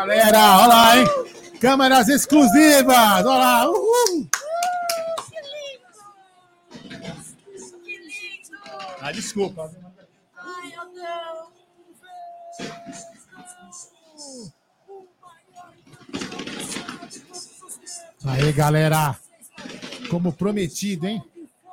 galera, olha lá, hein? Câmeras exclusivas, olha lá. Uhul. Que lindo! Ah, desculpa. Ai, Aldão! Aí, galera. Como prometido, hein?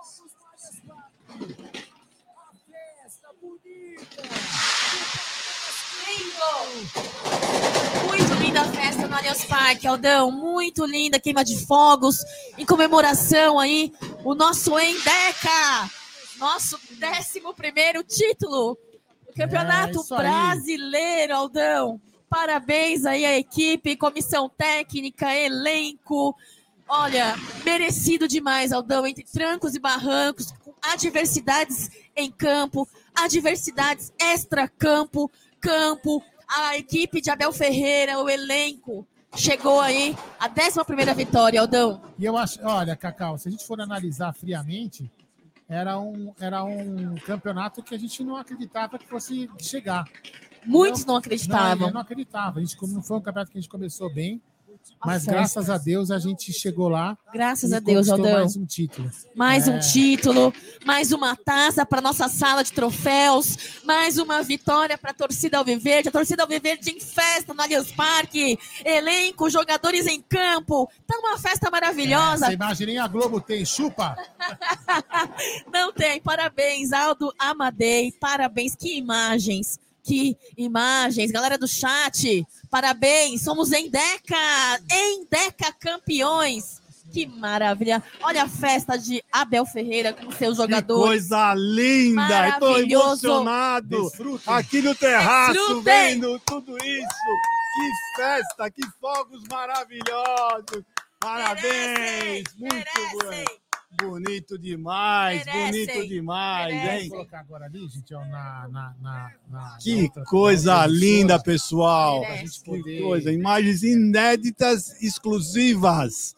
Muito linda a festa no Allianz Parque, Aldão. Muito linda, queima de fogos. Em comemoração aí, o nosso Endeca. Nosso 11º título do Campeonato Brasileiro, Aldão. Parabéns aí à equipe, comissão técnica, elenco. Olha, merecido demais, Aldão. Entre trancos e barrancos, com adversidades em campo, adversidades extra-campo, campo. A equipe de Abel Ferreira, o elenco, chegou aí a 11ª vitória, Aldão. E eu acho, olha, Cacau, se a gente for analisar friamente, era um campeonato que a gente não acreditava que fosse chegar. Muitos não acreditavam. Não acreditava. A gente, não foi um campeonato que a gente começou bem, mas graças a Deus a gente chegou lá. Graças a Deus, Aldão. Mais um título. Mais um título, mais uma taça para nossa sala de troféus, mais uma vitória para a torcida Alviverde. A torcida Alviverde em festa no Allianz Parque, elenco, jogadores em campo. Tá uma festa maravilhosa. Você imagina, nem a Globo tem, chupa. Não tem. Parabéns, Aldo Amadei. Parabéns, que imagens. Que imagens, galera do chat, parabéns, somos Endeca campeões, que maravilha, olha a festa de Abel Ferreira com seus jogadores. Que coisa linda, estou emocionado, aqui no terraço, vendo tudo isso, que festa, que fogos maravilhosos, parabéns, muito bonito demais, hein? Vou colocar agora ali, gente, ó, que coisa linda, pessoal. Que coisa, imagens inéditas, exclusivas.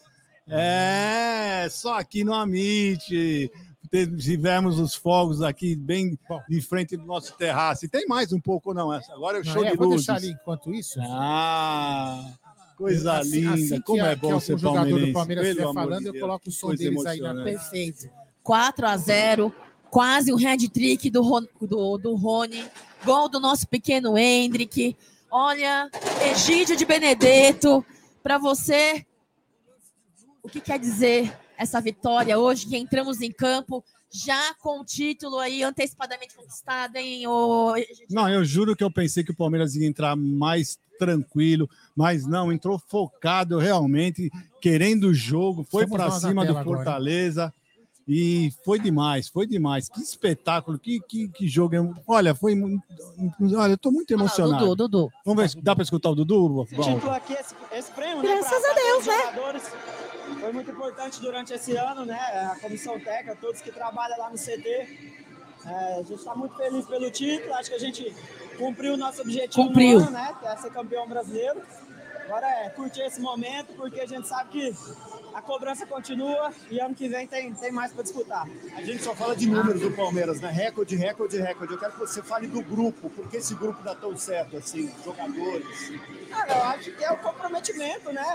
Só aqui no Amit. Tivemos os fogos aqui bem de frente do nosso terraço. E tem mais um pouco, não? Agora é o show de luzes. Vou deixar ali enquanto isso. Coisa linda, como é bom ser palmeirense. Do Palmeiras estiver falando, eu coloco o som deles aí na perfeito. 4-0, quase um hat-trick do Rony, gol do nosso pequeno Hendrick. Olha, Egídio de Benedetto, para você, o que quer dizer essa vitória hoje, que entramos em campo já com o título aí antecipadamente conquistado, hein? Não, eu juro que eu pensei que o Palmeiras ia entrar mais tranquilo, mas não, entrou focado realmente, querendo o jogo, foi para cima do Fortaleza agora. E foi demais. Que espetáculo, que jogo. Olha, olha, eu tô muito emocionado. Dudu. Vamos ver, dá para escutar o Dudu? Esse título aqui, esse prêmio, graças a Deus, né? Foi muito importante durante esse ano, né? A comissão técnica, todos que trabalham lá no CT. A gente está muito feliz pelo título, acho que a gente cumpriu o nosso objetivo no ano, né? Que é ser campeão brasileiro. Agora é curtir esse momento, porque a gente sabe que a cobrança continua e ano que vem tem mais para disputar. A gente só fala de números do Palmeiras, né? Recorde. Eu quero que você fale do grupo, porque esse grupo dá tão certo, assim, jogadores. Cara, eu acho que é o comprometimento, né?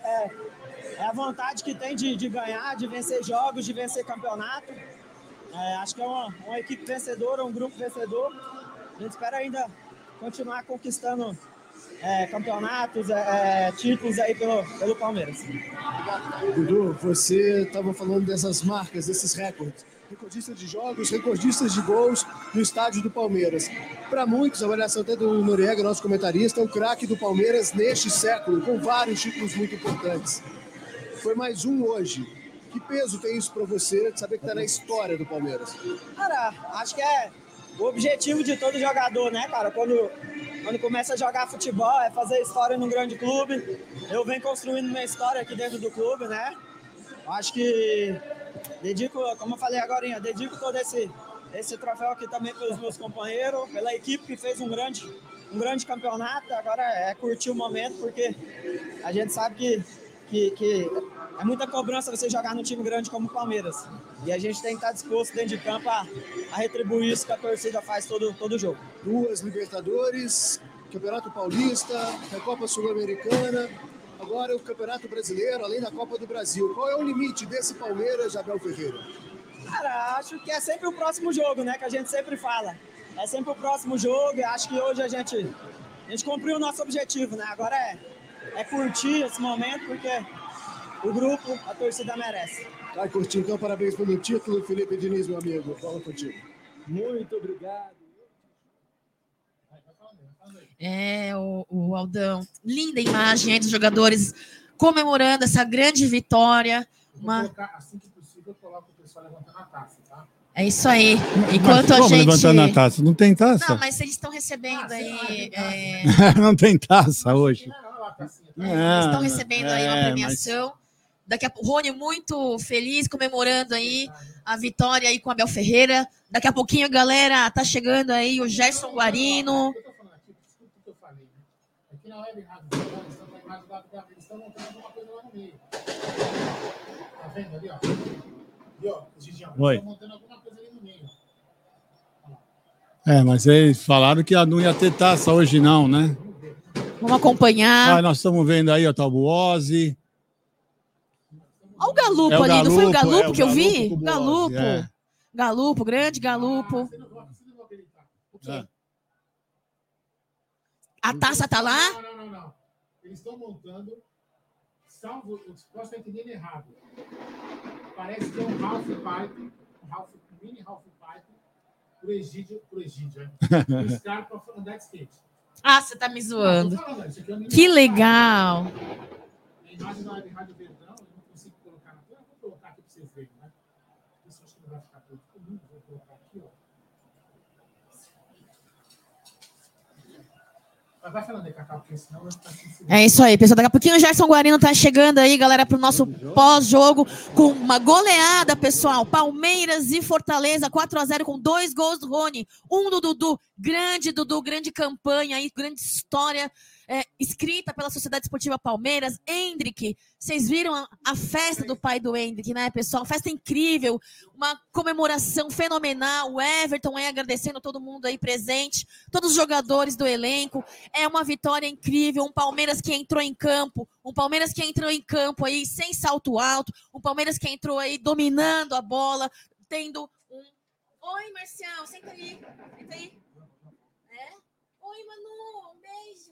É a vontade que tem de ganhar, de vencer jogos, de vencer campeonato. Acho que é uma equipe vencedora, um grupo vencedor. A gente espera ainda continuar conquistando campeonatos, títulos aí pelo Palmeiras. Dudu, você estava falando dessas marcas, desses recordes. Recordistas de jogos, recordistas de gols no estádio do Palmeiras. Para muitos, a avaliação até do Noriega, nosso comentarista, é o craque do Palmeiras neste século, com vários títulos muito importantes. Foi mais um hoje. Que peso tem isso para você, de saber que está na história do Palmeiras? Cara, acho que é o objetivo de todo jogador, né, cara? Quando começa a jogar futebol, é fazer história num grande clube. Eu venho construindo minha história aqui dentro do clube, né? Acho que dedico, como eu falei agora, dedico todo esse troféu aqui também pelos meus companheiros, pela equipe que fez um grande campeonato. Agora é curtir o momento, porque a gente sabe que é muita cobrança você jogar num time grande como o Palmeiras. E a gente tem que estar disposto dentro de campo a retribuir isso que a torcida faz todo jogo. 2 Libertadores, Campeonato Paulista, a Copa Sul-Americana, agora o Campeonato Brasileiro, além da Copa do Brasil. Qual é o limite desse Palmeiras, Abel Ferreira? Cara, acho que é sempre o próximo jogo, né? Que a gente sempre fala. É sempre o próximo jogo e acho que hoje a gente cumpriu o nosso objetivo, né? Agora é curtir esse momento, porque o grupo, a torcida merece. Vai curtir, então parabéns pelo título, Felipe Diniz, meu amigo. Fala contigo. Muito obrigado. O Aldão, linda imagem aí dos jogadores comemorando essa grande vitória. Assim que possível, eu coloco o pessoal levantando a taça, tá? É isso aí. Enquanto a gente... levantando a taça? Não tem taça? Não, mas eles estão recebendo aí... Não tem taça hoje. Eles estão recebendo aí uma premiação. Daqui a pouco, o Rony muito feliz, comemorando aí a vitória aí com o Abel Ferreira. Daqui a pouquinho, galera, tá chegando aí o Gerson Guarino. Aqui na web rádio, eles estão montando alguma coisa lá no meio. Tá vendo ali, ó? Ali, ó, Gigião, eles estão montando alguma coisa ali no meio. Mas eles falaram que não ia ter taça hoje não, né? Vamos acompanhar. Nós estamos vendo aí, ó, tá o Buozzi. Olha o Galupo ali, não foi o Galupo que eu vi? Galupo. Galupo, grande Galupo. O quê? A taça tá lá? Não. Eles estão montando, salvo, eu posso estar entendendo errado. Parece que é um mini half pipe pro Egídio, o Scarpa andar de skate. Ah, você tá me zoando. Que legal. A imagem da web rádio Verdão, eu não consigo colocar na tela, vou colocar aqui para vocês verem, né? Isso acho que não vai ficar todo comigo, vou colocar aqui, ó. Vai falando aí, Cacau, porque senão vai ficar assim. É isso aí, pessoal. Daqui a pouquinho o Gerson Guarino tá chegando aí, galera, pro nosso pós-jogo com uma goleada, pessoal. Palmeiras e Fortaleza, 4-0 com 2 gols do Rony, 1 do Dudu, grande campanha aí, grande história. Escrita pela Sociedade Esportiva Palmeiras. Hendrick, vocês viram a festa do pai do Hendrick, né, pessoal? Festa incrível, uma comemoração fenomenal. O Everton aí agradecendo todo mundo aí presente, todos os jogadores do elenco. É uma vitória incrível, um Palmeiras que entrou em campo, aí sem salto alto, um Palmeiras que entrou aí dominando a bola, tendo um... Oi, Marcial, senta aí. Oi, Manu, um beijo.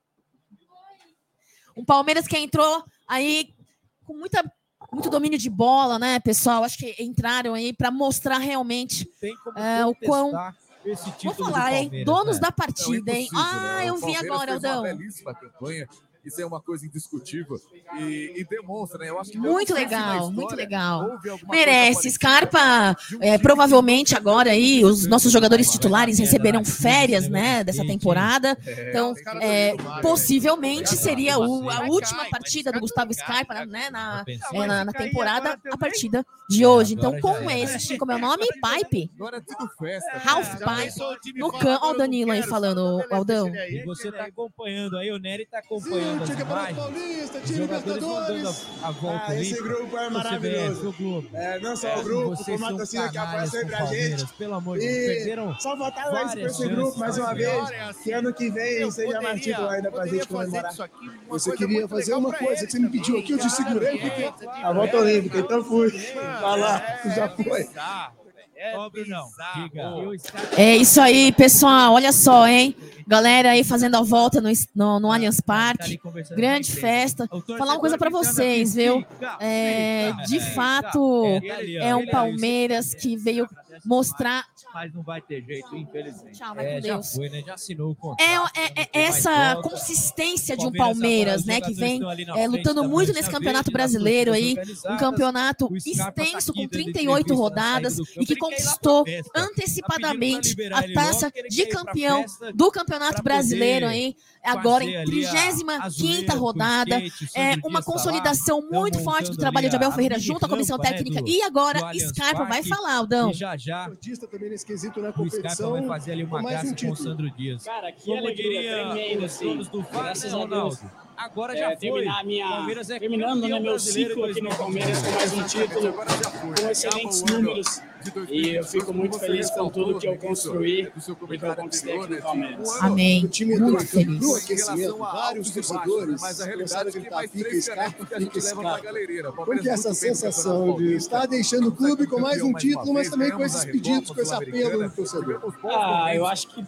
Um Palmeiras que entrou aí com muito domínio de bola, né, pessoal? Acho que entraram aí para mostrar realmente o quão... Vou falar, hein? Donos da partida, hein? Eu vi agora, Aldão. Uma belíssima campanha. Isso é uma coisa indiscutível e demonstra, né? Eu acho que muito legal. Merece. Scarpa, provavelmente agora aí, os nossos jogadores titulares receberão férias, né, dessa temporada. Então, possivelmente seria a última partida do Gustavo Scarpa, né, na temporada, a partida de hoje. Então, com esse, como é o nome? Pipe? Half Pipe no campo. Olha o Danilo aí falando, Aldão. E você tá acompanhando aí, o Nery tá acompanhando. Paulista, os jogadores vão dando a volta ali. Esse grupo é maravilhoso. Não só o grupo, como a torcida que apoia sempre a gente. Pelo amor de Deus, perderam. Só faltava isso para esse grupo mais uma vez. Que ano que vem seja mais título ainda pra gente comemorar. Você queria fazer uma coisa que você me pediu aqui, eu te segurei. A volta olímpica, então fui. Vai lá, já foi. É isso aí, pessoal. Olha só, hein? Galera aí fazendo a volta no Allianz Parque. Grande festa. Vou falar uma coisa para vocês, viu? De fato, é um Palmeiras que veio mostrar. Mas não vai ter jeito, infelizmente. Tchau, vai com Deus. Já foi, né? Já assinou o contrato. Essa consistência de um Palmeiras, né? Que vem lutando muito nesse Campeonato Brasileiro aí. Um campeonato extenso com 38 rodadas e que conquistou antecipadamente a taça de campeão do Campeonato Brasileiro aí. Agora em 35ª rodada. Uma consolidação muito forte do trabalho de Abel Ferreira junto à comissão técnica. E agora Scarpa vai falar, Aldão. Já esquisito na competição. O Scarpa vai fazer ali uma graça com o Sandro Dias. Cara, que como alegria, diria os donos do VAR, graças a Deus. Agora já foi. Terminar terminando meu ciclo aqui no Palmeiras com mais um título, com excelentes números. E eu fico muito feliz com tudo que eu construí e que eu conquistei aqui no Palmeiras. Amém. O time Muito feliz. no aquecimento, vários torcedores mas a realidade começaram a é que gritar, mais fica 3 Scarpa, canecos que a gente fica leva pra Scarpa. galeria. Como que é essa sensação de estar deixando o clube com mais um título, mas também com esses pedidos, com esse apelo do torcedor? Eu acho que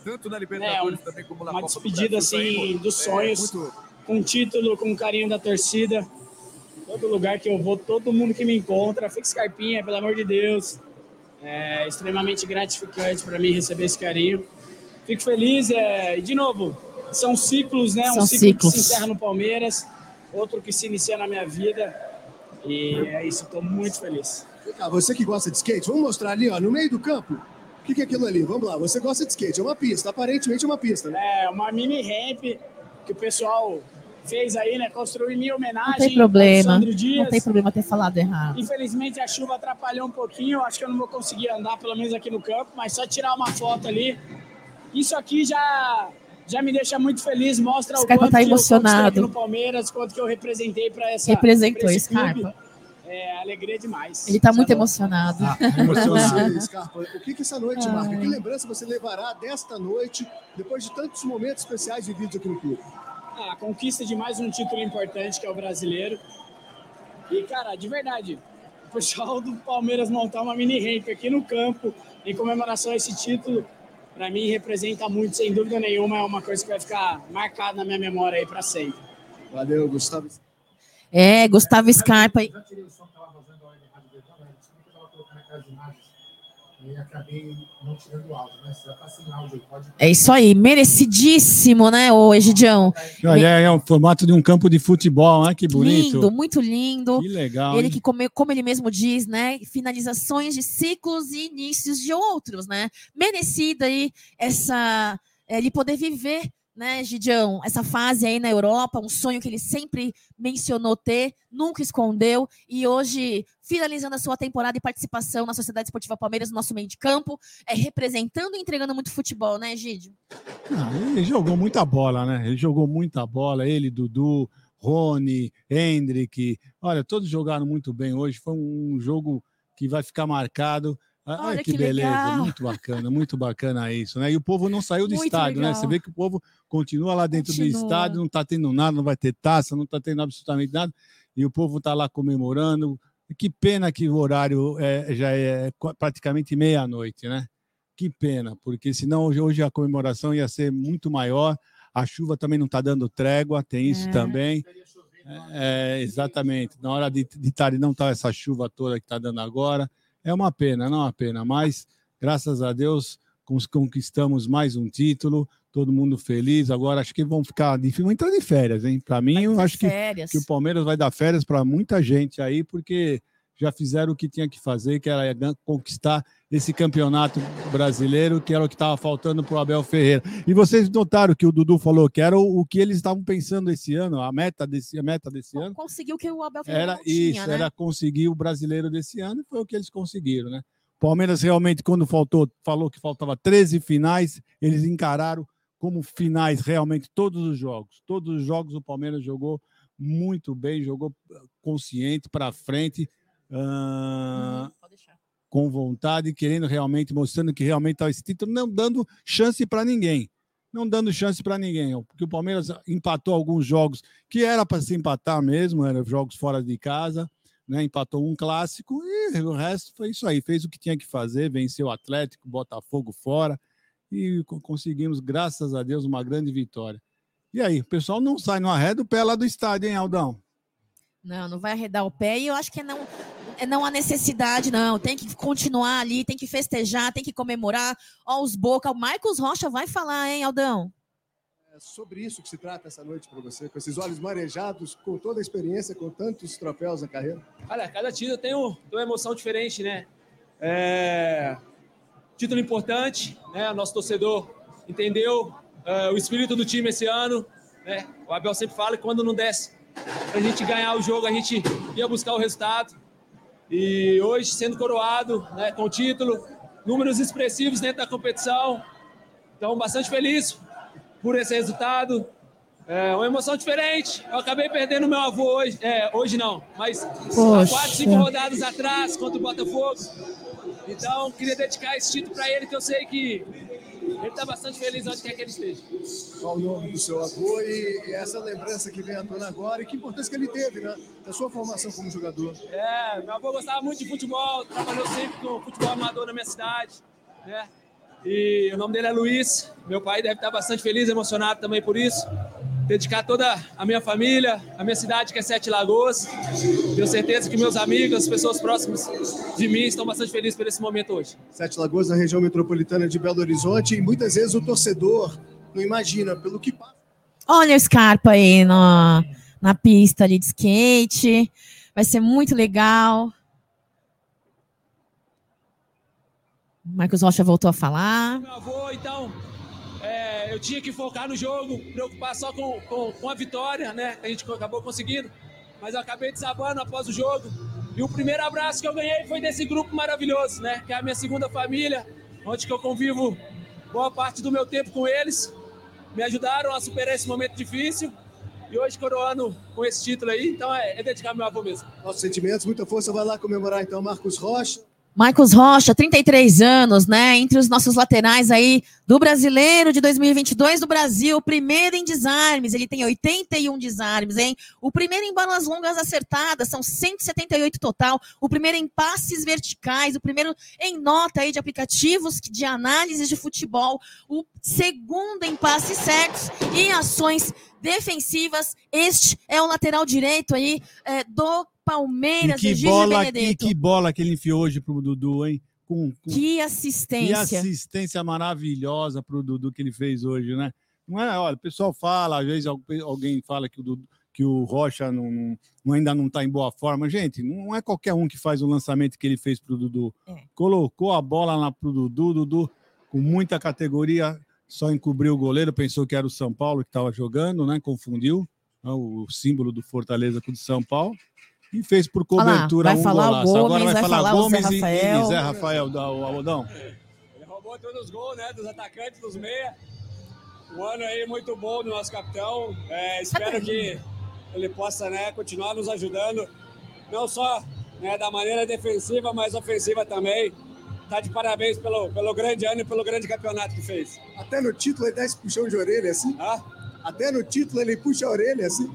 uma despedida assim dos sonhos, com título, com carinho da torcida. Todo lugar que eu vou, todo mundo que me encontra, fica Scarpinha, pelo amor de Deus. É extremamente gratificante para mim receber esse carinho. Fico feliz, e de novo, são ciclos, né? Um ciclo que se encerra no Palmeiras, outro que se inicia na minha vida. E é isso, estou muito feliz. Você que gosta de skate, vamos mostrar ali, ó, no meio do campo. O que é aquilo ali? Vamos lá, você gosta de skate, é uma pista, aparentemente é uma pista, né? É uma mini ramp que o pessoal fez aí, né? Construiu em minha homenagem. Não tem problema, Sandro Dias. não tem problema ter falado errado. Infelizmente a chuva atrapalhou um pouquinho, acho que eu não vou conseguir andar, pelo menos aqui no campo, mas só tirar uma foto ali. Isso aqui já me deixa muito feliz, mostra o quanto tá que emocionado. eu conquistei aqui no Palmeiras, quanto que eu representei para essa Representou esse clube. Scarpa. Alegria demais. Ele tá muito emocionado. Você, Scarpa, o que essa noite marca? Que lembrança você levará desta noite, depois de tantos momentos especiais vividos aqui no clube? A conquista de mais um título importante, que é o brasileiro. E, cara, de verdade, o pessoal do Palmeiras montar uma mini ramp aqui no campo, em comemoração a esse título, para mim representa muito, sem dúvida nenhuma, é uma coisa que vai ficar marcada na minha memória aí para sempre. Valeu, Gustavo. Gustavo Scarpa. Já tirei o som que estava vazando da hora da rádio dele, eu estava colocando aquelas imagens e acabei não tirando o áudio, né? Você já está sem áudio, pode... É isso aí, merecidíssimo, né, ô Egidião? Olha, é o formato de um campo de futebol, né? Que bonito. Lindo, muito lindo. Que legal. Ele que, como ele mesmo diz, né, finalizações de ciclos e inícios de outros, né? Merecida aí ele poder viver, né, Gidião, essa fase aí na Europa, um sonho que ele sempre mencionou ter, nunca escondeu, e hoje, finalizando a sua temporada e participação na Sociedade Esportiva Palmeiras, no nosso meio de campo, representando e entregando muito futebol, né, Gidio? Ele jogou muita bola, né? Ele jogou muita bola, ele, Dudu, Rony, Hendrick, olha, todos jogaram muito bem hoje, foi um jogo que vai ficar marcado. Olha que beleza, legal. Muito bacana isso, né? E o povo não saiu do estádio, legal. Né? Você vê que o povo continua lá dentro do estádio, não está tendo nada, não vai ter taça, não está tendo absolutamente nada, e o povo está lá comemorando. Que pena que o horário já é praticamente meia-noite, né? Que pena, porque senão hoje a comemoração ia ser muito maior, a chuva também não está dando trégua, tem isso também. Exatamente, na hora de tarde não está essa chuva toda que está dando agora. É uma pena, não é uma pena, mas graças a Deus conquistamos mais um título, todo mundo feliz. Agora acho que vão entrar de férias, hein? Para mim, eu acho que o Palmeiras vai dar férias para muita gente aí, porque já fizeram o que tinha que fazer, que era conquistar esse campeonato brasileiro, que era o que estava faltando para o Abel Ferreira. E vocês notaram que o Dudu falou que era o que eles estavam pensando esse ano, a meta desse ano. Conseguiu o que o Abel Ferreira não tinha, né? Era conseguir o brasileiro desse ano, e foi o que eles conseguiram, né? O Palmeiras realmente, quando falou que faltava 13 finais, eles encararam como finais realmente todos os jogos. Todos os jogos o Palmeiras jogou muito bem, jogou consciente, para frente, com vontade, querendo realmente, mostrando que realmente estava esse título, não dando chance para ninguém. Porque o Palmeiras empatou alguns jogos que era para se empatar mesmo, eram jogos fora de casa, né? Empatou um clássico e o resto foi isso aí, fez o que tinha que fazer, venceu o Atlético, Botafogo fora e conseguimos, graças a Deus, uma grande vitória. E aí, o pessoal não sai, não arreda o pé lá do estádio, hein, Aldão? Não vai arredar o pé, e eu acho que não há necessidade, não. Tem que continuar ali, tem que festejar, tem que comemorar. Ó, os Boca. O Marcos Rocha vai falar, hein, Aldão? É sobre isso que se trata essa noite para você, com esses olhos marejados, com toda a experiência, com tantos troféus na carreira? Olha, cada título tem uma emoção diferente, né? Título importante, né? Nosso torcedor entendeu o espírito do time esse ano, né? O Abel sempre fala que quando não desce pra gente ganhar o jogo, a gente ia buscar o resultado. E hoje, sendo coroado, né, com o título, números expressivos dentro da competição. Então, bastante feliz por esse resultado. É uma emoção diferente. Eu acabei perdendo meu avô hoje. Hoje não, mas Poxa. 4, 5 rodadas atrás contra o Botafogo. Então, queria dedicar esse título para ele, que eu sei que ele está bastante feliz onde quer que ele esteja. Qual o nome do seu avô e essa lembrança que vem à tona agora e que importância que ele teve, né? Da sua formação como jogador. Meu avô gostava muito de futebol, trabalhou sempre com futebol amador na minha cidade, né? E o nome dele é Luiz. Meu pai deve estar bastante feliz, emocionado também por isso. Dedicar toda a minha família, a minha cidade, que é Sete Lagoas. Tenho certeza que meus amigos, as pessoas próximas de mim estão bastante felizes por esse momento hoje. Sete Lagoas, na região metropolitana de Belo Horizonte, e muitas vezes o torcedor não imagina pelo que passa. Olha o Scarpa aí na pista ali de skate. Vai ser muito legal. Marcos Rocha voltou a falar. Meu avô, então, eu tinha que focar no jogo, preocupar só com a vitória, né? A gente acabou conseguindo, mas eu acabei desabando após o jogo. E o primeiro abraço que eu ganhei foi desse grupo maravilhoso, né? Que é a minha segunda família, onde que eu convivo boa parte do meu tempo com eles. Me ajudaram a superar esse momento difícil. E hoje coroando com esse título aí, então é dedicar ao meu avô mesmo. Nossos sentimentos, muita força, vai lá comemorar então Marcos Rocha. Marcos Rocha, 33 anos, né? Entre os nossos laterais aí do Brasileiro de 2022 do Brasil, o primeiro em desarmes, ele tem 81 desarmes, hein? O primeiro em bolas longas acertadas, são 178 total. O primeiro em passes verticais, o primeiro em nota aí de aplicativos de análise de futebol. O segundo em passes certos e em ações defensivas. Este é o lateral direito aí do Palmeiras, que bola que ele enfiou hoje pro Dudu, hein? Que assistência. Que assistência maravilhosa pro Dudu que ele fez hoje, né? Não é, olha, o pessoal fala, às vezes alguém fala que o Rocha ainda não está em boa forma. Gente, não é qualquer um que faz o lançamento que ele fez pro Dudu. Colocou a bola lá pro Dudu com muita categoria, só encobriu o goleiro, pensou que era o São Paulo que estava jogando, né? Confundiu o símbolo do Fortaleza com o de São Paulo. E fez por cobertura um golaço. Gomes, agora vai falar Gomes e Zé Rafael da Aldão. Ele roubou todos os gols, né? Dos atacantes, dos meia. Um ano aí muito bom do nosso capitão. Espero que ele possa, né, continuar nos ajudando. Não só, né, da maneira defensiva, mas ofensiva também. Tá de parabéns pelo grande ano e pelo grande campeonato que fez. Até no título ele dá esse puxão de orelha, assim? Até no título ele puxa a orelha, assim?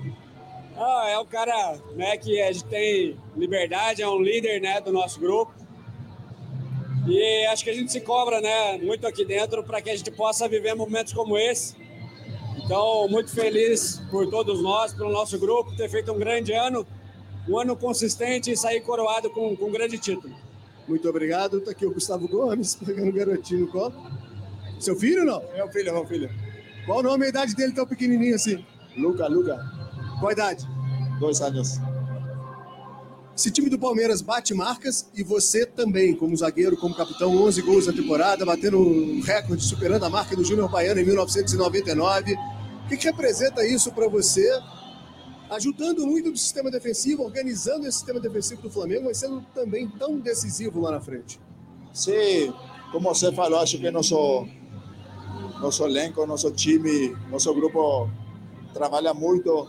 É um cara, né, que a gente tem liberdade, é um líder, né, do nosso grupo. E acho que a gente se cobra, né, muito aqui dentro para que a gente possa viver momentos como esse. Então, muito feliz por todos nós, pelo nosso grupo, ter feito um grande ano, um ano consistente e sair coroado com um grande título. Muito obrigado. Está aqui o Gustavo Gomes, pegando o garotinho no colo. Seu filho ou não? Meu filho. Qual o nome e a idade dele tão pequenininho assim? Luca. Qual a idade? 2 anos. Esse time do Palmeiras bate marcas e você também, como zagueiro, como capitão, 11 gols na temporada, batendo um recorde, superando a marca do Júnior Baiano em 1999. O que representa isso para você? Ajudando muito do sistema defensivo, organizando esse sistema defensivo do Flamengo, mas sendo também tão decisivo lá na frente. Sim, como você falou, acho que nosso elenco, nosso time, nosso grupo trabalha muito,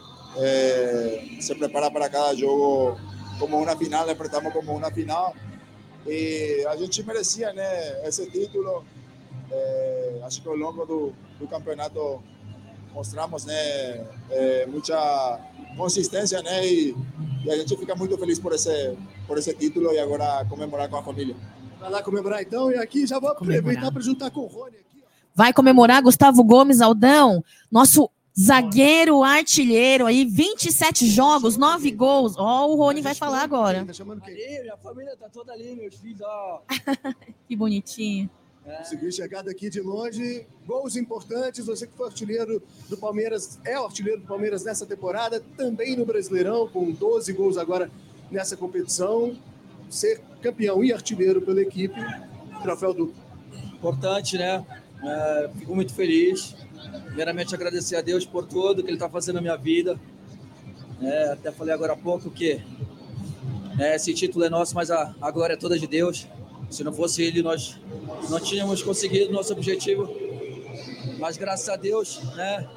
se prepara para cada jogo como uma final, apertamos como uma final e a gente merecia, né, esse título. Acho que ao longo do campeonato mostramos, né, muita consistência, né, e a gente fica muito feliz por esse título e agora comemorar com a família. Vai lá comemorar então, e aqui já vou aproveitar para juntar com o Rony. Vai comemorar Gustavo Gomes, Aldão, nosso zagueiro artilheiro aí, 27 jogos, 9 gols. O Rony vai falar agora. Tá chamando quem? Minha família tá toda ali, meus filhos, ó. Que bonitinho. Consegui chegar daqui de longe, gols importantes, você que foi artilheiro do Palmeiras, é o artilheiro do Palmeiras nessa temporada, também no Brasileirão, com 12 gols agora nessa competição, ser campeão e artilheiro pela equipe, troféu duplo. Importante, né? Fico muito feliz, primeiramente agradecer a Deus por tudo que Ele está fazendo na minha vida, até falei agora há pouco que esse título é nosso, mas a glória é toda de Deus. Se não fosse Ele, nós não tínhamos conseguido o nosso objetivo. Mas graças a Deus, né,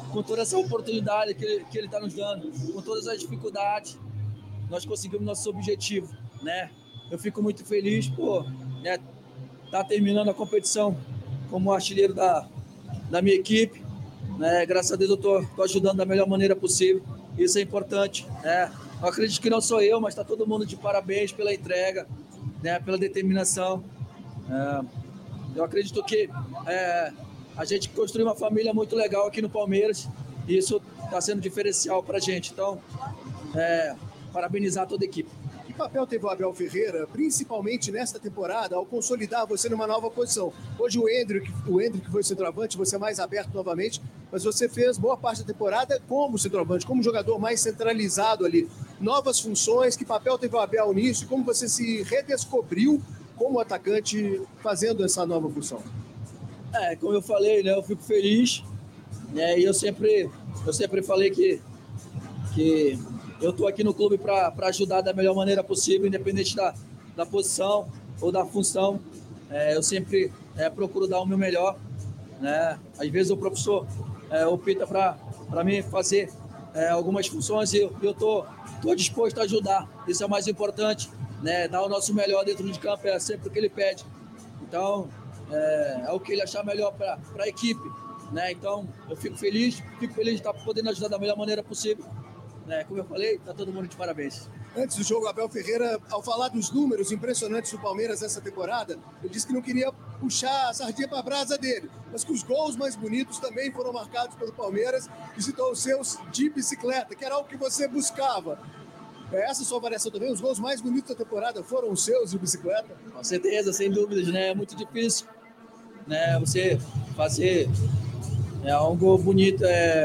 com toda essa oportunidade que ele está nos dando, com todas as dificuldades, nós conseguimos nosso objetivo, né? Eu fico muito feliz por tá terminando a competição como artilheiro da minha equipe, né? Graças a Deus eu tô ajudando da melhor maneira possível, isso é importante, né? Eu acredito que não sou eu, mas está todo mundo de parabéns pela entrega, né? Pela determinação. Eu acredito que a gente construiu uma família muito legal aqui no Palmeiras e isso está sendo diferencial para a gente. Então, parabenizar toda a equipe. Que papel teve o Abel Ferreira, principalmente nesta temporada, ao consolidar você numa nova posição? Hoje o Endrick foi o centroavante, você é mais aberto novamente, mas você fez boa parte da temporada como centroavante, como jogador mais centralizado ali. Novas funções, que papel teve o Abel nisso? Como você se redescobriu como atacante fazendo essa nova função? Como eu falei, né, eu fico feliz, né, e eu sempre falei que eu estou aqui no clube para ajudar da melhor maneira possível, independente da posição ou da função. Eu sempre procuro dar o meu melhor, né? Às vezes o professor opta para mim fazer algumas funções e eu estou disposto a ajudar. Isso é o mais importante, né? Dar o nosso melhor dentro de campo é sempre o que ele pede. Então, é o que ele achar melhor para a equipe, né? Então, eu fico feliz de estar podendo ajudar da melhor maneira possível. Como eu falei, está todo mundo de parabéns. Antes do jogo, Abel Ferreira, ao falar dos números impressionantes do Palmeiras nessa temporada, ele disse que não queria puxar a sardinha para a brasa dele, mas que os gols mais bonitos também foram marcados pelo Palmeiras e citou os seus de bicicleta, que era algo que você buscava. Essa sua variação também, os gols mais bonitos da temporada foram os seus de bicicleta? Com certeza, sem dúvidas, né? É muito difícil, né? Você fazer um gol bonito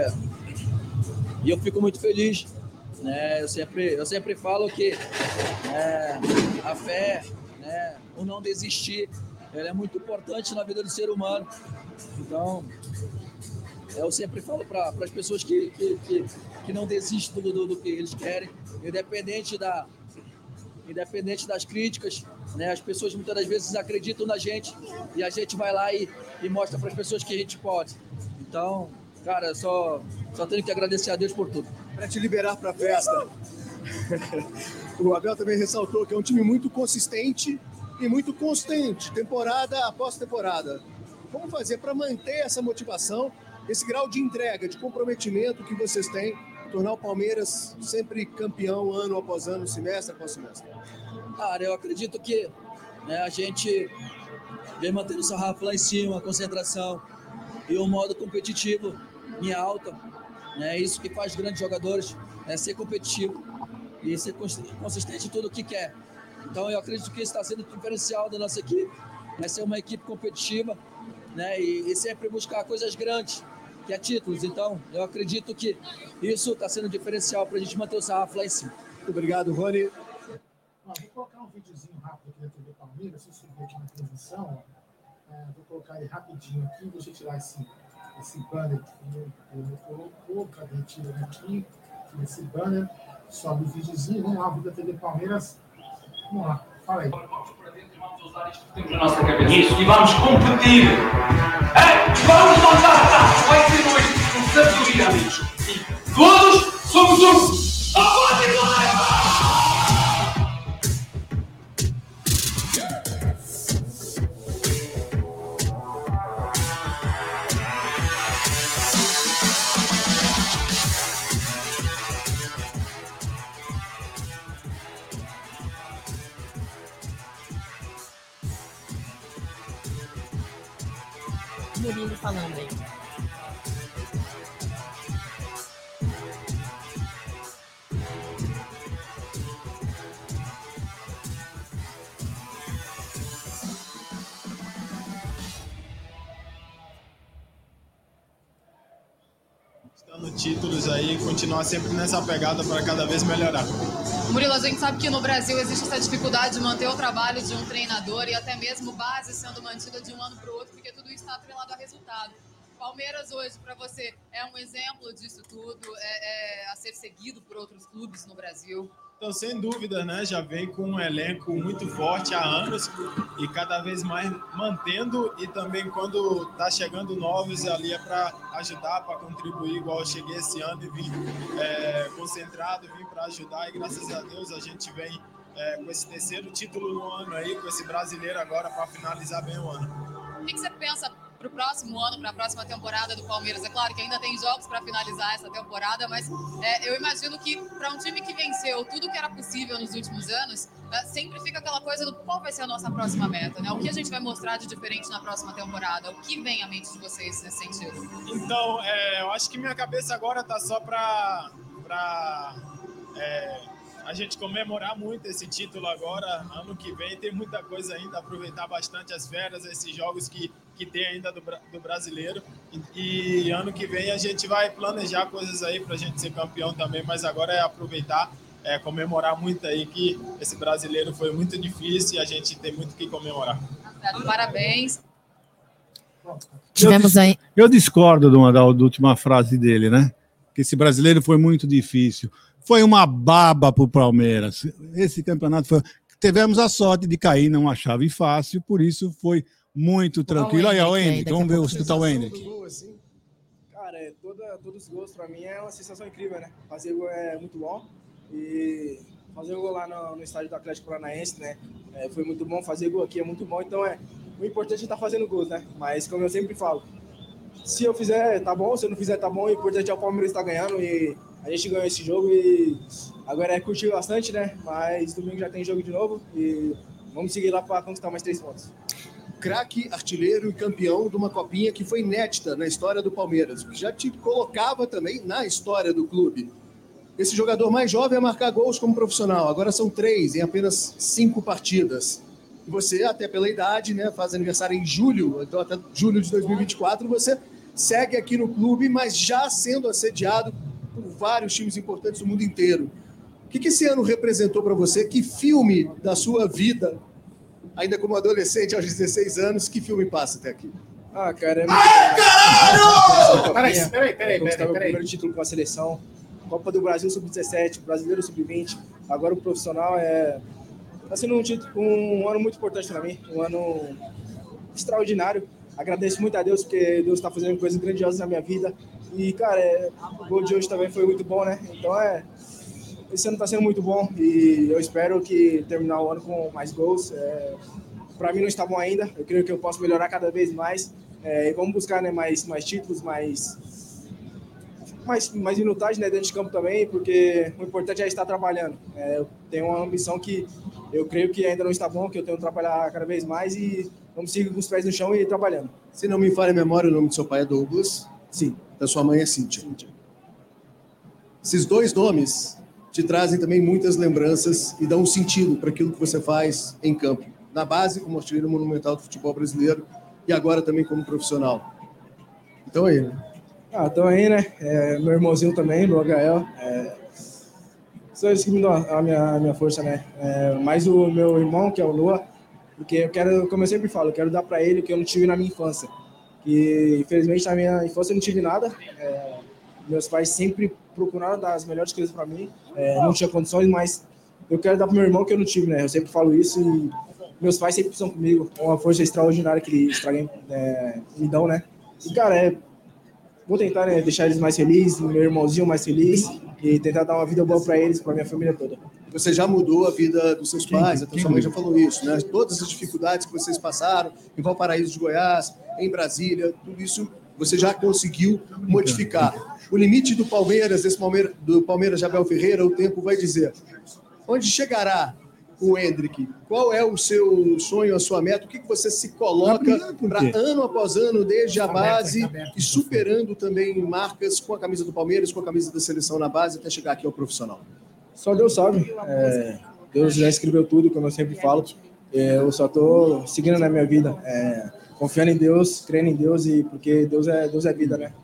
e eu fico muito feliz, né? Eu sempre falo que a fé, né, o não desistir, ela é muito importante na vida do ser humano. Então, eu sempre falo para as pessoas que não desistem do que eles querem, independente das críticas, né? As pessoas muitas das vezes acreditam na gente e a gente vai lá e mostra para as pessoas que a gente pode. Então, cara, só tenho que agradecer a Deus por tudo. Para te liberar para a festa, o Abel também ressaltou que é um time muito consistente e muito constante, temporada após temporada. Como fazer para manter essa motivação, esse grau de entrega, de comprometimento que vocês têm, tornar o Palmeiras sempre campeão ano após ano, semestre após semestre? Cara, eu acredito que a gente vem mantendo o sarrafo lá em cima, a concentração e o modo competitivo em alta. É isso que faz grandes jogadores, ser competitivo e ser consistente em tudo o que quer. Então eu acredito que isso está sendo o diferencial da nossa equipe, ser uma equipe competitiva, né? E sempre buscar coisas grandes, que é títulos. Então eu acredito que isso está sendo o diferencial para a gente manter o sarrafo lá em cima. Muito obrigado, Rony. Vou colocar um videozinho rápido aqui da TV Palmeiras, se eu subir aqui na transmissão, vou colocar ele rapidinho aqui, deixa eu tirar esse banner que ele colocou, cadê? Tira aqui, esse banner, sobe o videozinho, vamos lá, da TV Palmeiras, vamos lá, fala aí. Na nossa cabeça. Isso, e vamos competir. Vamos voltar atrás, vai ser hoje com sabedoria, amigos. E todos somos um. Aponte lá! Murilo falando aí. Buscando títulos aí, continuar sempre nessa pegada para cada vez melhorar. Murilo, a gente sabe que no Brasil existe essa dificuldade de manter o trabalho de um treinador e até mesmo base sendo mantida de um ano para o outro, porque tudo isso está atrelado a resultado. Palmeiras hoje, para você, é um exemplo disso tudo, a ser seguido por outros clubes no Brasil? Então, sem dúvida, né, já vem com um elenco muito forte há anos e cada vez mais mantendo, e também quando está chegando novos ali é para ajudar, para contribuir, igual eu cheguei esse ano e vim concentrado, vim para ajudar, e graças a Deus a gente vem com esse terceiro título no ano aí, com esse brasileiro agora para finalizar bem o ano. O que você pensa para o próximo ano, para a próxima temporada do Palmeiras? É claro que ainda tem jogos para finalizar essa temporada, mas eu imagino que para um time que venceu tudo que era possível nos últimos anos, sempre fica aquela coisa do qual vai ser a nossa próxima meta, né? O que a gente vai mostrar de diferente na próxima temporada? O que vem à mente de vocês nesse sentido? Então, eu acho que minha cabeça agora está só para a gente comemorar muito esse título agora. Ano que vem tem muita coisa ainda, aproveitar bastante as férias, esses jogos que tem ainda do brasileiro, e ano que vem a gente vai planejar coisas aí para a gente ser campeão também, mas agora é aproveitar, comemorar muito aí, que esse brasileiro foi muito difícil e a gente tem muito que comemorar. Parabéns. Eu discordo da última frase dele, né? Que esse brasileiro foi muito difícil. Foi uma baba para o Palmeiras. Esse campeonato foi... Tivemos a sorte de cair numa chave fácil, por isso foi muito tranquilo. Aí, o Henrique, vamos ver o escutar o Henrique. Cara, todos os gols para mim é uma sensação incrível, né? Fazer gol é muito bom, e fazer gol lá no estádio do Atlético Paranaense, né? Foi muito bom, fazer gol aqui é muito bom, então o importante é estar fazendo gols, né? Mas como eu sempre falo, se eu fizer, tá bom, se eu não fizer, tá bom, o importante é o Palmeiras estar ganhando, e a gente ganhou esse jogo e agora curtir bastante, né? Mas domingo já tem jogo de novo e vamos seguir lá para conquistar mais 3 pontos. Craque, artilheiro e campeão de uma copinha que foi inédita na história do Palmeiras, que já te colocava também na história do clube. Esse jogador mais jovem a marcar gols como profissional, agora são 3 em apenas 5 partidas. E você, até pela idade, né, faz aniversário em julho, então até julho de 2024, você segue aqui no clube, mas já sendo assediado por vários times importantes do mundo inteiro. O que esse ano representou para você? Que filme da sua vida, ainda como adolescente aos 16 anos, que filme passa até aqui? Ah, cara, é muito... Peraí. O primeiro título com a seleção, Copa do Brasil Sub-17, Brasileiro Sub-20, agora o profissional está sendo um ano muito importante para mim, um ano extraordinário. Agradeço muito a Deus, porque Deus está fazendo coisas grandiosas na minha vida. E, cara, o gol de hoje também foi muito bom, né? Então, esse ano está sendo muito bom e eu espero que terminar o ano com mais gols. Para mim não está bom ainda, eu creio que eu posso melhorar cada vez mais. E vamos buscar, né, mais títulos, mais minutagem, né, dentro de campo também, porque o importante é estar trabalhando. Eu tenho uma ambição que eu creio que ainda não está bom, que eu tenho que trabalhar cada vez mais e vamos seguir com os pés no chão e ir trabalhando. Se não me falha a memória, o nome do seu pai é Douglas? Sim. Da sua mãe é Cíntia. Esses 2 nomes te trazem também muitas lembranças e dão um sentido para aquilo que você faz em campo. Na base, como artilheiro monumental do futebol brasileiro, e agora também como profissional. Então aí, né? Então aí, né? Meu irmãozinho também, do HL. São eles que me dão a minha força, né? Mais o meu irmão, que é o Noah, porque eu quero, como eu sempre falo, eu quero dar para ele o que eu não tive na minha infância. E infelizmente na minha infância eu não tive nada. Meus pais sempre procuraram dar as melhores coisas para mim. Não tinha condições, mas eu quero dar para meu irmão que eu não tive, né? Eu sempre falo isso e meus pais sempre estão comigo. Uma força extraordinária que eles me dão, né? E, cara, vou tentar, né, deixar eles mais felizes, meu irmãozinho mais feliz e tentar dar uma vida boa para eles, para minha família toda. Você já mudou a vida dos seus pais, até sua mãe já falou isso, né? Todas as dificuldades que vocês passaram em Valparaíso de Goiás, em Brasília, tudo isso você já conseguiu modificar. O limite do Palmeiras de Abel Ferreira, o tempo vai dizer. Onde chegará o Endrick? Qual é o seu sonho, a sua meta? O que você se coloca para ano após ano, desde a base e superando também marcas com a camisa do Palmeiras, com a camisa da seleção na base, até chegar aqui ao profissional? Só Deus sabe. Deus já escreveu tudo, como eu sempre falo. Eu só estou seguindo na minha vida, confiando em Deus, crendo em Deus, e porque Deus é vida, né?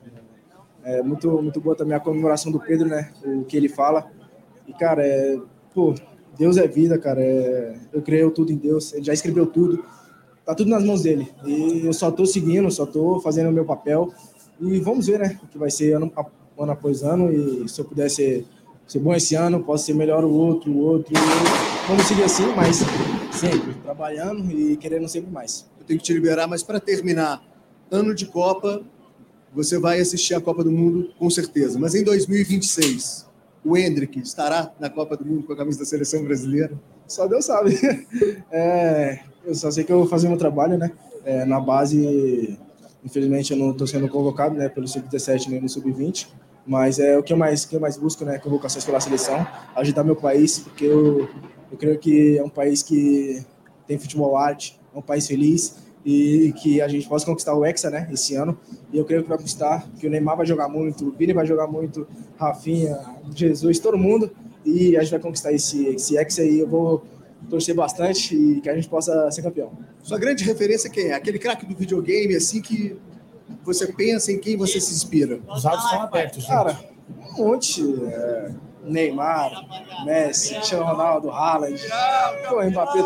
É muito boa também a comemoração do Pedro, né? O que ele fala. E, cara, Deus é vida, cara. Eu creio tudo em Deus. Ele já escreveu tudo. Tá tudo nas mãos dele. E eu só tô seguindo, só tô fazendo o meu papel. E vamos ver, né? O que vai ser ano após ano. E se eu puder ser ser bom esse ano, posso ser melhor o outro. Vamos seguir assim, mas sempre trabalhando e querendo sempre mais. Eu tenho que te liberar, mas para terminar, ano de Copa, você vai assistir a Copa do Mundo com certeza. Mas em 2026, o Endrick estará na Copa do Mundo com a camisa da seleção brasileira? Só Deus sabe. Eu só sei que eu vou fazer meu trabalho, né? Na base, infelizmente, eu não estou sendo convocado, né? Pelo Sub-17 nem no Sub-20. Mas o que eu mais busco, né? Convocações pela seleção, ajudar meu país, porque eu creio que é um país que tem futebol arte, é um país feliz e que a gente possa conquistar o Hexa, né? Esse ano. E eu creio que vai conquistar, que o Neymar vai jogar muito, o Vini vai jogar muito, Rafinha, Jesus, todo mundo. E a gente vai conquistar esse Hexa aí. Eu vou torcer bastante e que a gente possa ser campeão. Sua grande referência quem é? Aquele craque do videogame, assim, que você pensa em quem você se inspira? Os áudios estão abertos, gente. Cara, um monte. Neymar, Messi, Cristiano Ronaldo, Haaland, Mbappé,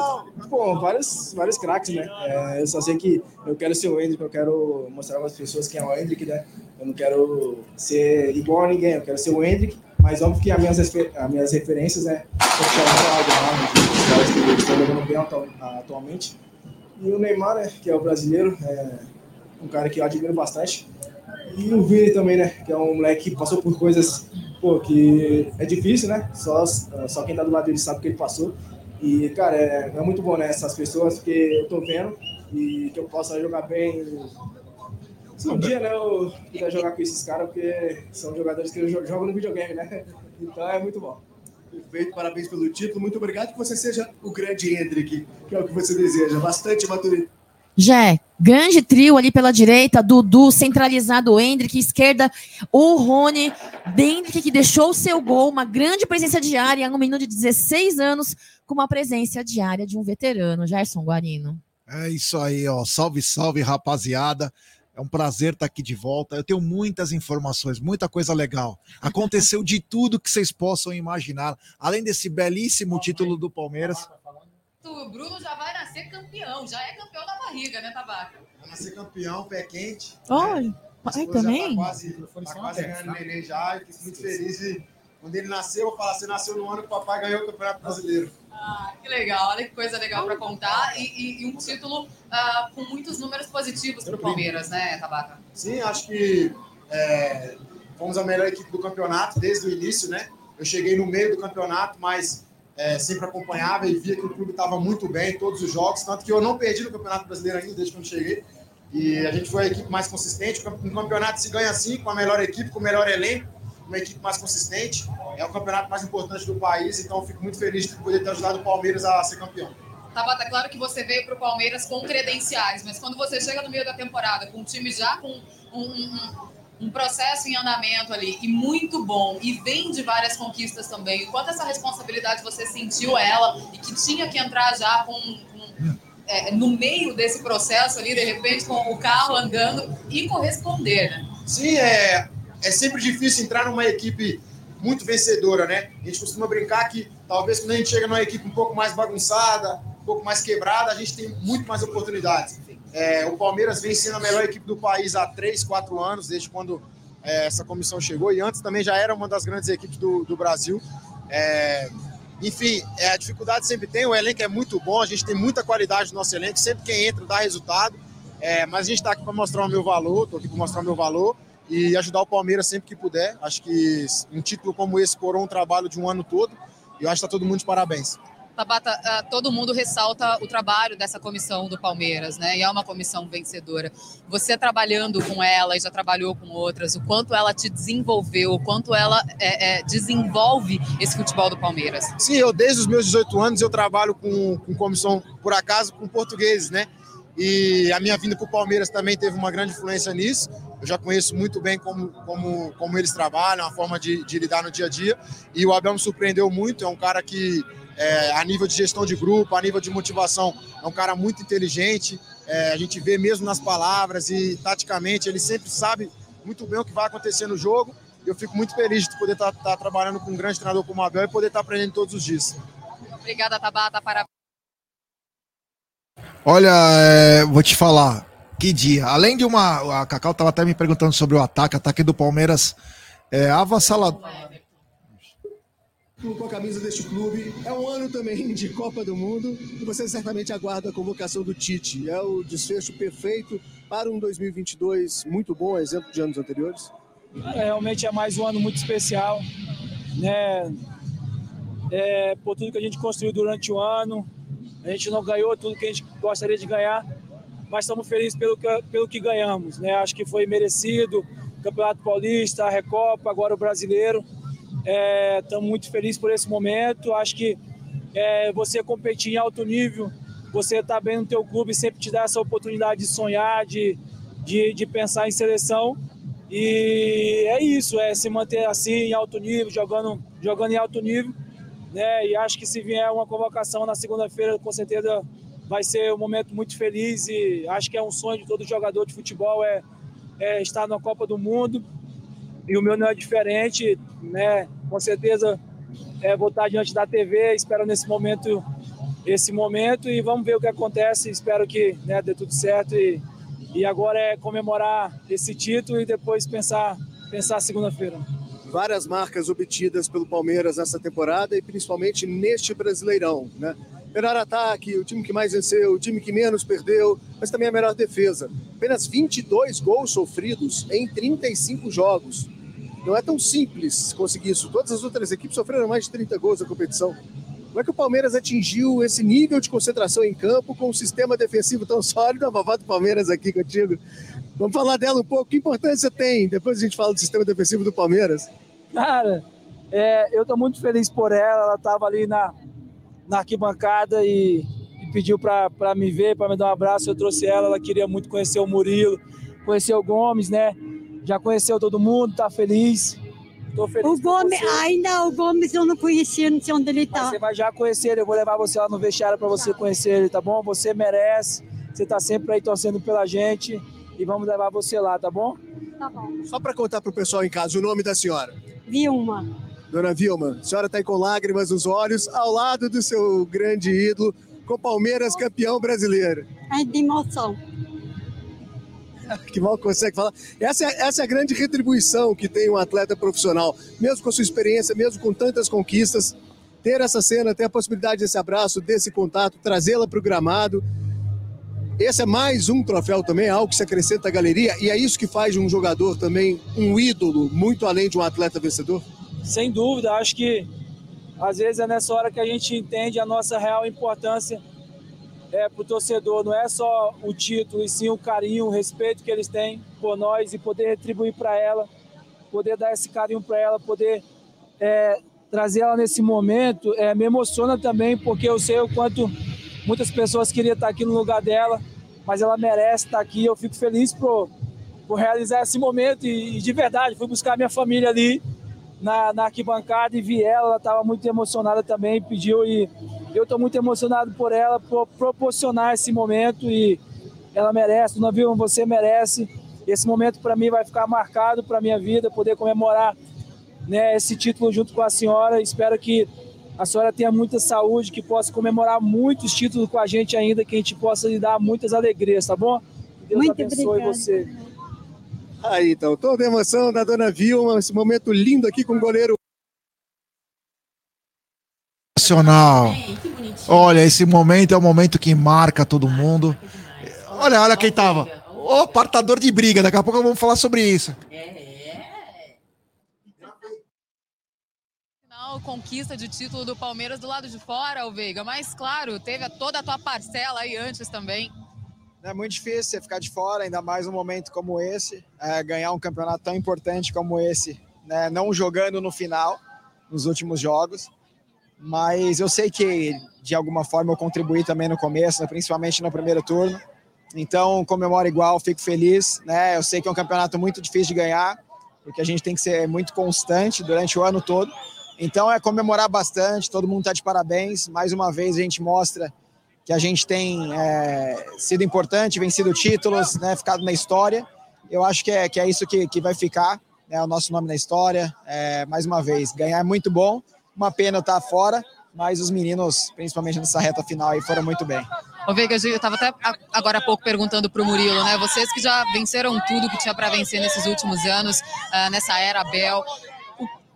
vários craques, né? Eu só sei que eu quero ser o Endrick, eu quero mostrar para as pessoas quem é o Endrick, né? Eu não quero ser igual a ninguém, eu quero ser o Endrick, mas óbvio que as minhas referências, né? O Cristiano Ronaldo, Haaland, os caras que estão jogando bem atualmente. E o Neymar, né? Que é o brasileiro, um cara que eu admiro bastante. E o Vini também, né? Que é um moleque que passou por coisas, que é difícil, né? Só quem tá do lado dele sabe o que ele passou. E, cara, é muito bom, né? Essas pessoas, porque eu tô vendo e que eu possa jogar bem. Se um dia, né, eu quiser jogar com esses caras, porque são jogadores que eu jogo no videogame, né? Então é muito bom. Perfeito, parabéns pelo título. Muito obrigado, que você seja o grande Endrick, que é o que você deseja. Bastante maturidade. Grande trio ali pela direita, Dudu, centralizado, o Endrick, esquerda, o Rony, Endrick que deixou o seu gol, uma grande presença diária, um menino de 16 anos, com uma presença diária de um veterano, Gerson Guarino. É isso aí, ó. Salve, salve, rapaziada. É um prazer estar aqui de volta. Eu tenho muitas informações, muita coisa legal. Aconteceu de tudo que vocês possam imaginar, além desse belíssimo título do Palmeiras. O Bruno já vai nascer campeão, já é campeão da barriga, né, Tabaca? Vai nascer campeão, pé quente. Olha, pai também? Tá quase ganhando neném já, e fico muito feliz. E quando ele nasceu, eu vou falar, você nasceu no ano que o papai ganhou o Campeonato Brasileiro. Que legal, olha que coisa legal para contar. E um título com muitos números positivos para o Palmeiras, né, Tabaca? Sim, acho que fomos a melhor equipe do campeonato desde o início, né? Eu cheguei no meio do campeonato, mas sempre acompanhava e via que o clube estava muito bem em todos os jogos, tanto que eu não perdi no Campeonato Brasileiro ainda, desde quando cheguei. E a gente foi a equipe mais consistente. Um campeonato se ganha assim, com a melhor equipe, com o melhor elenco, uma equipe mais consistente. É o campeonato mais importante do país, então eu fico muito feliz de poder ter ajudado o Palmeiras a ser campeão. Tabata, claro que você veio para o Palmeiras com credenciais, mas quando você chega no meio da temporada com um time já com um processo em andamento ali, e muito bom, e vem de várias conquistas também, quanto essa responsabilidade você sentiu ela, e que tinha que entrar já no meio desse processo ali, de repente, com o carro andando, e corresponder, né? Sim, é sempre difícil entrar numa equipe muito vencedora, né? A gente costuma brincar que, talvez, quando a gente chega numa equipe um pouco mais bagunçada, um pouco mais quebrada, a gente tem muito mais oportunidades. O Palmeiras vem sendo a melhor equipe do país há 3, 4 anos, desde quando essa comissão chegou, e antes também já era uma das grandes equipes do Brasil. Enfim, a dificuldade sempre tem, o elenco é muito bom, a gente tem muita qualidade no nosso elenco, sempre quem entra dá resultado, mas a gente está aqui para mostrar o meu valor, estou aqui para mostrar o meu valor e ajudar o Palmeiras sempre que puder. Acho que um título como esse coroa um trabalho de um ano todo, e eu acho que está todo mundo de parabéns. Tabata, todo mundo ressalta o trabalho dessa comissão do Palmeiras, né? E é uma comissão vencedora. Você trabalhando com ela e já trabalhou com outras, o quanto ela te desenvolveu, o quanto ela desenvolve esse futebol do Palmeiras? Sim, eu desde os meus 18 anos eu trabalho com comissão, por acaso, com portugueses, né? E a minha vinda para o Palmeiras também teve uma grande influência nisso. Eu já conheço muito bem como eles trabalham, a forma de lidar no dia a dia. E o Abel me surpreendeu muito, é um cara que... a nível de gestão de grupo, a nível de motivação, é um cara muito inteligente, a gente vê mesmo nas palavras e taticamente ele sempre sabe muito bem o que vai acontecer no jogo. Eu fico muito feliz de poder estar trabalhando com um grande treinador como o Abel e poder estar aprendendo todos os dias. Obrigada, Tabata. Parabéns. Olha, vou te falar, que dia. Além de a Cacau estava até me perguntando sobre o ataque do Palmeiras avassalador. com a camisa deste clube. É um ano também de Copa do Mundo e você certamente aguarda a convocação do Tite. É o desfecho perfeito para um 2022 muito bom, exemplo de anos anteriores? Realmente é mais um ano muito especial, né? Por tudo que a gente construiu durante o ano. A gente não ganhou tudo que a gente gostaria de ganhar, mas estamos felizes pelo que ganhamos, né? Acho que foi merecido. Campeonato Paulista, a Recopa, agora o Brasileiro. Estamos muito felizes por esse momento. Acho que você competir em alto nível, você está bem no teu clube, sempre te dá essa oportunidade de sonhar, de pensar em seleção. E é isso, se manter assim em alto nível, jogando em alto nível, né? E acho que se vier uma convocação na segunda-feira, com certeza vai ser um momento muito feliz. E acho que é um sonho de todo jogador de futebol estar na Copa do Mundo. E o meu não é diferente, né? Com certeza vou estar diante da TV, espero esse momento e vamos ver o que acontece. Espero que dê tudo certo e agora é comemorar esse título e depois pensar segunda-feira. Várias marcas obtidas pelo Palmeiras nessa temporada e principalmente neste Brasileirão, né? Melhor ataque, o time que mais venceu, o time que menos perdeu, mas também a melhor defesa. Apenas 22 gols sofridos em 35 jogos. Não é tão simples conseguir isso. Todas as outras equipes sofreram mais de 30 gols na competição. Como é que o Palmeiras atingiu esse nível de concentração em campo com um sistema defensivo tão sólido? A vovó do Palmeiras aqui contigo. Vamos falar dela um pouco. Que importância tem? Depois a gente fala do sistema defensivo do Palmeiras. Cara, eu estou muito feliz por ela. Ela estava ali na arquibancada e pediu para me ver, para me dar um abraço. Eu trouxe ela. Ela queria muito conhecer o Murilo, conhecer o Gomes, né? Já conheceu todo mundo, tá feliz. Tô feliz. O Gomes eu não conhecia, não sei onde ele tá. Mas você vai já conhecer ele, eu vou levar você lá no vestiário para você conhecer ele, tá bom? Você merece, você tá sempre aí torcendo pela gente e vamos levar você lá, tá bom? Tá bom. Só para contar pro pessoal em casa, o nome da senhora? Vilma. Dona Vilma, a senhora tá aí com lágrimas nos olhos, ao lado do seu grande ídolo, com o Palmeiras campeão brasileiro. É de emoção. Que mal consegue falar. Essa é a grande retribuição que tem um atleta profissional. Mesmo com a sua experiência, mesmo com tantas conquistas, ter essa cena, ter a possibilidade desse abraço, desse contato, trazê-la para o gramado. Esse é mais um troféu também, algo que se acrescenta à galeria. E é isso que faz de um jogador também um ídolo, muito além de um atleta vencedor? Sem dúvida. Acho que às vezes é nessa hora que a gente entende a nossa real importância para o torcedor. Não é só o título, e sim o carinho, o respeito que eles têm por nós e poder retribuir para ela, poder dar esse carinho para ela, poder trazer ela nesse momento. Me emociona também, porque eu sei o quanto muitas pessoas queriam estar aqui no lugar dela, mas ela merece estar aqui. Eu fico feliz por realizar esse momento e de verdade, fui buscar minha família ali na arquibancada e vi ela estava muito emocionada também, pediu, e eu estou muito emocionado por ela, por proporcionar esse momento, e ela merece. Dona Vilma, você merece. Esse momento para mim vai ficar marcado para a minha vida, poder comemorar, né, esse título junto com a senhora. Espero que a senhora tenha muita saúde, que possa comemorar muitos títulos com a gente ainda, que a gente possa lhe dar muitas alegrias, tá bom? Que Deus muito abençoe obrigada. você. Aí, então, toda a emoção da Dona Vilma, esse momento lindo aqui com o goleiro. Nacional. Olha, esse momento é o momento que marca todo mundo. Olha quem tava. O partador de briga, daqui a pouco vamos falar sobre isso. Conquista de título do Palmeiras do lado de fora, o Veiga, mas claro, teve toda a tua parcela aí antes também. É muito difícil você ficar de fora, ainda mais num momento como esse, ganhar um campeonato tão importante como esse, né? Não jogando no final, nos últimos jogos, mas eu sei que de alguma forma eu contribuí também no começo, né? Principalmente no primeiro turno, então comemoro igual, fico feliz, né? Eu sei que é um campeonato muito difícil de ganhar, porque a gente tem que ser muito constante durante o ano todo, então é comemorar bastante, todo mundo está de parabéns, mais uma vez a gente mostra que a gente tem sido importante, vencido títulos, né, ficado na história. Eu acho que é isso que vai ficar, né, o nosso nome na história. Mais uma vez, ganhar é muito bom, uma pena eu estar fora, mas os meninos, principalmente nessa reta final, aí foram muito bem. Ô Veiga, eu estava até agora há pouco perguntando para o Murilo, né, vocês que já venceram tudo que tinha para vencer nesses últimos anos, nessa era Abel,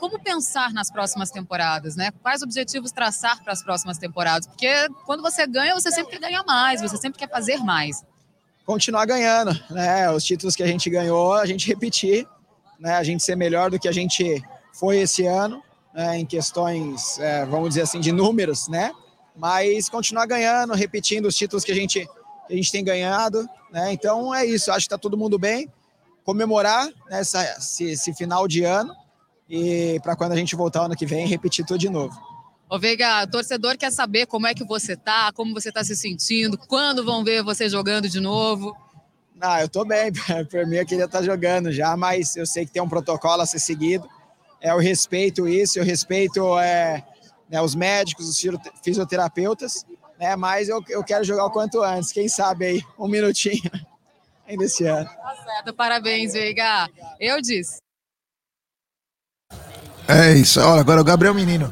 como pensar nas próximas temporadas, né? Quais objetivos traçar para as próximas temporadas? Porque quando você ganha, você sempre quer ganhar mais, você sempre quer fazer mais. Continuar ganhando, né? Os títulos que a gente ganhou, a gente repetir, né? A gente ser melhor do que a gente foi esse ano, né? Em questões, vamos dizer assim, de números, né? Mas continuar ganhando, repetindo os títulos que a gente tem ganhado, né? Então é isso, acho que está todo mundo bem. Comemorar, né, esse final de ano e para quando a gente voltar ano que vem, repetir tudo de novo. Ô Veiga, o torcedor quer saber como é que você tá, como você tá se sentindo, quando vão ver você jogando de novo? Eu tô bem, por mim eu queria estar jogando já, mas eu sei que tem um protocolo a ser seguido, eu respeito isso, eu respeito né, os médicos, os fisioterapeutas, né, mas eu quero jogar o quanto antes, quem sabe aí, um minutinho ainda esse ano. Tá certo, parabéns, Veiga. Eu disse. É isso, olha, agora o Gabriel Menino.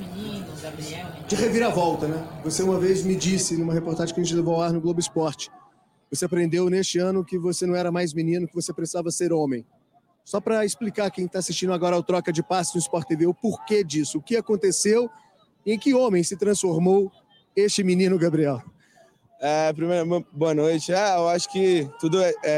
De reviravolta, né? Você uma vez me disse, numa reportagem que a gente levou ao ar no Globo Esporte, você aprendeu neste ano que você não era mais menino, que você precisava ser homem. Só para explicar quem está assistindo agora ao Troca de Passes no Sport TV, o porquê disso, o que aconteceu e em que homem se transformou este menino Gabriel. Primeiro, boa noite. Eu acho que tudo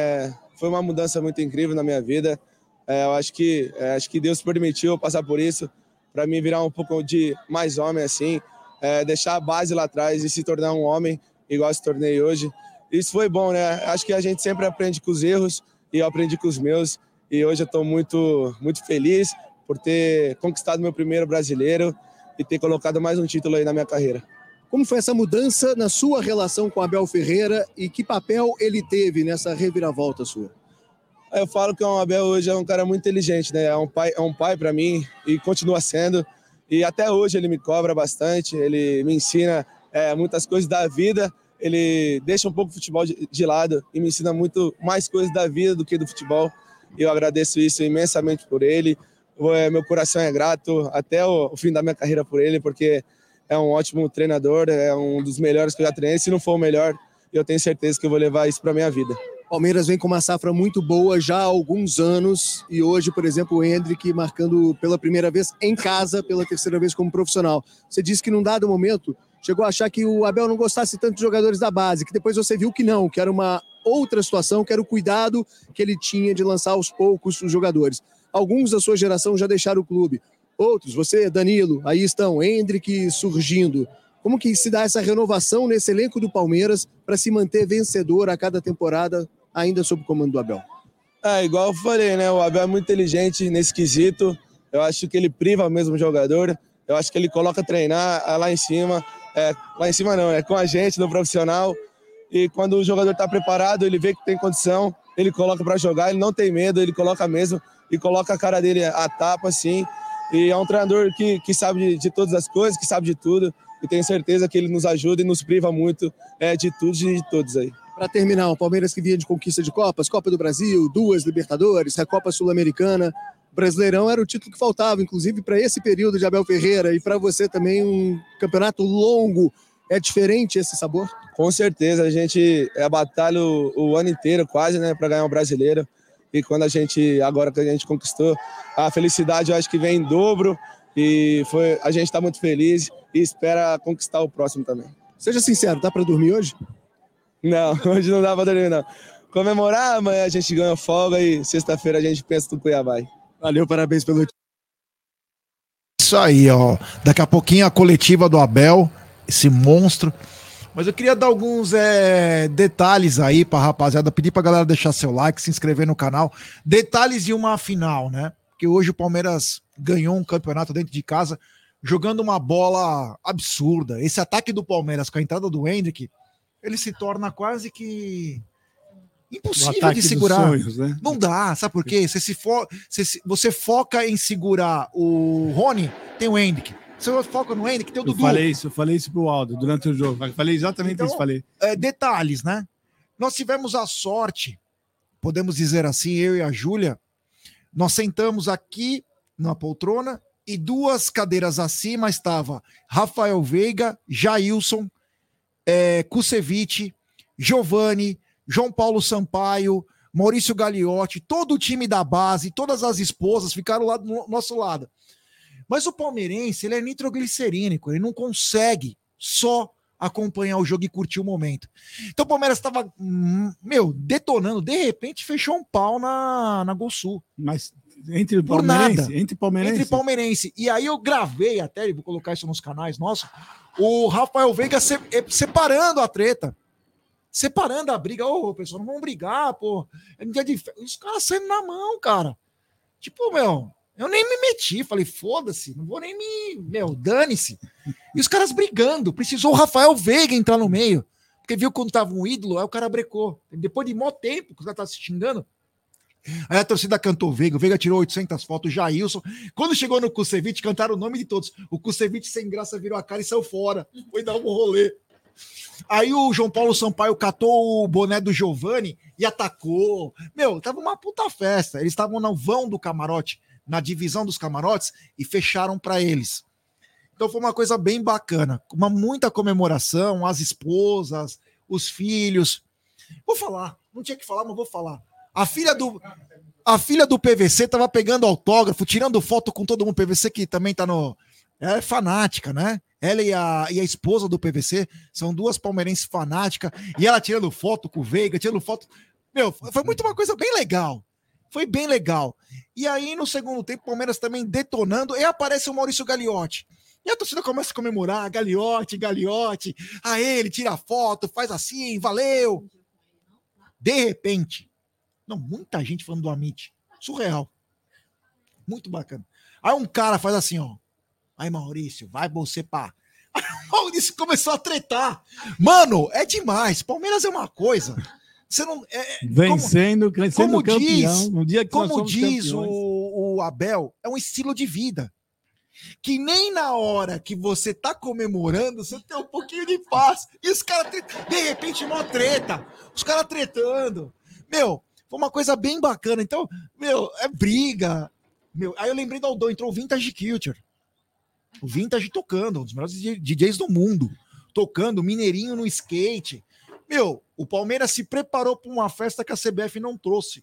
foi uma mudança muito incrível na minha vida. Eu acho que Deus permitiu eu passar por isso, para mim virar um pouco de mais homem, assim, deixar a base lá atrás e se tornar um homem, igual se tornei hoje. Isso foi bom, né? Acho que a gente sempre aprende com os erros, e eu aprendi com os meus, e hoje eu estou muito, muito feliz por ter conquistado meu primeiro brasileiro e ter colocado mais um título aí na minha carreira. Como foi essa mudança na sua relação com Abel Ferreira e que papel ele teve nessa reviravolta sua? Eu falo que o Abel hoje é um cara muito inteligente, né? É um pai para mim e continua sendo. E até hoje ele me cobra bastante, ele me ensina muitas coisas da vida. Ele deixa um pouco o futebol de lado e me ensina muito mais coisas da vida do que do futebol. E eu agradeço isso imensamente por ele. Meu coração é grato até o fim da minha carreira por ele, porque é um ótimo treinador, é um dos melhores que eu já treinei. Se não for o melhor, eu tenho certeza que eu vou levar isso para minha vida. Palmeiras vem com uma safra muito boa já há alguns anos e hoje, por exemplo, o Endrick marcando pela primeira vez em casa, pela terceira vez como profissional. Você disse que num dado momento chegou a achar que o Abel não gostasse tanto de jogadores da base, que depois você viu que não, que era uma outra situação, que era o cuidado que ele tinha de lançar aos poucos os jogadores. Alguns da sua geração já deixaram o clube, outros, você, Danilo, aí estão, Endrick surgindo. Como que se dá essa renovação nesse elenco do Palmeiras para se manter vencedor a cada temporada, ainda sob o comando do Abel? Igual eu falei, né? O Abel é muito inteligente nesse quesito. Eu acho que ele priva mesmo o jogador. Eu acho que ele coloca treinar lá em cima. Lá em cima não, com a gente, no profissional. E quando o jogador está preparado, ele vê que tem condição, ele coloca para jogar, ele não tem medo, ele coloca mesmo e coloca a cara dele a tapa, assim. E é um treinador que sabe de todas as coisas, que sabe de tudo. E tenho certeza que ele nos ajuda e nos priva muito de tudo e de todos aí. Para terminar, o Palmeiras que vinha de conquista de Copas, Copa do Brasil, 2 Libertadores, Recopa Sul-Americana, Brasileirão era o título que faltava, inclusive para esse período de Abel Ferreira e para você também um campeonato longo. É diferente esse sabor? Com certeza, a gente batalha o ano inteiro quase, né, para ganhar o brasileiro. E quando agora que a gente conquistou, a felicidade eu acho que vem em dobro e a gente está muito feliz e espera conquistar o próximo também. Seja sincero, dá para dormir hoje? Não, hoje não dá para dormir não. Comemorar, amanhã a gente ganha folga e sexta-feira a gente pensa no Cuiabá. Valeu, parabéns pelo... Isso aí, ó. Daqui a pouquinho a coletiva do Abel, esse monstro. Mas eu queria dar alguns detalhes aí pra rapaziada, pedir pra galera deixar seu like, se inscrever no canal. Detalhes de uma final, né? Porque hoje o Palmeiras ganhou um campeonato dentro de casa, jogando uma bola absurda. Esse ataque do Palmeiras com a entrada do Endrick, ele se torna quase que impossível de segurar. Sonhos, né? Não dá, sabe por quê? Você foca em segurar o Rony, tem o Endrick. Você foca no Endrick, tem o Dudu. Eu falei isso pro Aldo durante o jogo. Eu falei exatamente isso. Detalhes, né? Nós tivemos a sorte, podemos dizer assim, eu e a Júlia, nós sentamos aqui na poltrona e 2 cadeiras acima estava Rafael Veiga, Jailson, Kusevich, Giovani, João Paulo Sampaio, Maurício Gagliotti, todo o time da base, todas as esposas ficaram lá do nosso lado. Mas o palmeirense, ele é nitroglicerínico, ele não consegue só acompanhar o jogo e curtir o momento. Então o Palmeiras estava, detonando, de repente fechou um pau na Gol Sul. Mas entre palmeirense, entre palmeirense. E aí eu gravei até, vou colocar isso nos canais nossos, o Rafael Veiga separando a treta. Separando a briga. Ô, pessoal, não vão brigar, pô. É um dia de festa. Os caras saindo na mão, cara. Tipo, eu nem me meti. Falei, foda-se, não vou nem dane-se. E os caras brigando. Precisou o Rafael Veiga entrar no meio. Porque viu quando tava um ídolo, aí o cara brecou. Depois de mó tempo, que os caras estavam se xingando. Aí a torcida cantou o Veiga tirou 800 fotos, Jailson. Quando chegou no Kusevich, cantaram o nome de todos. O Kusevich, sem graça, virou a cara e saiu fora. Foi dar um rolê. Aí o João Paulo Sampaio catou o boné do Giovani e atacou. Tava uma puta festa. Eles estavam no vão do camarote, na divisão dos camarotes, e fecharam para eles. Então foi uma coisa bem bacana. Muita comemoração, as esposas, os filhos. Vou falar, não tinha que falar, mas vou falar. A filha do PVC tava pegando autógrafo, tirando foto com todo mundo. PVC que também tá no... É fanática, né? Ela e a esposa do PVC são duas palmeirenses fanáticas. E ela tirando foto com o Veiga, tirando foto... Foi muito uma coisa bem legal. Foi bem legal. E aí, no segundo tempo, o Palmeiras também detonando. E aparece o Maurício Gagliotti. E a torcida começa a comemorar. Gagliotti. Aí ele tira foto, faz assim, valeu. De repente... muita gente falando do Amit. Surreal. Muito bacana. Aí um cara faz assim, ó. Aí, Maurício, vai você pá. Aí o Maurício começou a tretar. Mano, é demais. Palmeiras é uma coisa. Você não... Vencendo, crescendo campeão. No dia que como diz o Abel, é um estilo de vida. Que nem na hora que você tá comemorando, você tem um pouquinho de paz. E os caras, de repente, uma treta. Os caras tretando. Foi uma coisa bem bacana. Então, é briga. Aí eu lembrei do Aldão, entrou o Vintage Culture. O Vintage tocando, um dos melhores DJs do mundo. Tocando, Mineirinho no skate. O Palmeiras se preparou para uma festa que a CBF não trouxe.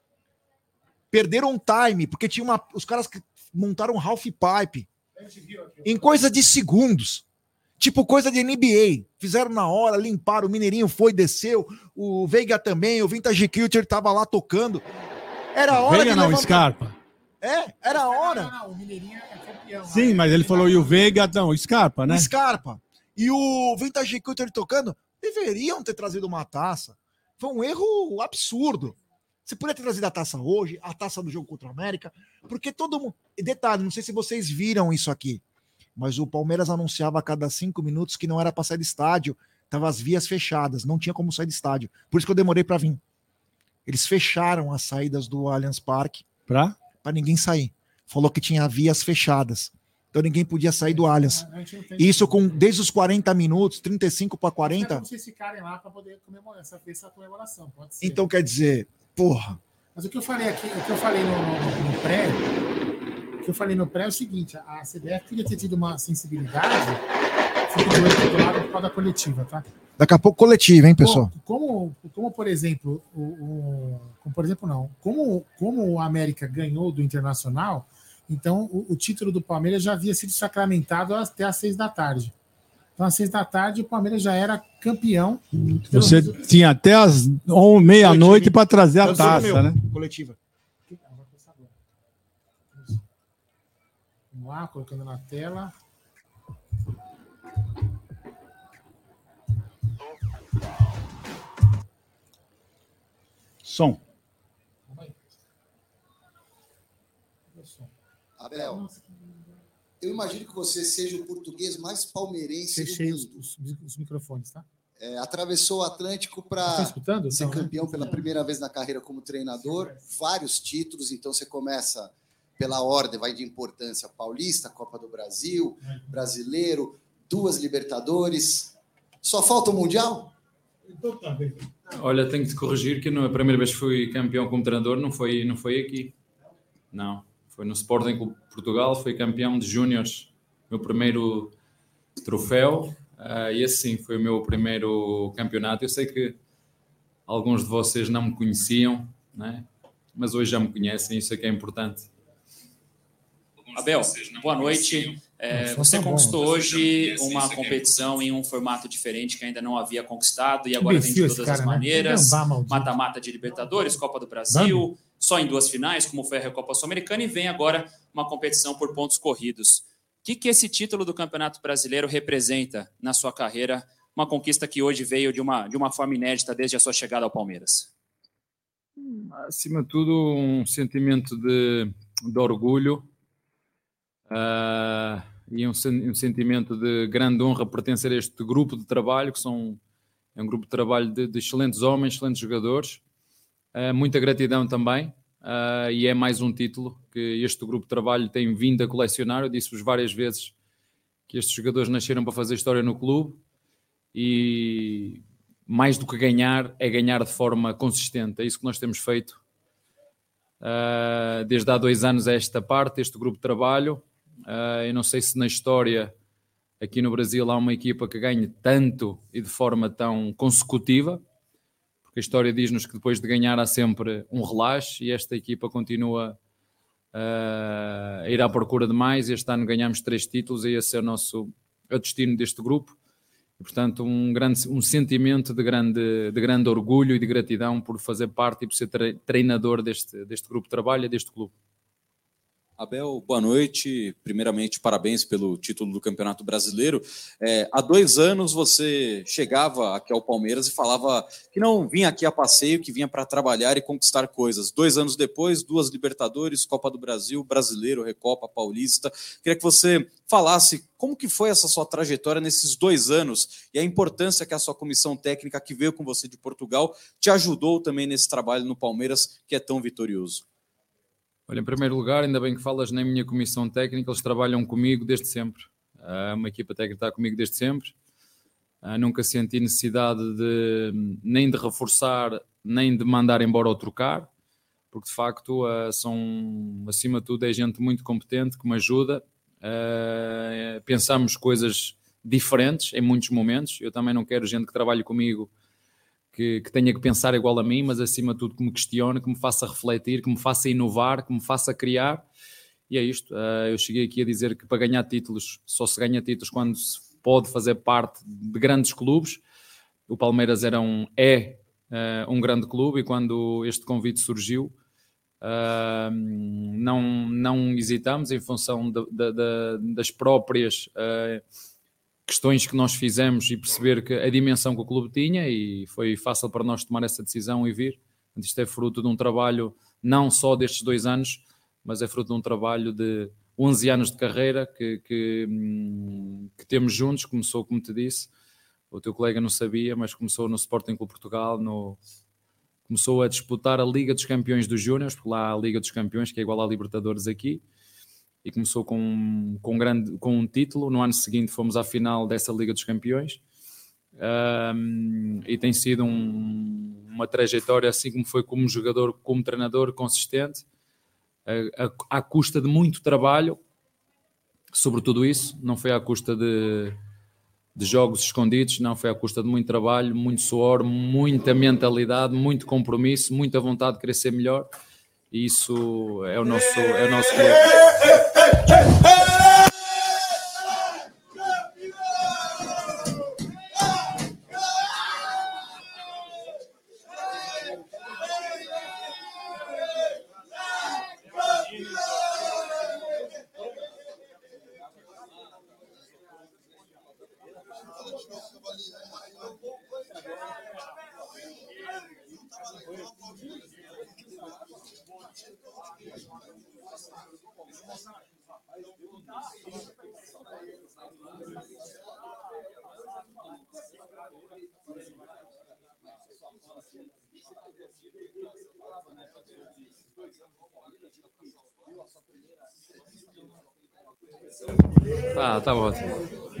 Perderam um time, porque os caras montaram um half pipe. Em coisa de segundos. Tipo coisa de NBA. Fizeram na hora, limparam, o Mineirinho foi, desceu, o Veiga também, o Vintage Culture tava lá tocando. Era a hora Veiga de não, levantar... Scarpa. Era a hora. Não, o Mineirinho é campeão. Sim, mas ele falou, e o Veiga, não, o Scarpa, né? Scarpa. E o Vintage Culture tocando, deveriam ter trazido uma taça. Foi um erro absurdo. Você poderia ter trazido a taça hoje, a taça do jogo contra o América, porque todo mundo... Detalhe, não sei se vocês viram isso aqui, mas o Palmeiras anunciava a cada 5 minutos que não era para sair do estádio, tava as vias fechadas, não tinha como sair do estádio. Por isso que eu demorei para vir. Eles fecharam as saídas do Allianz Parque para ninguém sair. Falou que tinha vias fechadas. Então ninguém podia sair do Allianz. Isso desde os 40 minutos, 35 para 40. Como vocês ficarem lá para poder comemorar essa comemoração, pode ser. Então quer dizer, porra. Mas o que eu falei aqui, o que eu falei no pré, é o seguinte, a CBF podia ter tido uma sensibilidade, fica de olho do lado por causa da coletiva, tá? Daqui a pouco coletiva, hein, pessoal? Como por exemplo, como o América ganhou do Internacional, então o título do Palmeiras já havia sido sacramentado até às 6 da tarde. Então, às 6 da tarde, o Palmeiras já era campeão. Você tinha até as meia-noite para trazer a taça, né? Coletiva. Vamos lá, colocando na tela. Som. Abel, eu imagino que você seja o português mais palmeirense Fechei do mundo. os microfones, tá? Atravessou o Atlântico para ser Então, campeão pela primeira vez na carreira como treinador, vários títulos, então você começa pela ordem, vai de importância, Paulista, Copa do Brasil, Brasileiro, 2 Libertadores, só falta o Mundial? Olha, tenho que te corrigir que a primeira vez que fui campeão como treinador não foi aqui, não, foi no Sporting Clube de Portugal, fui campeão de júniores, meu primeiro troféu, e assim foi o meu primeiro campeonato. Eu sei que alguns de vocês não me conheciam, né? Mas hoje já me conhecem, isso é que é importante. Abel, boa noite. Você conquistou hoje uma competição em um formato diferente que ainda não havia conquistado e agora vem de todas as maneiras. Mata-mata de Libertadores, Copa do Brasil, só em 2 finais, como foi a Recopa Sul-Americana, e vem agora uma competição por pontos corridos. O que esse título do Campeonato Brasileiro representa na sua carreira? Uma conquista que hoje veio de uma forma inédita desde a sua chegada ao Palmeiras. Acima de tudo, um sentimento de orgulho e um sentimento de grande honra pertencer a este grupo de trabalho, que é um grupo de trabalho de excelentes homens, excelentes jogadores. Muita gratidão também, e é mais um título que este grupo de trabalho tem vindo a colecionar. Eu disse-vos várias vezes que estes jogadores nasceram para fazer história no clube, e mais do que ganhar, é ganhar de forma consistente. É isso que nós temos feito desde há 2 anos a esta parte, este grupo de trabalho. Eu não sei se na história aqui no Brasil há uma equipa que ganhe tanto e de forma tão consecutiva, porque a história diz-nos que depois de ganhar há sempre um relaxe, e esta equipa continua a ir à procura de mais. Este ano ganhamos 3 títulos e esse é o destino deste grupo. E, portanto, um sentimento de grande orgulho e de gratidão por fazer parte e por ser treinador deste grupo de trabalho e deste clube. Abel, boa noite. Primeiramente, parabéns pelo título do Campeonato Brasileiro. Há 2 anos você chegava aqui ao Palmeiras e falava que não vinha aqui a passeio, que vinha para trabalhar e conquistar coisas. 2 anos depois, 2 Libertadores, Copa do Brasil, Brasileiro, Recopa, Paulista. Queria que você falasse como que foi essa sua trajetória nesses 2 anos e a importância que a sua comissão técnica que veio com você de Portugal te ajudou também nesse trabalho no Palmeiras, que é tão vitorioso. Olha, em primeiro lugar, ainda bem que falas na minha comissão técnica, eles trabalham comigo desde sempre. Uma equipa técnica está comigo desde sempre. Nunca senti necessidade nem de reforçar, nem de mandar embora ou trocar, porque de facto são, acima de tudo, é gente muito competente que me ajuda. Pensamos coisas diferentes em muitos momentos. Eu também não quero gente que trabalhe comigo que tenha que pensar igual a mim, mas acima de tudo que me questione, que me faça refletir, que me faça inovar, que me faça criar. E é isto. Eu cheguei aqui a dizer que para ganhar títulos, só se ganha títulos quando se pode fazer parte de grandes clubes. O Palmeiras é um grande clube, e quando este convite surgiu, não hesitamos em função das próprias questões que nós fizemos e perceber que a dimensão que o clube tinha, e foi fácil para nós tomar essa decisão e vir. Isto é fruto de um trabalho não só destes 2 anos, mas é fruto de um trabalho de 11 anos de carreira que temos juntos. Começou, como te disse, o teu colega não sabia, mas começou no Sporting Clube Portugal, começou a disputar a Liga dos Campeões dos Júniores, porque lá há a Liga dos Campeões, que é igual à Libertadores aqui, e começou com um título. No ano seguinte fomos à final dessa Liga dos Campeões, e tem sido uma trajetória, assim como foi como jogador, como treinador, consistente, à custa de muito trabalho, sobre tudo isso. Não foi à custa de jogos escondidos, não, foi à custa de muito trabalho, muito suor, muita mentalidade, muito compromisso, muita vontade de querer ser melhor, e isso é o nosso clube. Tá ótimo.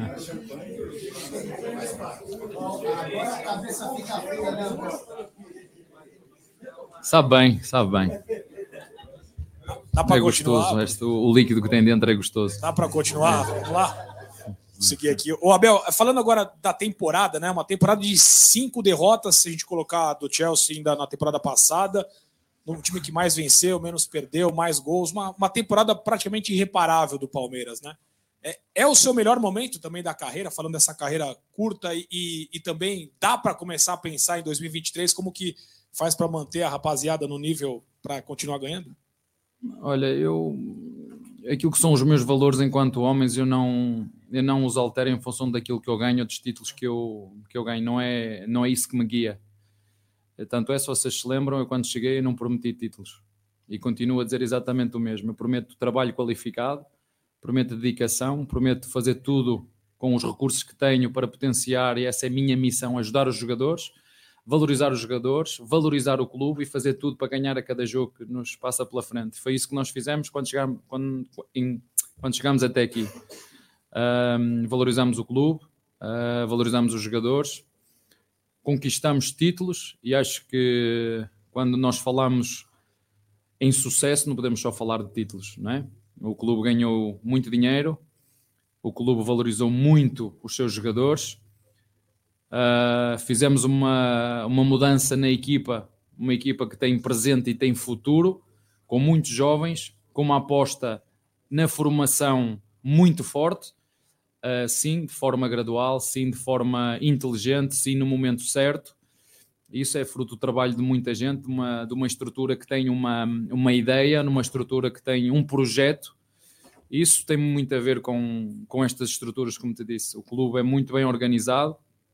Sabe bem. Dá para continuar? O líquido que tem dentro é gostoso. Dá para continuar? Vamos lá? Vou seguir aqui. Ô, Abel, falando agora da temporada, né? Uma temporada de 5 derrotas, se a gente colocar do Chelsea ainda na temporada passada. no time que mais venceu, menos perdeu, mais gols, uma temporada praticamente irreparável do Palmeiras, né? É o seu melhor momento também da carreira, falando dessa carreira curta, e também dá para começar a pensar em 2023 como que faz para manter a rapaziada no nível para continuar ganhando? Olha, aquilo que são os meus valores enquanto homens, eu não os altero em função daquilo que eu ganho, dos títulos que eu ganho, não é isso que me guia. Tanto é, se vocês se lembram, eu quando cheguei eu não prometi títulos, e continuo a dizer exatamente o mesmo. Eu prometo trabalho qualificado, prometo dedicação, prometo fazer tudo com os recursos que tenho para potenciar, e essa é a minha missão, ajudar os jogadores, valorizar os jogadores, valorizar o clube e fazer tudo para ganhar a cada jogo que nos passa pela frente. Foi isso que nós fizemos quando chegámos até aqui. Valorizamos o clube, valorizamos os jogadores, conquistamos títulos, e acho que quando nós falamos em sucesso não podemos só falar de títulos, não é? O clube ganhou muito dinheiro, o clube valorizou muito os seus jogadores, fizemos uma mudança na equipa, uma equipa que tem presente e tem futuro, com muitos jovens, com uma aposta na formação muito forte, sim, de forma gradual, sim, de forma inteligente, sim, no momento certo. Isso é fruto do trabalho de muita gente, de uma estrutura que tem uma ideia, numa estrutura que tem um projeto. Isso tem muito a ver com estas estruturas, como te disse. O clube é muito bem organizado,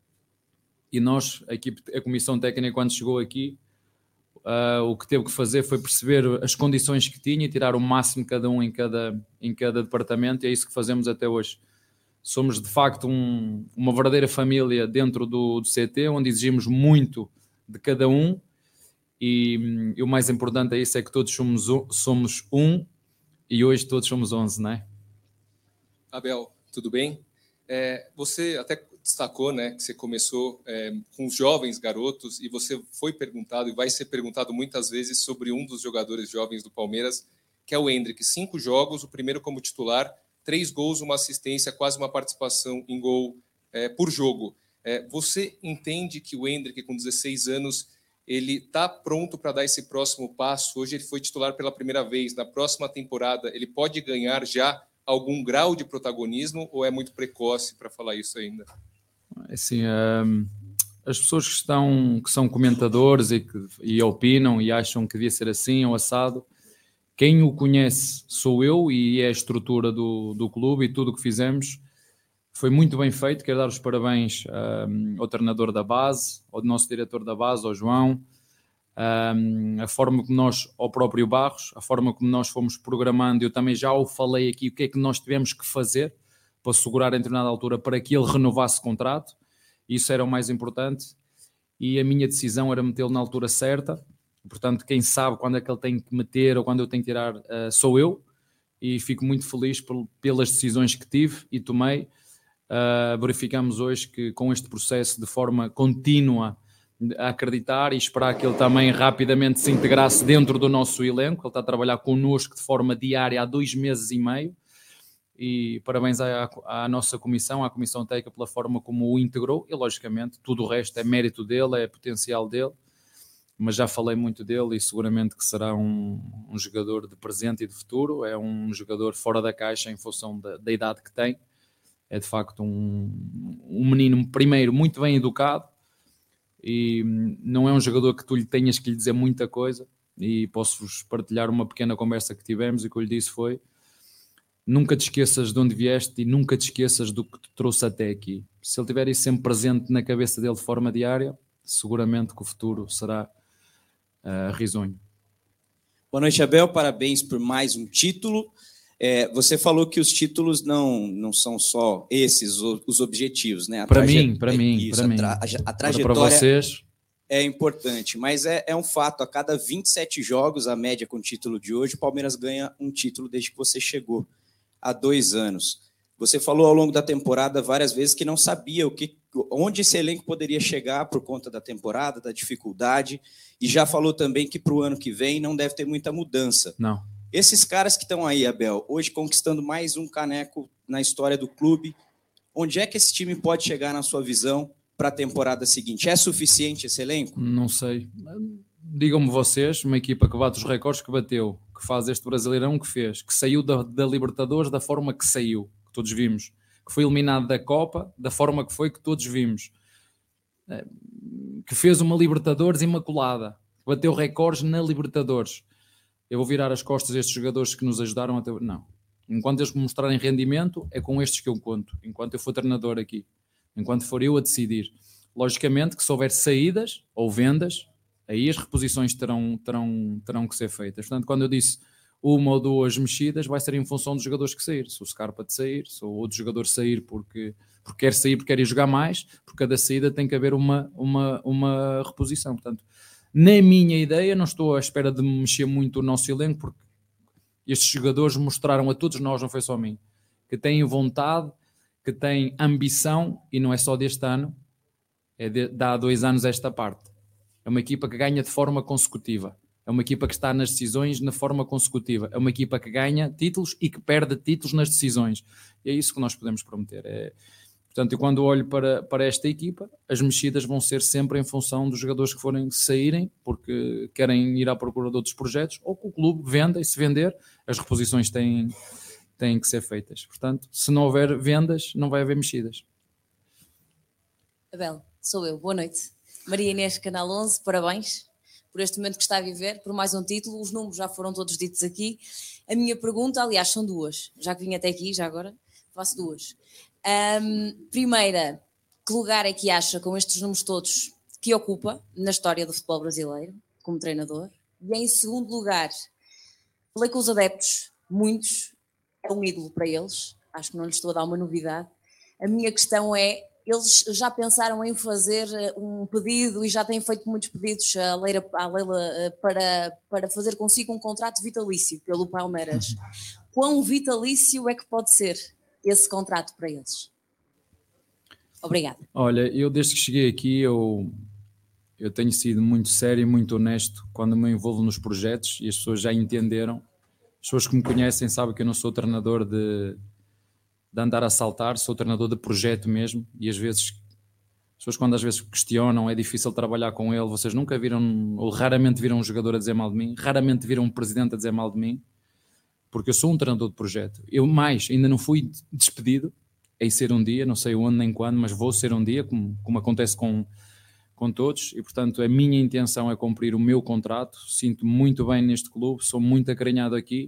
e nós, a comissão técnica, quando chegou aqui, o que teve que fazer foi perceber as condições que tinha e tirar o máximo de cada um em cada departamento, e é isso que fazemos até hoje. Somos, de facto, uma verdadeira família dentro do CT, onde exigimos muito de cada um, e o mais importante é isso, é que todos somos um, e hoje todos somos 11, não é? Abel, tudo bem? Você até destacou, né, que você começou com os jovens garotos, e você foi perguntado e vai ser perguntado muitas vezes sobre um dos jogadores jovens do Palmeiras, que é o Endrick. 5 jogos, o primeiro como titular, 3 gols, uma assistência, quase uma participação em gol por jogo. Você entende que o Endrick, com 16 anos, ele está pronto para dar esse próximo passo? Hoje ele foi titular pela primeira vez. Na próxima temporada, ele pode ganhar já algum grau de protagonismo, ou é muito precoce para falar isso ainda? Assim, as pessoas que são comentadores e opinam e acham que devia ser assim ou assado, quem o conhece sou eu, e é a estrutura do clube, e tudo o que fizemos foi muito bem feito. Quero dar os parabéns ao treinador da base, ao nosso diretor da base, ao João, a forma como ao próprio Barros, a forma como nós fomos programando. Eu também já o falei aqui, o que é que nós tivemos que fazer para segurar em determinada altura para que ele renovasse o contrato. Isso era o mais importante, e a minha decisão era metê-lo na altura certa. Portanto, quem sabe quando é que ele tem que meter ou quando eu tenho que tirar sou eu, e fico muito feliz pelas decisões que tive e tomei. Verificamos hoje que com este processo, de forma contínua, a acreditar e esperar que ele também rapidamente se integrasse dentro do nosso elenco. Ele está a trabalhar connosco de forma diária há 2 meses e meio, e parabéns à nossa comissão, à comissão técnica, pela forma como o integrou, e logicamente tudo o resto é mérito dele, é potencial dele, mas já falei muito dele, e seguramente que será um jogador de presente e de futuro. É um jogador fora da caixa em função da idade que tem. É de facto um menino, primeiro, muito bem educado, e não é um jogador que tu lhe tenhas que lhe dizer muita coisa. E posso-vos partilhar uma pequena conversa que tivemos, e o que eu lhe disse foi: nunca te esqueças de onde vieste e nunca te esqueças do que te trouxe até aqui. Se ele tiver isso sempre presente na cabeça dele de forma diária, seguramente que o futuro será risonho. Boa noite, Abel. Parabéns por mais um título. Você falou que os títulos não são só esses os objetivos, né? Para mim. A trajetória para vocês é importante, mas é um fato. A cada 27 jogos, a média com o título de hoje, o Palmeiras ganha um título desde que você chegou, há 2 anos. Você falou ao longo da temporada várias vezes que não sabia onde esse elenco poderia chegar por conta da temporada, da dificuldade, e já falou também que para o ano que vem não deve ter muita mudança. Não. Esses caras que estão aí, Abel, hoje conquistando mais um caneco na história do clube, onde é que esse time pode chegar na sua visão para a temporada seguinte? É suficiente esse elenco? Não sei. digam-me vocês, uma equipa que bate os recordes que bateu, que faz este Brasileirão que fez, que saiu da Libertadores da forma que saiu, que todos vimos, que foi eliminado da Copa da forma que foi, que todos vimos, que fez uma Libertadores imaculada, que bateu recordes na Libertadores. Eu vou virar as costas a estes jogadores que nos ajudaram até... Não. Enquanto eles me mostrarem rendimento, é com estes que eu conto. Enquanto eu for treinador aqui. Enquanto for eu a decidir. Logicamente que se houver saídas ou vendas, aí as reposições terão que ser feitas. Portanto, quando eu disse uma ou duas mexidas, vai ser em função dos jogadores que sair. Se o Scarpa de sair, se o outro jogador sair porque quer sair, porque quer ir jogar mais, por cada saída tem que haver uma reposição. Portanto, na minha ideia, não estou à espera de mexer muito o nosso elenco, porque estes jogadores mostraram a todos nós, não foi só a mim, que têm vontade, que têm ambição, e não é só deste ano, de há 2 anos esta parte. É uma equipa que ganha de forma consecutiva. É uma equipa que está nas decisões de forma consecutiva. É uma equipa que ganha títulos e que perde títulos nas decisões. E é isso que nós podemos prometer. Portanto, eu quando olho para esta equipa, as mexidas vão ser sempre em função dos jogadores que forem saírem, porque querem ir à procura de outros projetos, ou que o clube venda, e se vender, as reposições têm que ser feitas. Portanto, se não houver vendas, não vai haver mexidas. Abel, sou eu. Boa noite. Maria Inês, Canal 11, parabéns por este momento que está a viver, por mais um título. Os números já foram todos ditos aqui. A minha pergunta, aliás, são 2. Já que vim até aqui, já agora, faço 2. Primeira, que lugar é que acha, com estes números todos, que ocupa na história do futebol brasileiro, como treinador? E em segundo lugar, falei com os adeptos, muitos, é um ídolo para eles, acho que não lhes estou a dar uma novidade. A minha questão é, eles já pensaram em fazer um pedido e já têm feito muitos pedidos à Leila para fazer consigo um contrato vitalício pelo Palmeiras. Quão vitalício é que pode ser esse contrato para eles? Obrigada. Olha, eu desde que cheguei aqui, eu tenho sido muito sério e muito honesto quando me envolvo nos projetos, e as pessoas já entenderam. As pessoas que me conhecem sabem que eu não sou treinador de andar a saltar, sou treinador de projeto mesmo, e às vezes, as pessoas quando às vezes questionam, é difícil trabalhar com ele, vocês nunca viram, ou raramente viram um jogador a dizer mal de mim, raramente viram um presidente a dizer mal de mim, porque eu sou um treinador de projeto. Eu ainda não fui despedido, hei ser um dia, não sei onde nem quando, mas vou ser um dia, como acontece com todos, e portanto a minha intenção é cumprir o meu contrato, sinto-me muito bem neste clube, sou muito acarinhado aqui,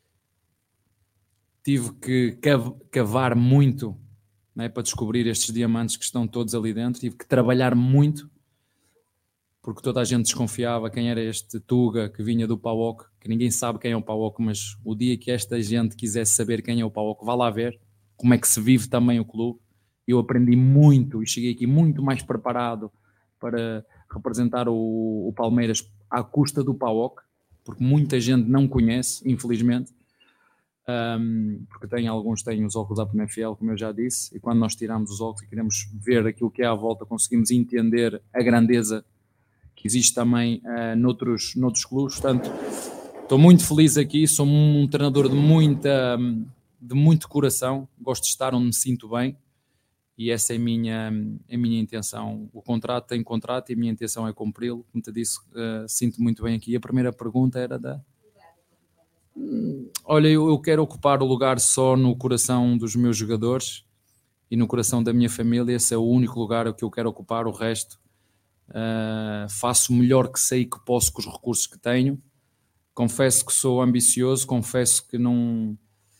tive que cavar muito, né, para descobrir estes diamantes que estão todos ali dentro, tive que trabalhar muito, porque toda a gente desconfiava quem era este Tuga que vinha do PAOK, que ninguém sabe quem é o PAOK, mas o dia que esta gente quisesse saber quem é o PAOK, vá lá ver como é que se vive também o clube. Eu aprendi muito e cheguei aqui muito mais preparado para representar o Palmeiras à custa do PAOK, porque muita gente não conhece, infelizmente, porque alguns têm os óculos da NFL, como eu já disse, e quando nós tiramos os óculos e queremos ver aquilo que é à volta, conseguimos entender a grandeza que existe também noutros clubes. Portanto, estou muito feliz aqui, sou um treinador de muito coração, gosto de estar onde me sinto bem, e essa é a minha intenção. O contrato tem contrato e a minha intenção é cumpri-lo. Como te disse, sinto muito bem aqui. A primeira pergunta era Olha, eu quero ocupar o lugar só no coração dos meus jogadores e no coração da minha família. Esse é o único lugar que eu quero ocupar. O resto faço o melhor que sei que posso com os recursos que tenho. Confesso que sou ambicioso, confesso que não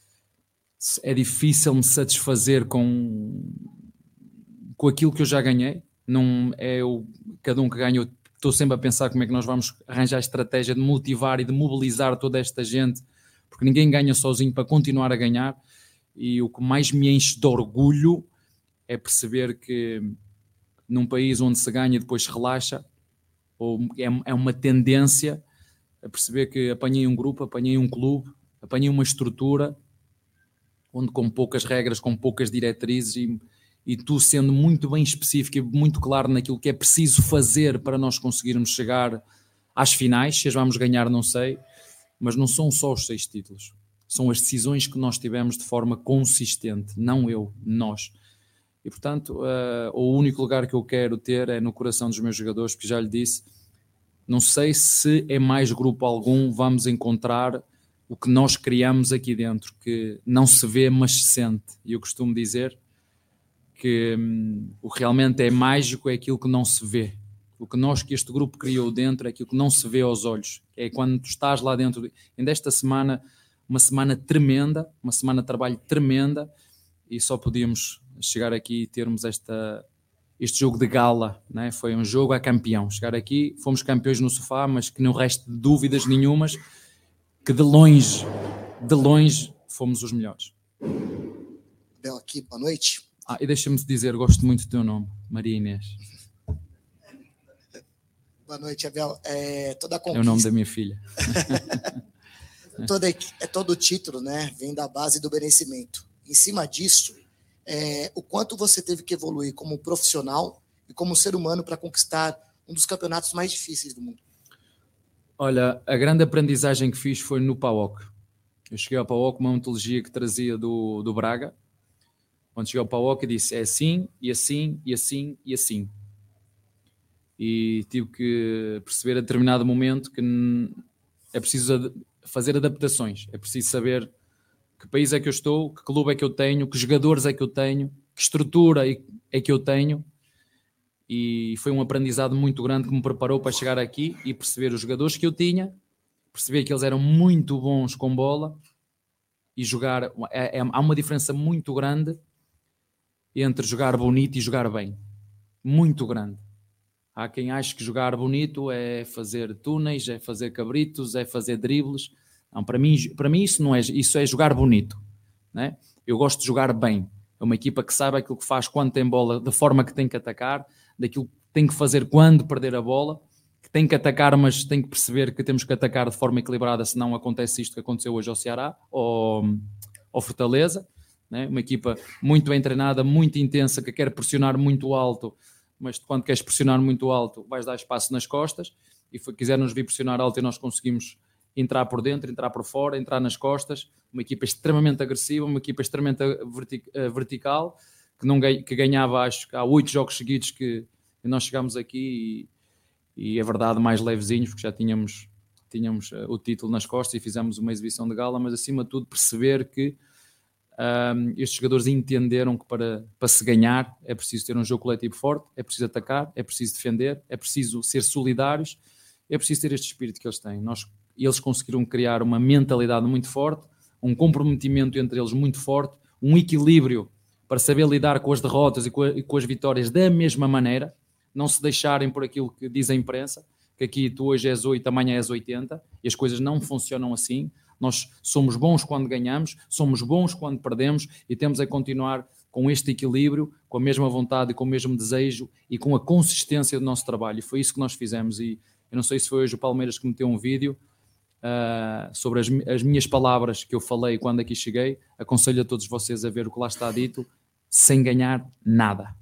é difícil me satisfazer com aquilo que eu já ganhei. Não é cada um que ganha. Eu estou sempre a pensar como é que nós vamos arranjar a estratégia de motivar e de mobilizar toda esta gente, porque ninguém ganha sozinho, para continuar a ganhar. E o que mais me enche de orgulho é perceber que num país onde se ganha e depois se relaxa, ou é uma tendência a perceber que apanhei um grupo, apanhei um clube, apanhei uma estrutura onde, com poucas regras, com poucas diretrizes, e tu sendo muito bem específico e muito claro naquilo que é preciso fazer para nós conseguirmos chegar às finais, se as vamos ganhar não sei, mas não são só os 6 títulos, são as decisões que nós tivemos de forma consistente, não eu, nós. E portanto, o único lugar que eu quero ter é no coração dos meus jogadores, porque já lhe disse, não sei se em mais grupo algum vamos encontrar o que nós criamos aqui dentro, que não se vê, mas se sente. E eu costumo dizer que o que realmente é mágico é aquilo que não se vê. O que este grupo criou dentro é aquilo que não se vê aos olhos. É quando tu estás lá dentro. Ainda esta semana, uma semana tremenda, uma semana de trabalho tremenda, e só podíamos chegar aqui e termos este jogo de gala, né? Foi um jogo a campeão. Chegar aqui, fomos campeões no sofá, mas que não resta dúvidas nenhumas que de longe fomos os melhores. Abel aqui, boa noite. E deixa-me dizer, gosto muito do teu nome, Maria Inês. Boa noite, Abel. Toda a conquista... É o nome da minha filha. Todo o título, né, vem da base do merecimento. Em cima disso, o quanto você teve que evoluir como profissional e como ser humano para conquistar um dos campeonatos mais difíceis do mundo? Olha, a grande aprendizagem que fiz foi no PAOK. Eu cheguei ao PAOK, uma metodologia que trazia do Braga. Quando cheguei ao PAOK, eu disse, é assim, e assim, e assim, e assim. E tive que perceber a determinado momento que é preciso fazer adaptações. É preciso saber que país é que eu estou, que clube é que eu tenho, que jogadores é que eu tenho, que estrutura é que eu tenho. E foi um aprendizado muito grande que me preparou para chegar aqui e perceber os jogadores que eu tinha, perceber que eles eram muito bons com bola e jogar. Há uma diferença muito grande entre jogar bonito e jogar bem. Muito grande. Há quem ache que jogar bonito é fazer túneis, é fazer cabritos, é fazer dribles. Não, para mim isso não é, isso é jogar bonito, né? Eu gosto de jogar bem. É uma equipa que sabe aquilo que faz quando tem bola, da forma que tem que atacar, daquilo que tem que fazer quando perder a bola, que tem que atacar, mas tem que perceber que temos que atacar de forma equilibrada, senão acontece isto que aconteceu hoje ao Ceará, ao Fortaleza, né? Uma equipa muito bem treinada, muito intensa, que quer pressionar muito alto, mas quando queres pressionar muito alto, vais dar espaço nas costas, e quiser-nos vir pressionar alto e nós conseguimos entrar por dentro, entrar por fora, entrar nas costas. Uma equipa extremamente agressiva, uma equipa extremamente vertical, que ganhava, acho que há 8 jogos seguidos que nós chegámos aqui e é verdade, mais levezinhos, porque já tínhamos o título nas costas e fizemos uma exibição de gala, mas acima de tudo perceber que estes jogadores entenderam que para se ganhar é preciso ter um jogo coletivo forte, é preciso atacar, é preciso defender, é preciso ser solidários, é preciso ter este espírito que eles têm. Eles conseguiram criar uma mentalidade muito forte, um comprometimento entre eles muito forte, um equilíbrio para saber lidar com as derrotas e com as vitórias da mesma maneira, não se deixarem por aquilo que diz a imprensa, que aqui tu hoje és 8, amanhã és 80, e as coisas não funcionam assim. Nós somos bons quando ganhamos, somos bons quando perdemos e temos a continuar com este equilíbrio, com a mesma vontade e com o mesmo desejo e com a consistência do nosso trabalho. E foi isso que nós fizemos. E eu não sei se foi hoje o Palmeiras que meteu um vídeo sobre as minhas palavras que eu falei quando aqui cheguei. Aconselho a todos vocês a ver o que lá está dito, sem ganhar nada.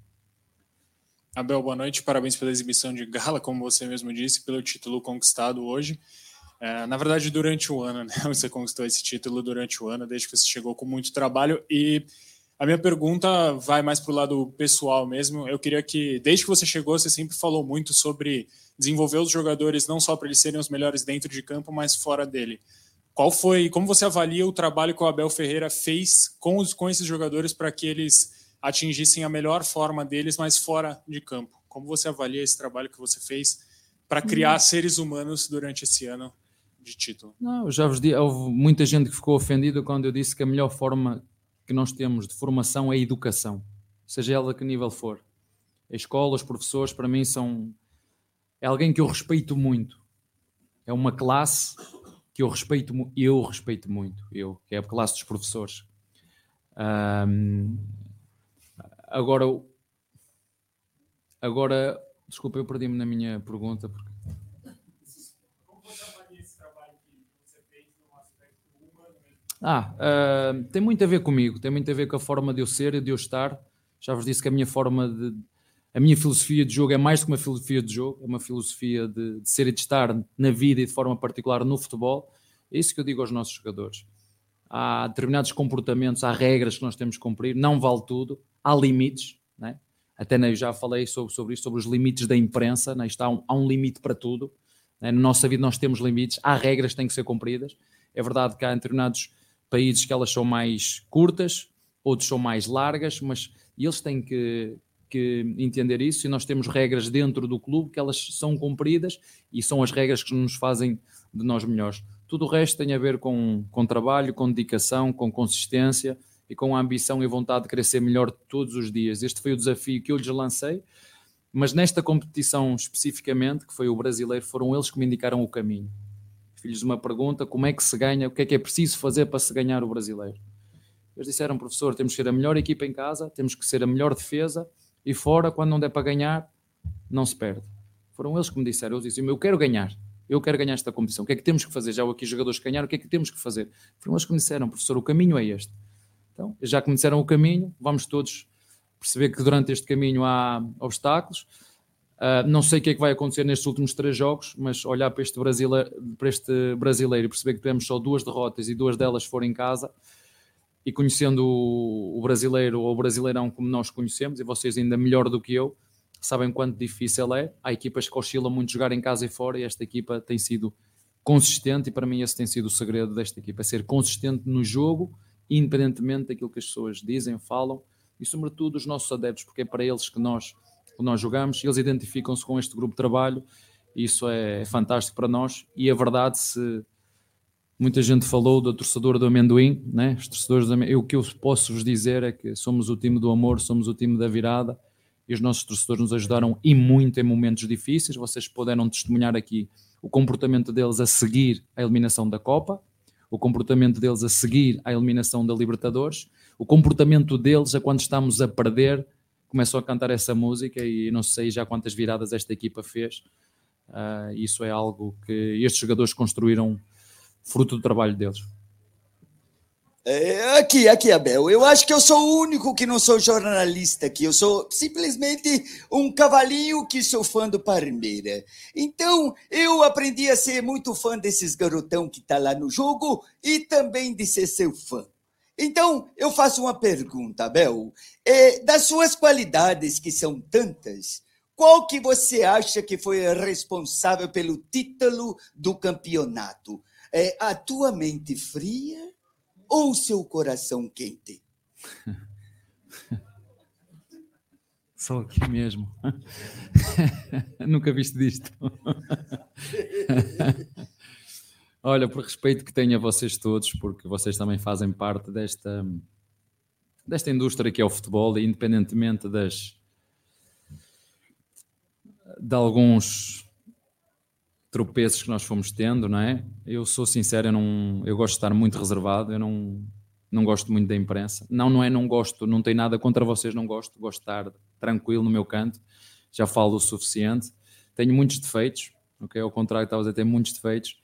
Abel, boa noite, parabéns pela exibição de gala, como você mesmo disse, pelo título conquistado hoje. Na verdade, durante o ano, né? Você conquistou esse título durante o ano, desde que você chegou com muito trabalho. E a minha pergunta vai mais para o lado pessoal mesmo. Eu queria que, desde que você chegou, você sempre falou muito sobre desenvolver os jogadores, não só para eles serem os melhores dentro de campo, mas fora dele. Como você avalia o trabalho que o Abel Ferreira fez com esses jogadores para que eles atingissem a melhor forma deles, mas fora de campo? Como você avalia esse trabalho que você fez para criar seres humanos durante esse ano de título? Não, eu já vos disse, houve muita gente que ficou ofendida quando eu disse que a melhor forma que nós temos de formação é a educação, seja ela de que nível for. A escola, os professores, para mim, é alguém que eu respeito muito. É uma classe que eu respeito muito, que é a classe dos professores. Agora, desculpa, eu perdi-me na minha pergunta. Porque... Como você avalia esse trabalho que você fez no aspecto humano? Tem muito a ver comigo, tem muito a ver com a forma de eu ser e de eu estar. Já vos disse que a minha filosofia de jogo é mais do que uma filosofia de jogo, é uma filosofia de ser e de estar na vida e de forma particular no futebol. É isso que eu digo aos nossos jogadores. Há determinados comportamentos, há regras que nós temos que cumprir, não vale tudo, há limites, né? Até eu já falei sobre isso, sobre os limites da imprensa, né? Há um limite para tudo. Na nossa vida nós temos limites, há regras que têm que ser cumpridas. É verdade que há determinados países que elas são mais curtas, outros são mais largas, mas eles têm que entender isso, e nós temos regras dentro do clube que elas são cumpridas e são as regras que nos fazem de nós melhores. Tudo o resto tem a ver com trabalho, com dedicação, com consistência e com a ambição e vontade de querer ser melhor todos os dias. Este foi o desafio que eu lhes lancei, mas nesta competição especificamente, que foi o brasileiro, foram eles que me indicaram o caminho. Fiz-lhes uma pergunta: como é que se ganha, o que é preciso fazer para se ganhar o brasileiro? Eles disseram: professor, temos que ser a melhor equipa em casa, temos que ser a melhor defesa, e fora, quando não der para ganhar, não se perde. Foram eles que me disseram. Eu disse: eu quero ganhar esta competição, o que é que temos que fazer? Já há aqui jogadores que ganharam, o que é que temos que fazer? Foram eles que me disseram: professor, o caminho é este. Então, já que me disseram o caminho, vamos todos perceber que durante este caminho há obstáculos. Não sei o que é que vai acontecer nestes últimos 3 jogos, mas olhar para este brasileiro e perceber que tivemos só 2 derrotas e 2 delas foram em casa, e conhecendo o brasileiro ou o brasileirão como nós conhecemos, e vocês ainda melhor do que eu, sabem quanto difícil é. Há equipas que oscilam muito jogar em casa e fora, e esta equipa tem sido consistente, e para mim esse tem sido o segredo desta equipa, é ser consistente no jogo, independentemente daquilo que as pessoas dizem, falam, e sobretudo os nossos adeptos, porque é para eles que nós jogamos, eles identificam-se com este grupo de trabalho, e isso é fantástico para nós. E a verdade, se muita gente falou do torcedor do amendoim, né? Os torcedores do amendoim, o que eu posso vos dizer é que somos o time do amor, somos o time da virada, e os nossos torcedores nos ajudaram e muito em momentos difíceis. Vocês puderam testemunhar aqui o comportamento deles a seguir a eliminação da Copa, o comportamento deles a seguir a eliminação da Libertadores, o comportamento deles a quando estamos a perder, começam a cantar essa música, e não sei já quantas viradas esta equipa fez. Isso é algo que estes jogadores construíram fruto do trabalho deles. Aqui, Abel, eu acho que eu sou o único que não sou jornalista aqui, eu sou simplesmente um cavalinho que sou fã do Palmeiras. Então, eu aprendi a ser muito fã desses garotão que tá lá no jogo e também de ser seu fã. Então, eu faço uma pergunta, Abel. Das suas qualidades, que são tantas, qual que você acha que foi responsável pelo título do campeonato? A tua mente fria ou o seu coração quente? Só aqui mesmo. Nunca viste disto. Olha, por respeito que tenho a vocês todos, porque vocês também fazem parte desta indústria que é o futebol, e independentemente de alguns tropeços que nós fomos tendo, não é? Eu sou sincero, eu gosto de estar muito reservado, eu não gosto muito da imprensa. Não gosto, não tenho nada contra vocês, não gosto de estar tranquilo no meu canto, já falo o suficiente. Tenho muitos defeitos, ok? Ao contrário, estava a dizer, tenho muitos defeitos.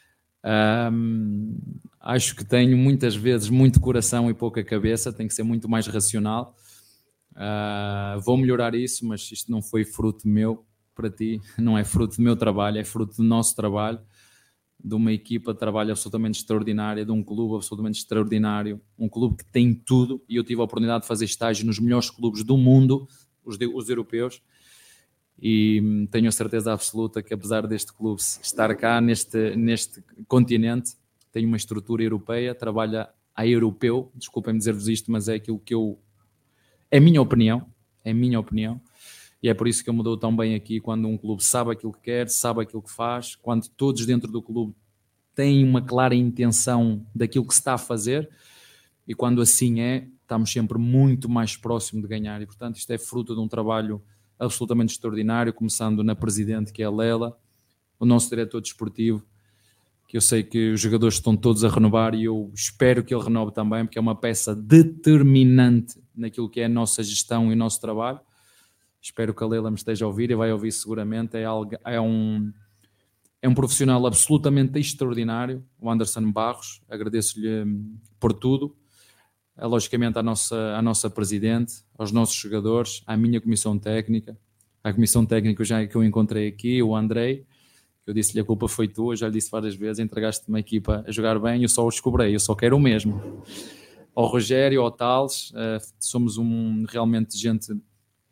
Acho que tenho muitas vezes muito coração e pouca cabeça, tenho que ser muito mais racional. Vou melhorar isso, mas isto não foi fruto meu para ti, não é fruto do meu trabalho, é fruto do nosso trabalho, de uma equipa de trabalho absolutamente extraordinária, de um clube absolutamente extraordinário, um clube que tem tudo, e eu tive a oportunidade de fazer estágio nos melhores clubes do mundo, os europeus, e tenho a certeza absoluta que, apesar deste clube estar cá neste continente, tem uma estrutura europeia, trabalha a europeu. Desculpem-me dizer-vos isto, mas é aquilo que é a minha opinião, e é por isso que eu me dou tão bem aqui, quando um clube sabe aquilo que quer, sabe aquilo que faz, quando todos dentro do clube têm uma clara intenção daquilo que se está a fazer, e quando assim estamos sempre muito mais próximo de ganhar, e portanto isto é fruto de um trabalho absolutamente extraordinário, começando na presidente, que é a Lela, o nosso diretor desportivo, que eu sei que os jogadores estão todos a renovar, e eu espero que ele renove também, porque é uma peça determinante naquilo que é a nossa gestão e o nosso trabalho. Espero que a Lela me esteja a ouvir, e vai ouvir seguramente. É um profissional absolutamente extraordinário, o Anderson Barros. Agradeço-lhe por tudo. Logicamente à nossa presidente, aos nossos jogadores, à minha comissão técnica, à comissão técnica que eu encontrei aqui, o Andrei, que eu disse-lhe a culpa foi tua, já lhe disse várias vezes, entregaste-te uma equipa a jogar bem, eu só os cobrei, eu só quero o mesmo. Ao Rogério, ao Tales, somos realmente gente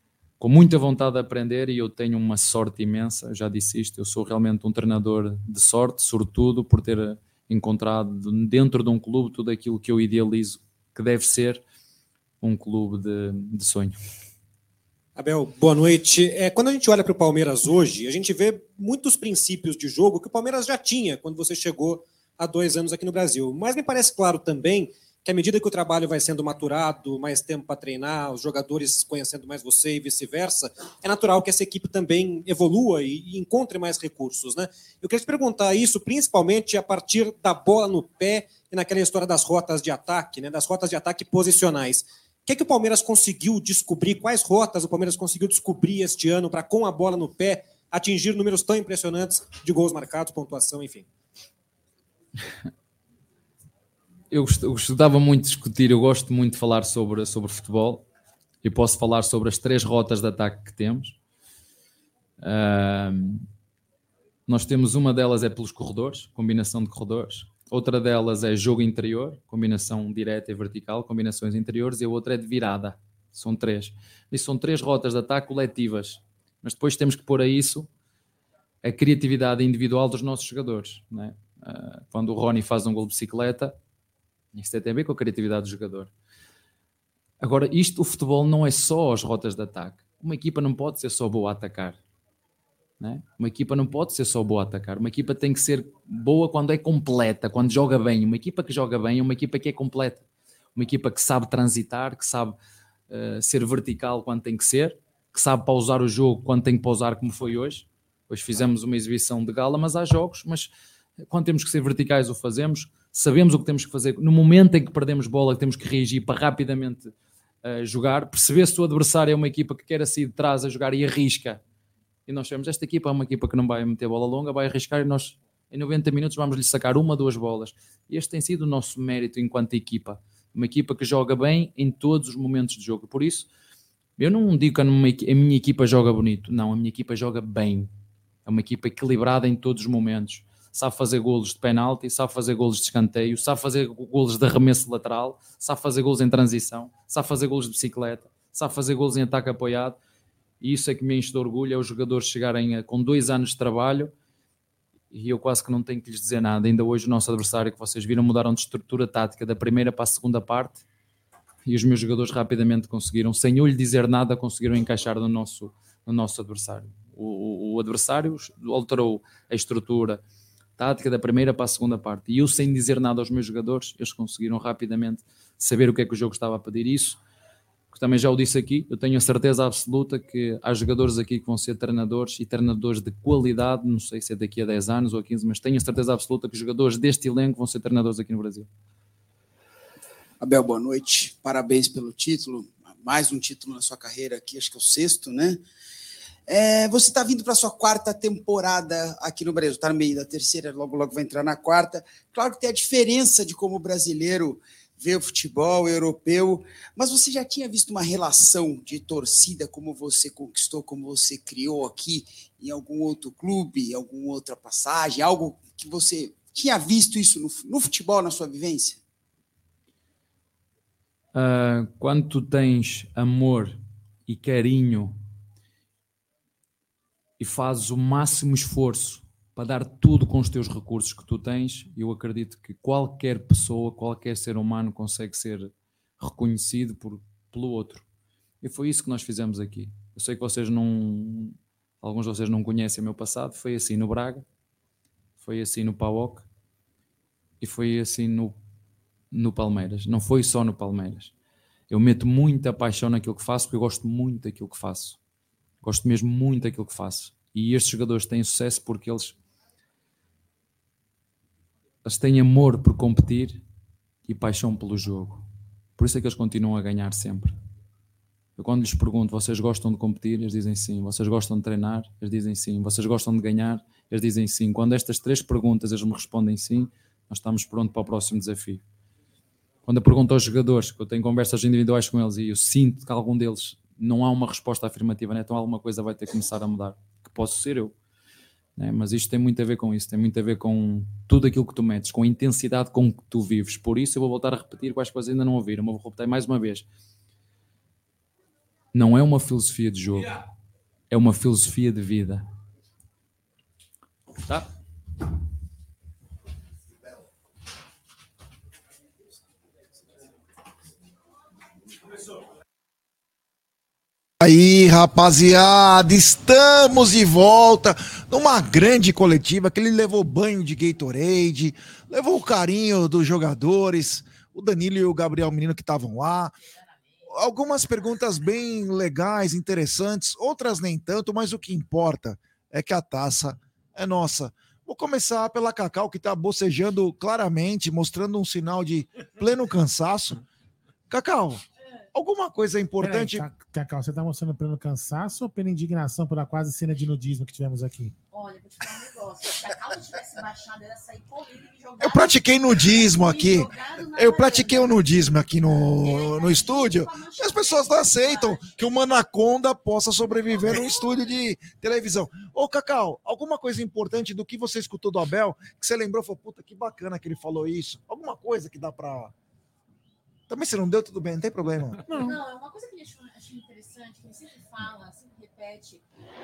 com muita vontade de aprender, e eu tenho uma sorte imensa, eu já disse isto, eu sou realmente um treinador de sorte, sortudo, por ter encontrado dentro de um clube tudo aquilo que eu idealizo que deve ser um clube de sonho. Abel, boa noite. Quando a gente olha para o Palmeiras hoje, a gente vê muitos princípios de jogo que o Palmeiras já tinha quando você chegou há 2 anos aqui no Brasil. Mas me parece claro também que à medida que o trabalho vai sendo maturado, mais tempo para treinar, os jogadores conhecendo mais você e vice-versa, é natural que essa equipe também evolua e encontre mais recursos, né? Eu queria te perguntar isso principalmente a partir da bola no pé e naquela história das rotas de ataque, né? Das rotas de ataque posicionais. O que o Palmeiras conseguiu descobrir? Quais rotas o Palmeiras conseguiu descobrir este ano para, com a bola no pé, atingir números tão impressionantes de gols marcados, pontuação, enfim? Eu gostava muito de discutir, eu gosto muito de falar sobre futebol, e posso falar sobre as 3 rotas de ataque que temos. Nós temos uma delas é pelos corredores, combinação de corredores. Outra delas é jogo interior, combinação direta e vertical, combinações interiores, e a outra é de virada. São 3. E são 3 rotas de ataque coletivas. Mas depois temos que pôr a isso a criatividade individual dos nossos jogadores, né? Quando o Rony faz um gol de bicicleta, isso tem a ver com a criatividade do jogador. Agora, o futebol não é só as rotas de ataque. Uma equipa não pode ser só boa a atacar. Né? Uma equipa não pode ser só boa a atacar. Uma equipa tem que ser boa quando é completa, quando joga bem. Uma equipa que joga bem é uma equipa que é completa. Uma equipa que sabe transitar, que sabe ser vertical quando tem que ser, que sabe pausar o jogo quando tem que pausar, como foi hoje. Hoje fizemos uma exibição de gala, mas há jogos, mas quando temos que ser verticais o fazemos, sabemos o que temos que fazer. No momento em que perdemos bola, temos que reagir para rapidamente jogar, perceber se o adversário é uma equipa que quer assim de trás a jogar e arrisca. E nós sabemos, esta equipa é uma equipa que não vai meter bola longa, vai arriscar, e nós em 90 minutos vamos lhe sacar 1 ou 2 bolas. E este tem sido o nosso mérito enquanto equipa. Uma equipa que joga bem em todos os momentos de jogo. Por isso, eu não digo que a minha equipa joga bonito. Não, a minha equipa joga bem. É uma equipa equilibrada em todos os momentos. Sabe fazer golos de penalti, sabe fazer golos de escanteio, sabe fazer golos de arremesso lateral, sabe fazer golos em transição, sabe fazer golos de bicicleta, sabe fazer golos em ataque apoiado. E isso é que me enche de orgulho, é os jogadores chegarem com 2 anos de trabalho, e eu quase que não tenho que lhes dizer nada. Ainda hoje o nosso adversário, que vocês viram, mudaram de estrutura tática da primeira para a segunda parte, e os meus jogadores rapidamente conseguiram, sem eu lhe dizer nada, conseguiram encaixar no nosso adversário. O adversário alterou a estrutura tática da primeira para a segunda parte, e eu, sem dizer nada aos meus jogadores, eles conseguiram rapidamente saber o que é que o jogo estava a pedir. Isso, que também já o disse aqui, eu tenho a certeza absoluta que há jogadores aqui que vão ser treinadores, e treinadores de qualidade, não sei se é daqui a 10 anos ou a 15, mas tenho a certeza absoluta que os jogadores deste elenco vão ser treinadores aqui no Brasil. Abel, boa noite, parabéns pelo título, mais um título na sua carreira aqui, acho que é o 6º, né? Você está vindo para a sua 4ª temporada aqui no Brasil, está no meio da 3ª, logo vai entrar na 4ª. Claro que tem a diferença de como o brasileiro vê o futebol europeu, mas você já tinha visto uma relação de torcida como você conquistou, como você criou aqui em algum outro clube, em alguma outra passagem, algo que você tinha visto isso no futebol, na sua vivência? Quando tu tens amor e carinho e fazes o máximo esforço para dar tudo com os teus recursos que tu tens, eu acredito que qualquer pessoa, qualquer ser humano consegue ser reconhecido pelo outro. E foi isso que nós fizemos aqui. Eu sei que alguns de vocês não conhecem o meu passado. Foi assim no Braga, foi assim no PAOK e foi assim no Palmeiras. Não foi só no Palmeiras. Eu meto muita paixão naquilo que faço, porque eu gosto muito daquilo que faço. Gosto mesmo muito daquilo que faço. E estes jogadores têm sucesso porque eles têm amor por competir e paixão pelo jogo. Por isso é que eles continuam a ganhar sempre. Eu, quando lhes pergunto, vocês gostam de competir? Eles dizem sim. Vocês gostam de treinar? Eles dizem sim. Vocês gostam de ganhar? Eles dizem sim. Quando estas 3 perguntas eles me respondem sim, nós estamos prontos para o próximo desafio. Quando eu pergunto aos jogadores, que eu tenho conversas individuais com eles e eu sinto que algum deles não há uma resposta afirmativa, né? Então alguma coisa vai ter que começar a mudar, que posso ser eu, né? Mas isto tem muito a ver com isso, tem muito a ver com tudo aquilo que tu metes, com a intensidade com que tu vives. Por isso eu vou voltar a repetir, quais coisas ainda não ouviram, mas vou repetir mais uma vez. não é uma filosofia de jogo, é uma filosofia de vida. Tá? Aí, rapaziada, estamos de volta numa grande coletiva que ele levou banho de Gatorade, levou o carinho dos jogadores, o Danilo e o Gabriel Menino que estavam lá. Algumas perguntas bem legais, interessantes, outras nem tanto, mas o que importa é que a taça é nossa. Vou começar pela Cacau, que está bocejando claramente, mostrando um sinal de pleno cansaço. Cacau, alguma coisa importante... Peraí, Cacau, você está mostrando pelo cansaço ou pela indignação pela quase cena de nudismo que tivemos aqui? Olha, vou te falar um negócio. Se a Cacau tivesse baixado, ela ia sair correndo e me jogar... Eu pratiquei nudismo aqui. Eu pratiquei o nudismo aqui no estúdio. E as pessoas não aceitam que uma anaconda possa sobreviver num estúdio de televisão. Ô, Cacau, alguma coisa importante do que você escutou do Abel, que você lembrou, falou, puta, que bacana que ele falou isso. Alguma coisa que dá pra... Também se não deu, tudo bem, não tem problema. Não, é uma coisa que eu achei interessante, que ele sempre fala, sempre repete,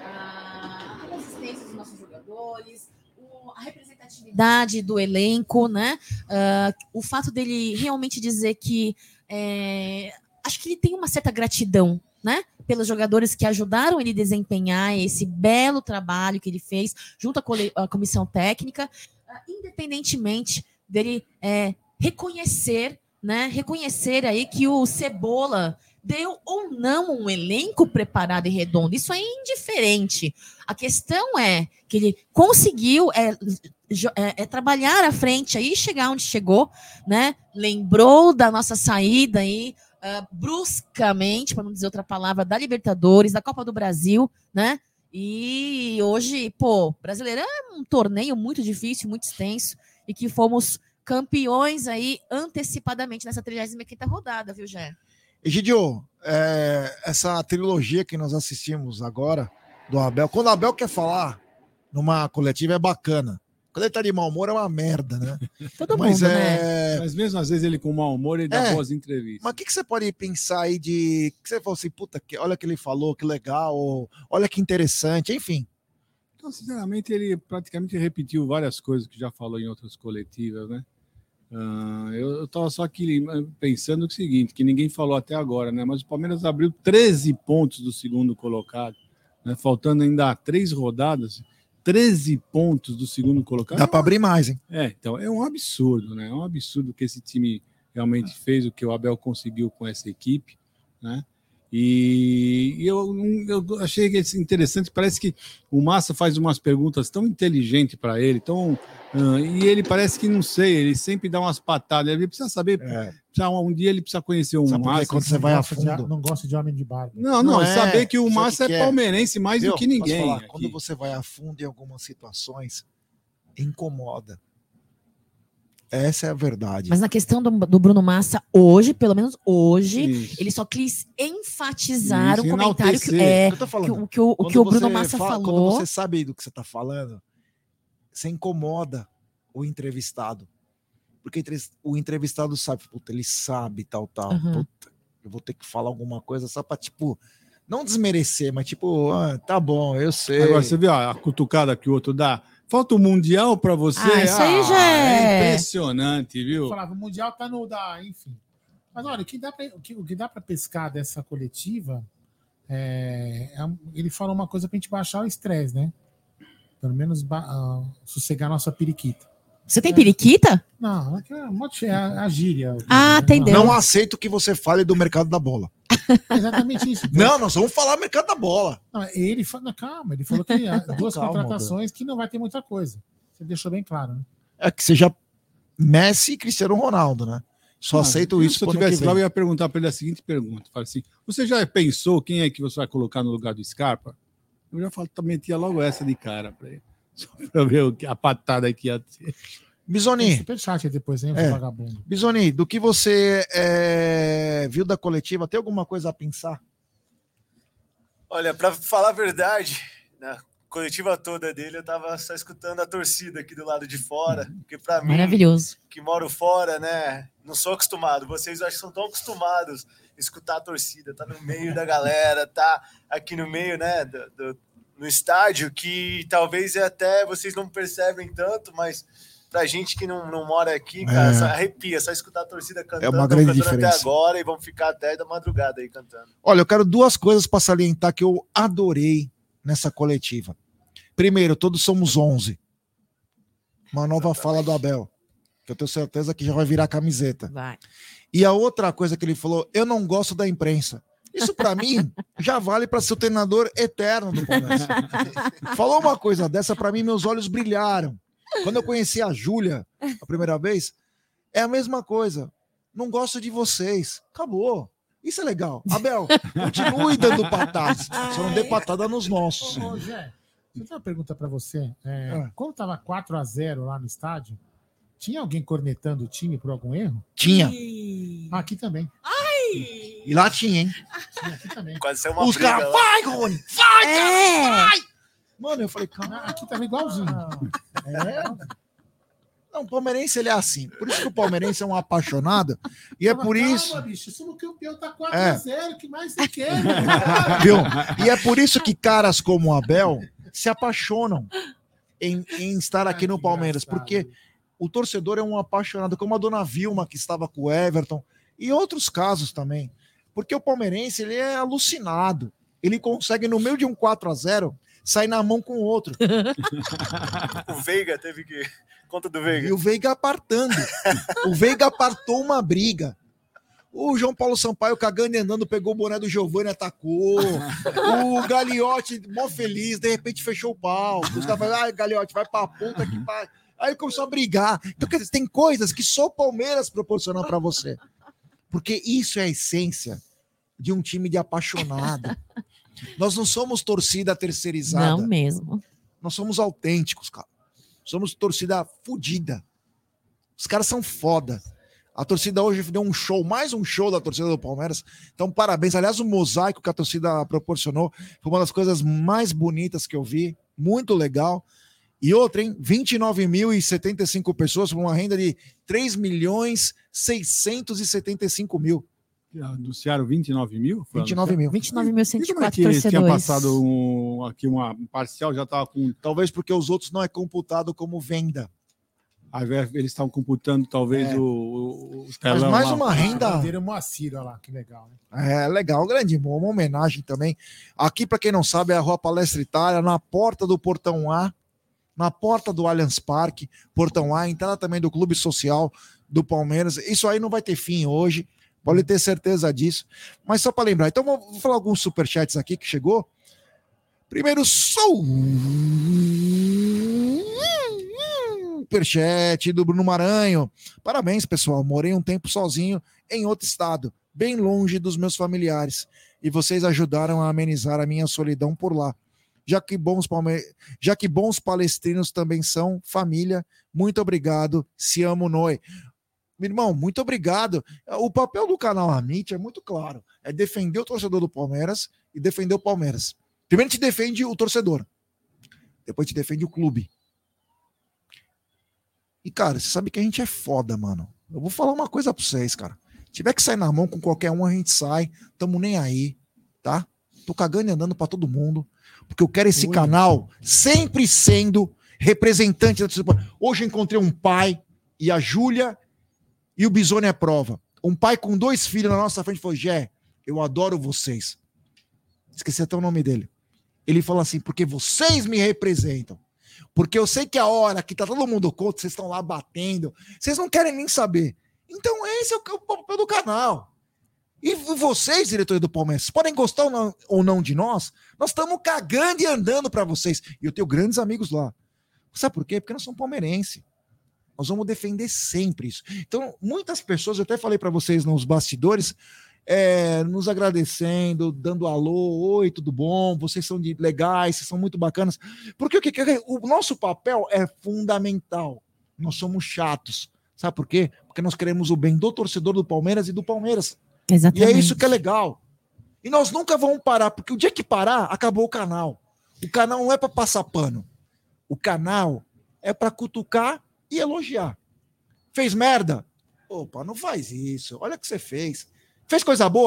a consistência dos nossos jogadores, a representatividade do elenco, né? O fato dele realmente dizer que acho que ele tem uma certa gratidão, né? Pelos jogadores que ajudaram ele a desempenhar esse belo trabalho que ele fez junto à comissão técnica, independentemente dele reconhecer, né? Reconhecer aí que o Cebola deu ou não um elenco preparado e redondo. Isso é indiferente. A questão é que ele conseguiu trabalhar à frente aí, chegar onde chegou, né? Lembrou da nossa saída aí, bruscamente, para não dizer outra palavra, da Libertadores, da Copa do Brasil, né? E hoje, Brasileirão é um torneio muito difícil, muito extenso, e que fomos campeões aí antecipadamente nessa 35ª rodada, viu, Jé? Egidio, essa trilogia que nós assistimos agora do Abel, quando o Abel quer falar numa coletiva é bacana. Quando ele tá de mau humor é uma merda, né? Todo mundo, né? Mas mesmo às vezes ele com mau humor, ele dá boas entrevistas. Mas o que você pode pensar aí de... que você falou assim, puta, olha o que ele falou, que legal, ou, olha que interessante, enfim. Então, sinceramente, ele praticamente repetiu várias coisas que já falou em outras coletivas, né? Eu estava só aqui pensando o seguinte, que ninguém falou até agora, né? Mas o Palmeiras abriu 13 pontos do segundo colocado, né? Faltando ainda 3 rodadas, 13 pontos do segundo colocado. Dá para abrir mais, hein? Então é um absurdo, né? É um absurdo que esse time realmente fez, o que o Abel conseguiu com essa equipe, né? E eu achei interessante, parece que o Massa faz umas perguntas tão inteligentes para ele, e ele parece que, não sei, ele sempre dá umas patadas, ele precisa saber, um dia ele precisa conhecer o Massa. Quando você vai a fundo... Não gosta de homem de barba. Não, saber que o Massa é palmeirense mais do que ninguém. Quando você vai a fundo em algumas situações, incomoda. Essa é a verdade. Mas na questão do Bruno Massa, hoje, pelo menos hoje, ele só quis enfatizar um comentário que o Bruno Massa falou. Quando você sabe do que você está falando, você incomoda o entrevistado. Porque o entrevistado sabe, puta, ele sabe tal. Puta, eu vou ter que falar alguma coisa só para, não desmerecer, mas tá bom, eu sei. Agora, você viu a cutucada que o outro dá? Falta o Mundial para você? Isso aí já é impressionante, viu? Eu falava, o Mundial tá no... enfim. Mas olha, o que dá para pescar dessa coletiva, ele falou uma coisa pra gente baixar o estresse, né? Pelo menos sossegar nossa periquita. Você tem periquita? Não, é a gíria. Entendeu. Não aceito que você fale do mercado da bola. Exatamente isso. Não, nós vamos falar mercado da bola. Não, ele falou que há 2 contratações que não vai ter muita coisa. Você deixou bem claro, né? É que seja Messi e Cristiano Ronaldo, né? Só aceito isso. Se eu tivesse lá, eu ia perguntar para ele a seguinte pergunta. Fala assim, você já pensou quem é que você vai colocar no lugar do Scarpa? Eu já metia logo essa de cara para ele. Só para ver a patada que ia ter. Bisoni. Superchat depois, hein, vagabundo. Bisoni, do que você viu da coletiva, tem alguma coisa a pensar? Olha, para falar a verdade, na coletiva toda dele, eu tava só escutando a torcida aqui do lado de fora, porque para mim, maravilhoso, que moro fora, né, não sou acostumado. Vocês acho que são tão acostumados escutar a torcida, tá no meio da galera, tá aqui no meio, né, no estádio, que talvez até vocês não percebem tanto, mas pra gente que não mora aqui, cara, só arrepia, só escutar a torcida cantando, é uma grande cantando diferença. até agora, e vamos ficar até da madrugada aí cantando. Olha, eu quero 2 coisas para salientar que eu adorei nessa coletiva. Primeiro, todos somos 11. Uma nova fala do Abel, que eu tenho certeza que já vai virar camiseta. Vai. E a outra coisa que ele falou, eu não gosto da imprensa. Isso para mim já vale para ser o treinador eterno do Palmeiras. Falou uma coisa dessa, para mim meus olhos brilharam. Quando eu conheci a Júlia a primeira vez, é a mesma coisa. Não gosto de vocês. Acabou. Isso é legal. Abel, continue dando patadas. Só não dê patada nos nossos. Ô, Zé, eu tenho uma pergunta para você. Quando estava 4-0 lá no estádio, tinha alguém cornetando o time por algum erro? Tinha. Aqui também. E lá tinha, hein? Aqui também. Quase saiu uma Os briga caras, lá. vai, Rony! Vai, cara! Vai! Mano, eu falei, cara, aqui também igualzinho. Não, o palmeirense ele é assim. Por isso que o palmeirense é um apaixonado. E é por isso. Bicho, somos campeão, tá 4-0. O que mais você quer? Viu? E é por isso que caras como o Abel se apaixonam em estar aqui no Palmeiras. Porque o torcedor é um apaixonado, como a dona Vilma, que estava com o Everton, e outros casos também. Porque o palmeirense ele é alucinado. Ele consegue, no meio de um 4-0, sair na mão com o outro. O Veiga teve que... Conta do Veiga. E o Veiga apartando. O Veiga apartou uma briga. O João Paulo Sampaio cagando e andando, pegou o boné do Giovani e atacou. O Gagliotti, mó feliz, de repente fechou o pau. Os caras falaram, ai, Gagliotti, vai pra puta que pariu. Aí começou a brigar. Então, quer dizer, tem coisas que só o Palmeiras proporciona pra você. Porque isso é a essência de um time de apaixonado. Nós não somos torcida terceirizada. Não mesmo. Nós somos autênticos, cara. Somos torcida fodida. Os caras são foda. A torcida hoje deu um show, mais um show da torcida do Palmeiras. Então, parabéns. Aliás, o mosaico que a torcida proporcionou foi uma das coisas mais bonitas que eu vi. Muito legal. E outra, hein? 29.075 pessoas com uma renda de 3.675.000. Anunciaram 29 mil? 29 mil. 29.104 Como é que torcedores. tinha passado aqui uma parcial, já estava com... Talvez porque os outros não é computado como venda. Aí eles estavam computando talvez o Mas telão mais lá. uma renda... Bandeira Moacir, olha lá, que legal, né? É, legal, grande, uma homenagem também. Aqui, para quem não sabe, é a Rua Palestra Itália, na porta do Portão A, na porta do Allianz Parque, Portão A, entrada também do Clube Social do Palmeiras. Isso aí não vai ter fim hoje, pode ter certeza disso. Mas só para lembrar, então vou falar alguns superchats aqui que chegou. Primeiro, superchat do Bruno Maranho. Parabéns, pessoal. Morei um tempo sozinho em outro estado, bem longe dos meus familiares. E vocês ajudaram a amenizar a minha solidão por lá. Já que bons palestrinos também são família. Muito obrigado. Se amo, Noi. Meu irmão, muito obrigado. O papel do canal Amit é muito claro. É defender o torcedor do Palmeiras e defender o Palmeiras. Primeiro te defende o torcedor. Depois te defende o clube. E, cara, você sabe que a gente é foda, mano. Eu vou falar uma coisa pra vocês, cara. Se tiver que sair na mão com qualquer um, a gente sai. Tamo nem aí, tá? Tô cagando e andando pra todo mundo. Porque eu quero esse canal sempre sendo representante da torcida. Hoje eu encontrei um pai e a Júlia e o Bisoni é prova. Um pai com 2 filhos na nossa frente falou: Gé, eu adoro vocês. Esqueci até o nome dele. Ele falou assim: porque vocês me representam. Porque eu sei que a hora que tá todo mundo contra, vocês estão lá batendo, vocês não querem nem saber. Então esse é o papel do canal. E vocês, diretores do Palmeiras, podem gostar ou não de nós, nós estamos cagando e andando para vocês. E eu tenho grandes amigos lá. Sabe por quê? Porque nós somos palmeirenses. Nós vamos defender sempre isso. Então, muitas pessoas, eu até falei para vocês nos bastidores, nos agradecendo, dando alô, oi, tudo bom, vocês são legais, vocês são muito bacanas. Porque o nosso papel é fundamental. Nós somos chatos. Sabe por quê? Porque nós queremos o bem do torcedor do Palmeiras e do Palmeiras. Exatamente. E é isso que é legal. E nós nunca vamos parar, porque o dia que parar, acabou o canal. O canal não é para passar pano. O canal é para cutucar e elogiar. Fez merda? Opa, não faz isso. Olha o que você fez. Fez coisa boa?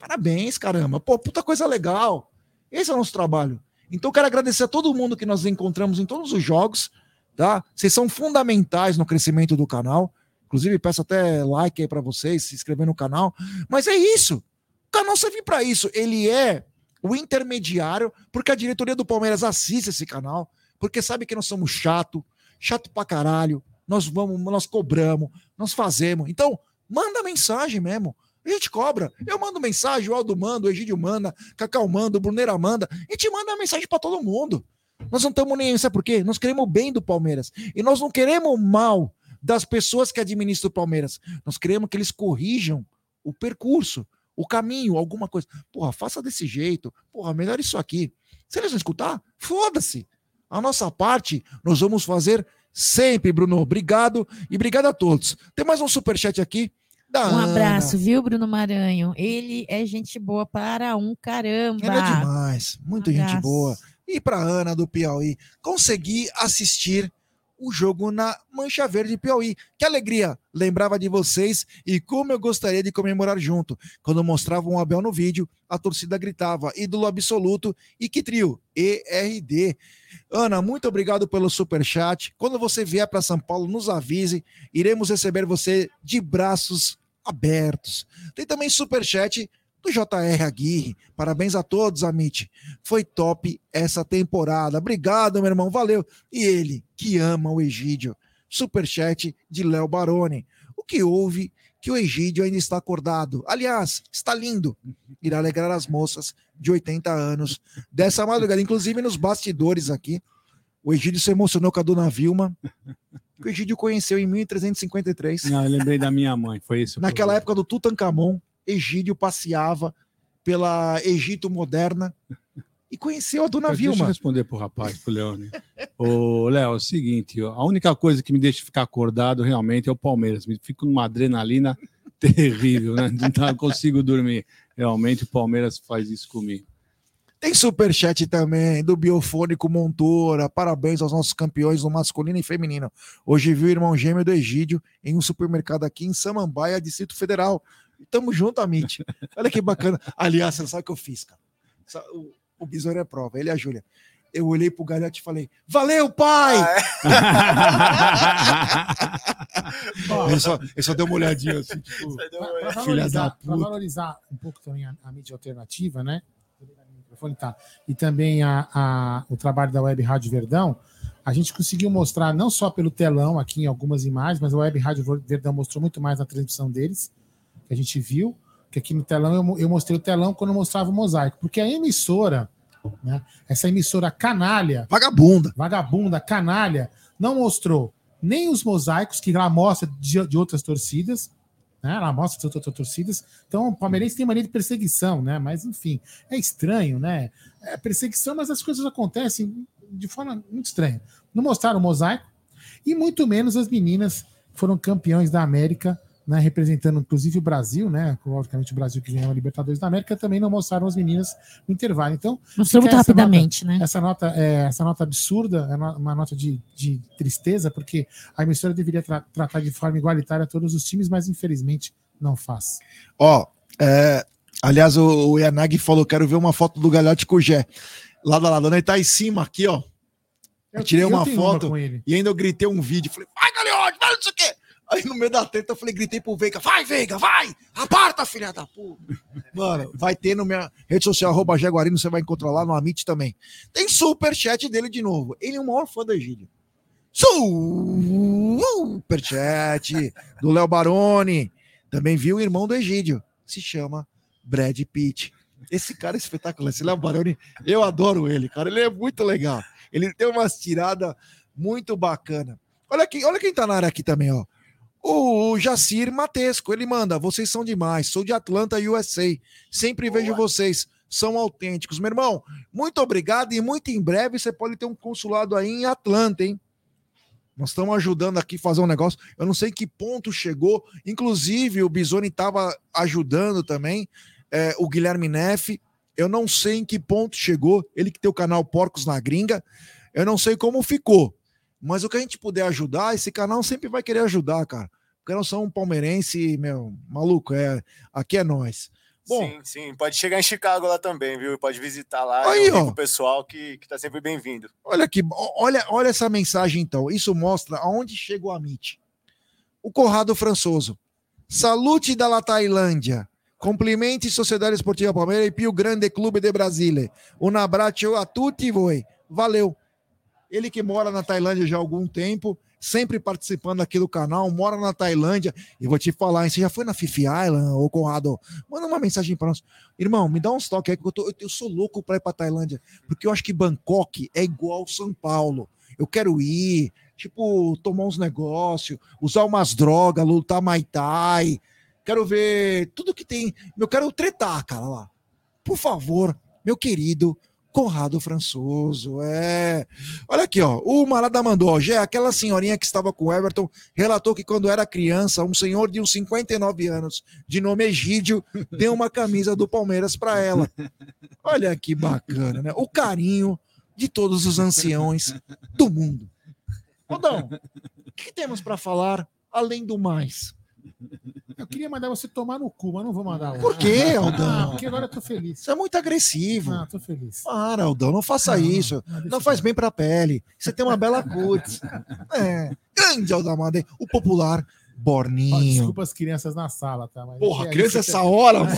Parabéns, caramba. Pô, puta coisa legal. Esse é o nosso trabalho. Então, quero agradecer a todo mundo que nós encontramos em todos os jogos, tá? Vocês são fundamentais no crescimento do canal. Inclusive, peço até like aí para vocês, se inscrever no canal. Mas é isso. O canal serve para isso. Ele é o intermediário, porque a diretoria do Palmeiras assiste esse canal, porque sabe que nós somos chato pra caralho. Nós cobramos, nós fazemos. Então, manda mensagem mesmo. A gente cobra. Eu mando mensagem, o Aldo manda, o Egídio manda, Cacau manda, o Bruneira manda. A gente manda mensagem para todo mundo. Nós não estamos nem... Sabe por quê? Nós queremos o bem do Palmeiras. E nós não queremos o mal das pessoas que administram o Palmeiras. Nós queremos que eles corrijam o percurso, o caminho, alguma coisa. Porra, faça desse jeito. Porra, melhor isso aqui. Se eles não escutar, foda-se. A nossa parte, nós vamos fazer sempre, Bruno. Obrigado e obrigado a todos. Tem mais um superchat aqui. Um abraço, viu, Bruno Maranhão? Ele é gente boa para um caramba. Ele é demais, muito gente boa. E para Ana do Piauí, consegui assistir o jogo na Mancha Verde Piauí. Que alegria! Lembrava de vocês e como eu gostaria de comemorar junto. Quando mostravam o Abel no vídeo, a torcida gritava, ídolo absoluto, e que trio, ERD. Ana, muito obrigado pelo superchat. Quando você vier para São Paulo, nos avise, iremos receber você de braços abertos. Tem também superchat do JR Aguirre. Parabéns a todos, Amit. Foi top essa temporada. Obrigado, meu irmão. Valeu. E ele, que ama o Egídio. Superchat de Léo Baroni. O que houve que o Egídio ainda está acordado? Aliás, está lindo. Irá alegrar as moças de 80 anos dessa madrugada. Inclusive nos bastidores aqui. O Egídio se emocionou com a dona Vilma. Que o Egídio conheceu em 1353. Não, eu lembrei da minha mãe, foi isso. Naquela época do Tutankhamon, Egídio passeava pela Egito moderna e conheceu a dona Vilma. Deixa eu responder pro rapaz, pro Leone. Ô, Léo, é o seguinte, ó, a única coisa que me deixa ficar acordado realmente é o Palmeiras. Me fico numa adrenalina terrível, né? Não consigo dormir. Realmente o Palmeiras faz isso comigo. Tem superchat também do Biofônico Montoura. Parabéns aos nossos campeões no masculino e feminino. Hoje vi o irmão gêmeo do Egídio em um supermercado aqui em Samambaia, Distrito Federal. Tamo junto, Amit. Olha que bacana. Aliás, você sabe o que eu fiz, cara? O Besouro é prova, ele e a Júlia. Eu olhei pro Galhote e falei, valeu, pai! Ele só deu uma olhadinha assim, tipo, filha da puta. Para valorizar um pouco também a mídia alternativa, né? E também o trabalho da Web Rádio Verdão, a gente conseguiu mostrar não só pelo telão aqui em algumas imagens, mas a Web Rádio Verdão mostrou muito mais na transmissão deles, que a gente viu, que aqui no telão eu mostrei o telão quando eu mostrava o mosaico, porque a emissora, né, essa emissora canalha, vagabunda, canalha, não mostrou nem os mosaicos que lá mostra de outras torcidas, né? Ela mostra as outras torcidas. Então, o palmeirense tem mania de perseguição, né? Mas, enfim, é estranho, né? É perseguição, mas as coisas acontecem de forma muito estranha. Não mostraram o mosaico e muito menos as meninas foram campeões da América, né? Representando inclusive o Brasil, né? Logicamente o Brasil que ganhou a Libertadores da América, também não mostraram as meninas no intervalo. Então, mostrou muito rapidamente, né? Essa nota absurda, é uma nota de tristeza, porque a emissora deveria tratar de forma igualitária todos os times, mas infelizmente não faz. Aliás, o Yanagi falou, quero ver uma foto do Galhote com o Gé. Lado a lado, ele tá em cima aqui, ó. Eu tirei uma foto e ainda eu gritei um vídeo, falei, vai Galhote, vai não sei o quê. Aí no meio da treta eu falei, gritei pro Veiga, vai Veiga, vai, aparta filha da puta. Mano, vai ter no minha rede social, @Jaguarino, você vai encontrar lá no Amit também. Tem superchat dele de novo, ele é o maior fã do Egídio. Superchat do Léo Baroni, também viu o irmão do Egídio, se chama Brad Pitt. Esse cara é espetacular, esse Léo Baroni, eu adoro ele, cara, ele é muito legal, ele tem umas tiradas muito bacana. Olha quem tá na área aqui também, ó. O Jacir Matesco, ele manda, vocês são demais, sou de Atlanta, USA, sempre vejo vocês, são autênticos. Meu irmão, muito obrigado e muito em breve você pode ter um consulado aí em Atlanta, hein? Nós estamos ajudando aqui a fazer um negócio, eu não sei que ponto chegou, inclusive o Bisoni estava ajudando também, o Guilherme Neff, eu não sei em que ponto chegou, ele que tem o canal Porcos na Gringa, eu não sei como ficou. Mas o que a gente puder ajudar, esse canal sempre vai querer ajudar, cara. Porque nós somos um palmeirense, meu, maluco, aqui é nós. Bom, sim. Pode chegar em Chicago lá também, viu? Pode visitar lá. Aí, ó. O pessoal que tá sempre bem-vindo. Olha aqui, olha essa mensagem então. Isso mostra aonde chega o Amit. O Corrado Françoso. Salute da Tailândia. Complimenti Sociedade Esportiva Palmeiras e più grande clube de Brasile. Un abbraccio a tutti voi. Valeu. Ele que mora na Tailândia já há algum tempo, sempre participando aqui do canal, mora na Tailândia. E vou te falar, hein, você já foi na Fifi Island, ô Conrado? Manda uma mensagem para nós. Irmão, me dá uns toques aí, porque eu sou louco para ir para Tailândia, porque eu acho que Bangkok é igual São Paulo. Eu quero ir, tipo, tomar uns negócios, usar umas drogas, lutar Muay Thai. Quero ver tudo que tem. Eu quero tretar, cara, lá. Por favor, meu querido Conrado Françoso, Olha aqui, ó, o Marada mandou, ó, já aquela senhorinha que estava com o Everton relatou que quando era criança, um senhor de uns 59 anos, de nome Egídio, deu uma camisa do Palmeiras para ela. Olha que bacana, né? O carinho de todos os anciões do mundo. Rodão, o que temos para falar além do mais? Eu queria mandar você tomar no cu, mas não vou mandar. Por quê, Aldão? Porque agora eu tô feliz. Você é muito agressivo. Não, tô feliz. Para, Aldão, não faça isso. Não faz bem pra pele. Você tem uma bela cutis. Grande Aldamada, o popular Borninho. Desculpa as crianças na sala, tá? Mas porra, criança essa hora, mano.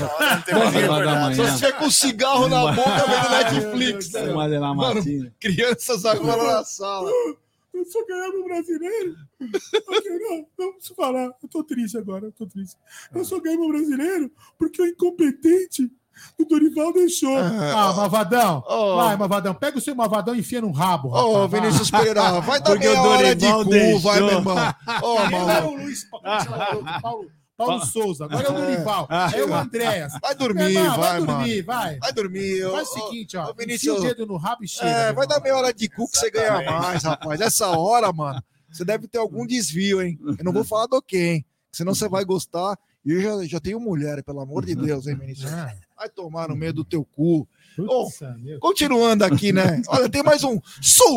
Só se tiver com cigarro na boca, vendo Netflix. Né? Mano, crianças agora na sala. Eu só ganhava o brasileiro. Não preciso falar. Eu tô triste agora. Eu só ganhei o brasileiro porque o incompetente do Dorival deixou. Mavadão. Vai, Mavadão. Pega o seu Mavadão e enfia no rabo. Ô, Vinícius Pereira, vai dar meia hora de cu, vai, meu irmão. Agora o Luiz Paulo Souza. Agora é o Dorival. É o Andréas. Vai dormir, vai dormir. Vai dormir. Faz o seguinte, ó. Vinícius, enfia o dedo no rabo e chega. Vai dar meia hora de cu que você ganha mais, rapaz. Essa hora, mano, você deve ter algum desvio, hein? Eu não vou falar do quê, hein? Senão você vai gostar. E eu já tenho mulher, pelo amor de Deus, hein, Vinícius? Vai tomar no meio do teu cu. Continuando aqui, né? Olha, tem mais um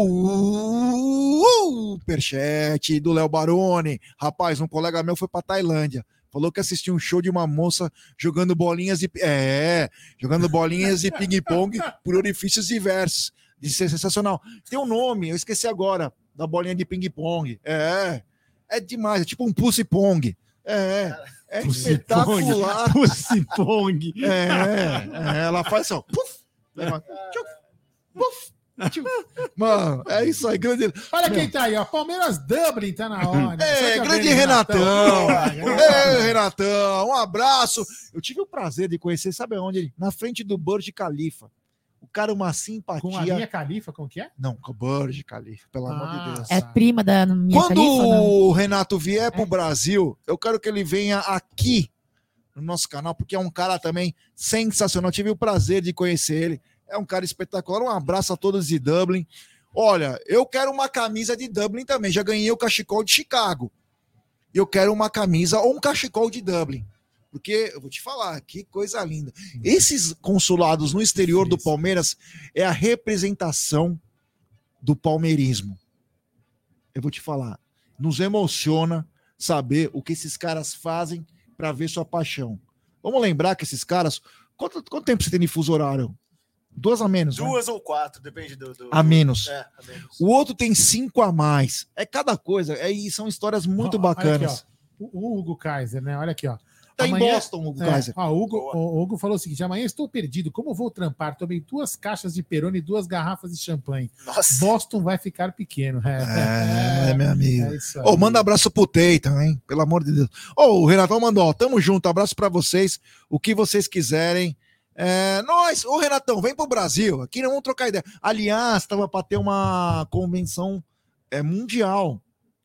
superchat do Léo Baroni. Rapaz, um colega meu foi pra Tailândia. Falou que assistiu um show de uma moça jogando bolinhas de ping-pong por orifícios diversos. Isso é sensacional. Tem um nome, eu esqueci agora, da bolinha de ping-pong. É demais, é tipo um pussy-pong. É espetacular. Pussy-pong. Ela faz assim, ó. Mano, é isso aí, grande. Olha quem tá aí, ó. Palmeiras Dublin tá na hora. Grande Renatão. Renatão, um abraço. Eu tive o prazer de conhecer, sabe aonde? Na frente do Burj Khalifa. O cara, uma simpatia. Com a minha Khalifa, como que é? Não, com o Burj Khalifa, pelo amor de Deus. É prima da minha Khalifa. Quando o Renato vier pro Brasil, eu quero que ele venha aqui no nosso canal, porque é um cara também sensacional. Eu tive o prazer de conhecer ele. É um cara espetacular. Um abraço a todos de Dublin. Olha, eu quero uma camisa de Dublin também. Já ganhei o cachecol de Chicago. Eu quero uma camisa ou um cachecol de Dublin. Porque, eu vou te falar, que coisa linda. Esses consulados no exterior do Palmeiras é a representação do palmeirismo. Eu vou te falar. Nos emociona saber o que esses caras fazem para ver sua paixão. Vamos lembrar que esses caras... Quanto tempo você tem de fuso horário? 2 a menos, 2 ou 4, depende do... A menos. A menos. O outro tem 5 a mais. É cada coisa. E são histórias muito bacanas. Aqui, o Hugo Kaiser, né? Olha aqui, ó. Tá amanhã, em Boston, o Hugo Kaiser. O Hugo falou o seguinte: amanhã estou perdido. Como vou trampar? Tomei 2 caixas de Peroni e 2 garrafas de champanhe. Nossa. Boston vai ficar pequeno. Meu amigo. Manda abraço pro Tei também, pelo amor de Deus. O Renatão mandou, tamo junto, abraço pra vocês. O que vocês quiserem. Renatão, vem pro Brasil. Aqui não vamos trocar ideia. Aliás, tava pra ter uma convenção mundial.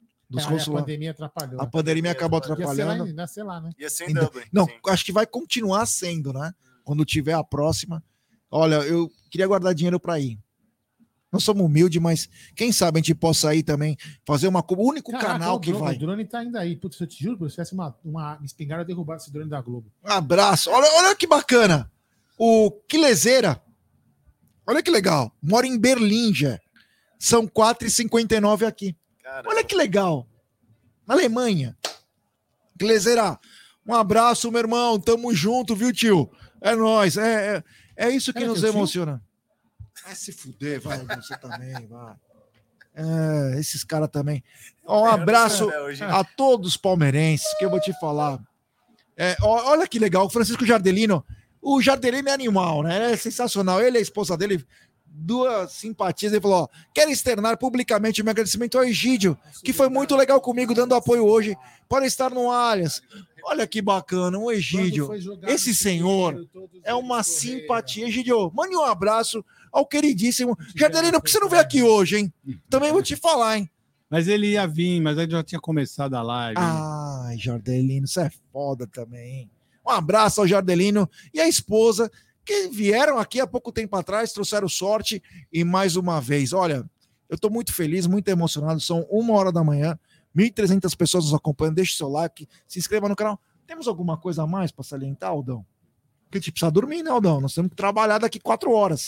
A pandemia atrapalhou. A pandemia acabou atrapalhando. Ia ser lá, né? Ia ser em Dublin. Não, acho que vai continuar sendo, né? Quando tiver a próxima. Olha, eu queria guardar dinheiro para ir. Nós somos humildes, mas quem sabe a gente possa ir também fazer o único canal que vai. O drone tá ainda aí. Putz, eu te juro, se tivesse uma espingarda, derrubar esse drone da Globo. Um abraço. Olha que bacana. O Quilezeira. Olha que legal. Mora em Berlim, já. São 4h59 aqui. Caramba. Olha que legal. Na Alemanha. Glezeira, um abraço, meu irmão. Tamo junto, viu, tio? É nóis. É isso que nos emociona. Vai se fuder, vai, você também, vai. Esses caras também. Um abraço a todos os palmeirenses, que eu vou te falar. Olha que legal, o Francisco Jardelino. O Jardelino é animal, né? É sensacional. Ele e a esposa dele, duas simpatias. Ele falou: quero externar publicamente o meu agradecimento ao Egídio, que foi muito legal comigo, dando apoio hoje para estar no Allianz. Olha que bacana, o Egídio. Esse senhor é uma simpatia. Egídio, mande um abraço ao queridíssimo Jardelino, porque você não veio aqui hoje, hein? Também vou te falar, hein? Mas ele ia vir, mas aí já tinha começado a live. Ai, Jardelino, você é foda também, hein? Um abraço ao Jardelino e à esposa, que vieram aqui há pouco tempo atrás, trouxeram sorte e mais uma vez. Olha, eu estou muito feliz, muito emocionado. São 1h da manhã, 1.300 pessoas nos acompanhando. Deixe seu like, se inscreva no canal. Temos alguma coisa a mais para salientar, Aldão? Porque a gente precisa dormir, né, Aldão? Nós temos que trabalhar daqui 4 horas.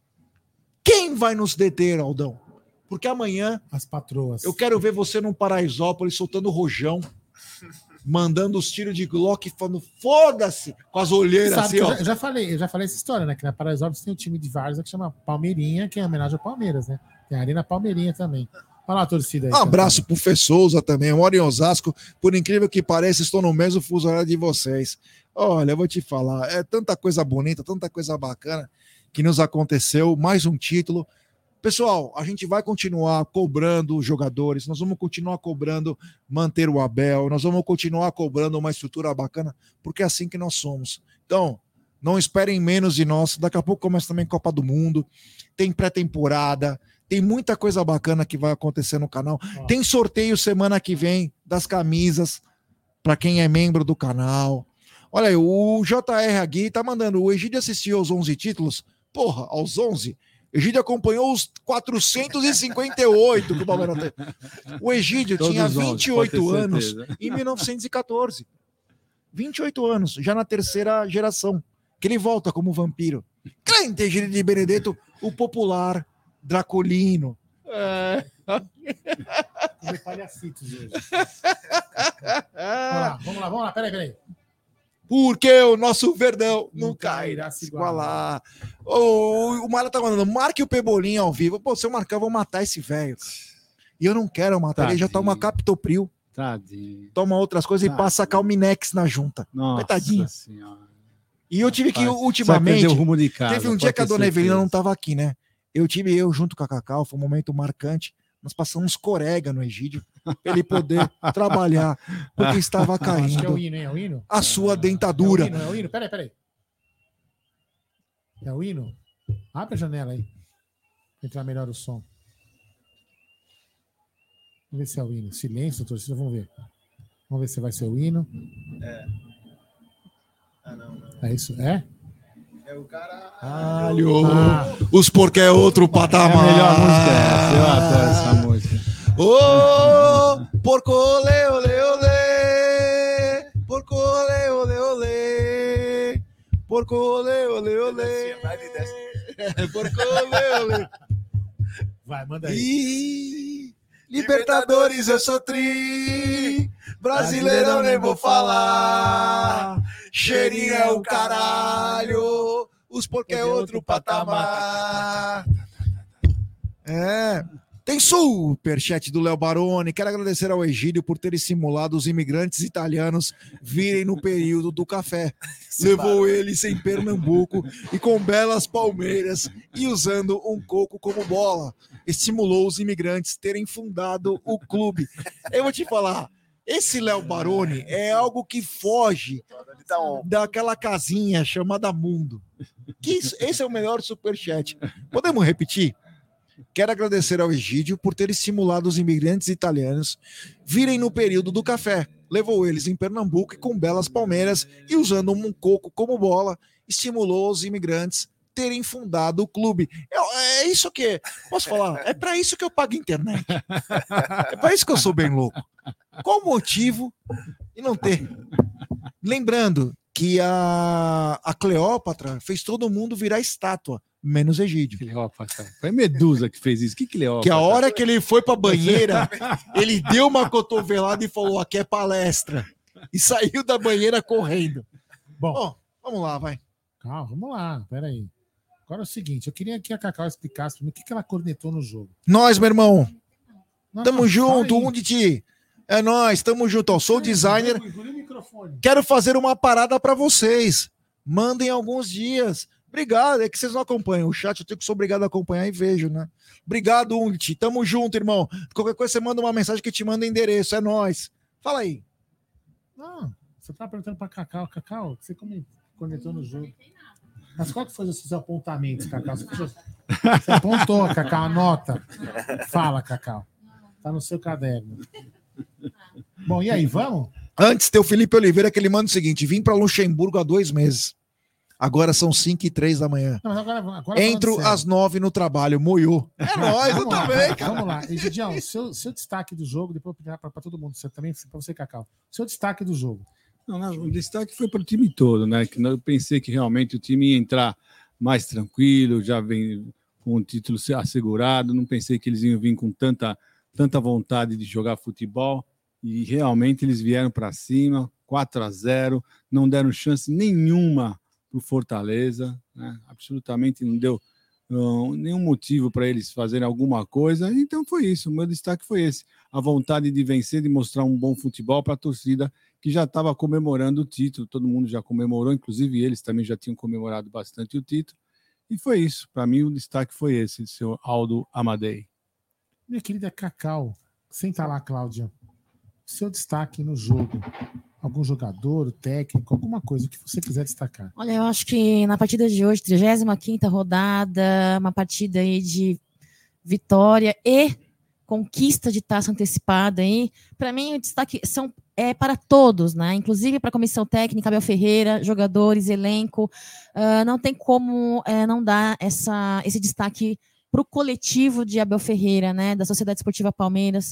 Quem vai nos deter, Aldão? Porque amanhã as patroas. Eu quero ver você num Paraisópolis soltando rojão, mandando os tiros de Glock, falando foda-se, com as olheiras assim, ó. Eu já falei essa história, né? Que na Paraisópolis tem um time de vários que chama Palmeirinha, que é homenagem ao Palmeiras, né? Tem a Arena Palmeirinha também. Olha lá a torcida aí. Um abraço pro Fê Souza também, eu moro em Osasco. Por incrível que pareça, estou no mesmo fuso horário de vocês. Olha, eu vou te falar, é tanta coisa bonita, tanta coisa bacana que nos aconteceu, mais um título. Pessoal, a gente vai continuar cobrando os jogadores, nós vamos continuar cobrando manter o Abel, nós vamos continuar cobrando uma estrutura bacana, porque é assim que nós somos. Então, não esperem menos de nós, daqui a pouco começa também Copa do Mundo, tem pré-temporada, tem muita coisa bacana que vai acontecer no canal, tem sorteio semana que vem das camisas, para quem é membro do canal. Olha aí, o JR Agui tá mandando, o Egídio assistiu aos 11 títulos, porra, aos 11? Egídio acompanhou os 458 que o Palmeiras teve. O Egídio tinha 28 anos em 1914. 28 anos, já na terceira geração, que ele volta como vampiro. Crente Egídio de Benedetto, o popular Draculino. Comer palhacitos hoje. Vamos lá, peraí. Porque o nosso Verdão nunca irá se igualar. O Mara tá mandando, marque o Pebolinho ao vivo. Pô, se eu marcar, eu vou matar esse velho. E eu não quero matar, Tadinho. Ele já toma Captopril. Tadinho. Toma outras coisas e passa Calminex na junta. Nossa Tadinho. Senhora. E eu tive que, ultimamente, o rumo de casa, teve um dia que a dona Evelina não tava aqui, né? Eu junto com a Cacau, foi um momento marcante. Nós passamos corega no Egídio para ele poder trabalhar, porque estava caindo. Acho que é o hino, hein? É o hino? A sua dentadura. É o hino. Peraí. É o hino? Abre a janela aí. Pra entrar melhor o som. Vamos ver se é o hino. Silêncio, torcida, vamos ver. Vamos ver se vai ser o hino. Não. É isso? É? É o cara. Os porque é outro patamar. É a melhor música essa. Eu adoro essa música. Ô, porco ole, ole, ole. Porco ole, ole, ole. Porco ole, ole, ole. Porco ole, ole. Vai, manda aí. Libertadores, eu sou tri. Brasileirão nem vou falar. Cheirinho é o caralho. Os porque é outro patamar. Tem superchat do Léo Baroni. Quero agradecer ao Egídio por ter simulado os imigrantes italianos virem no período do café. Levou eles em Pernambuco e com belas palmeiras e usando um coco como bola. Estimulou os imigrantes terem fundado o clube. Eu vou te falar, esse Léo Baroni é algo que foge daquela casinha chamada mundo. Esse é o melhor superchat. Podemos repetir? Quero agradecer ao Egídio por ter estimulado os imigrantes italianos virem no período do café. Levou eles em Pernambuco e com belas palmeiras e usando um coco como bola, estimulou os imigrantes terem fundado o clube. É isso que... Posso falar? É para isso que eu pago internet. É para isso que eu sou bem louco. Qual o motivo de não ter? Lembrando que a Cleópatra fez todo mundo virar estátua, menos Egídio. Cleópatra. Foi Medusa que fez isso. Que Cleópatra? Que a hora que ele foi pra banheira, ele deu uma cotovelada e falou, aqui é palestra. E saiu da banheira correndo. Bom, vamos lá, vai. Calma, vamos lá, peraí. Agora é o seguinte, eu queria que a Cacau explicasse para mim o que ela cornetou no jogo. Nós, meu irmão. Tamo junto, Unditi. É nós, tamo junto. Ó, sou designer. Quero fazer uma parada para vocês. Mandem alguns dias. Obrigado, é que vocês não acompanham. O chat eu tenho que ser obrigado a acompanhar e vejo, né? Obrigado, Unditi. Tamo junto, irmão. Qualquer coisa você manda uma mensagem que te manda endereço. É nós. Fala aí. Não, você tá perguntando pra Cacau. Cacau, você cornetou no jogo. Mas qual que foi os seus apontamentos, Cacau? Você apontou, Cacau, anota. Fala, Cacau. Tá no seu caderno. Bom, e aí, vamos? Antes, tem o Felipe Oliveira que ele manda o seguinte: vim para Luxemburgo há 2 meses. Agora são 5h03 da manhã. Não, mas agora entro às 9 no trabalho. Moiô. É nóis, eu também, cara. Vamos lá. Egidião, seu destaque do jogo, depois eu vou para todo mundo, você também, para você, Cacau. Seu destaque do jogo. Não, o destaque foi para o time todo, né? Que eu pensei que realmente o time ia entrar mais tranquilo, já vem com o título assegurado. Não pensei que eles iam vir com tanta vontade de jogar futebol. E realmente eles vieram para cima, 4-0, não deram chance nenhuma para o Fortaleza, né? Absolutamente não deu nenhum motivo para eles fazerem alguma coisa. Então foi isso, o meu destaque foi esse. A vontade de vencer, de mostrar um bom futebol para a torcida que já estava comemorando o título, todo mundo já comemorou, inclusive eles também já tinham comemorado bastante o título. E foi isso, para mim o destaque foi esse, seu Aldo Amadei. Minha querida Cacau, senta lá, Cláudia. Seu destaque no jogo. Algum jogador, técnico, alguma coisa, o que você quiser destacar. Olha, eu acho que na partida de hoje, 35ª rodada, uma partida aí de vitória e conquista de taça antecipada aí, para mim o destaque é para todos, né? Inclusive para a comissão técnica, Abel Ferreira, jogadores, elenco, não tem como não dar esse destaque para o coletivo de Abel Ferreira, né? Da Sociedade Esportiva Palmeiras.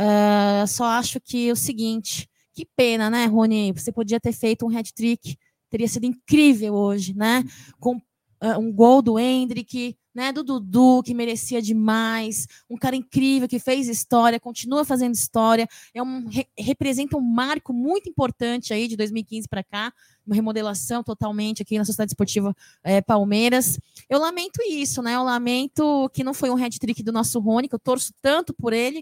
Só acho que o seguinte, que pena, né, Rony? Você podia ter feito um hat-trick, teria sido incrível hoje, né? Com um gol do Endrick, né, do Dudu, que merecia demais, um cara incrível que fez história, continua fazendo história, representa um marco muito importante aí de 2015 para cá, uma remodelação totalmente aqui na Sociedade Esportiva Palmeiras. Eu lamento isso, né? Eu lamento que não foi um hat-trick do nosso Rony, que eu torço tanto por ele.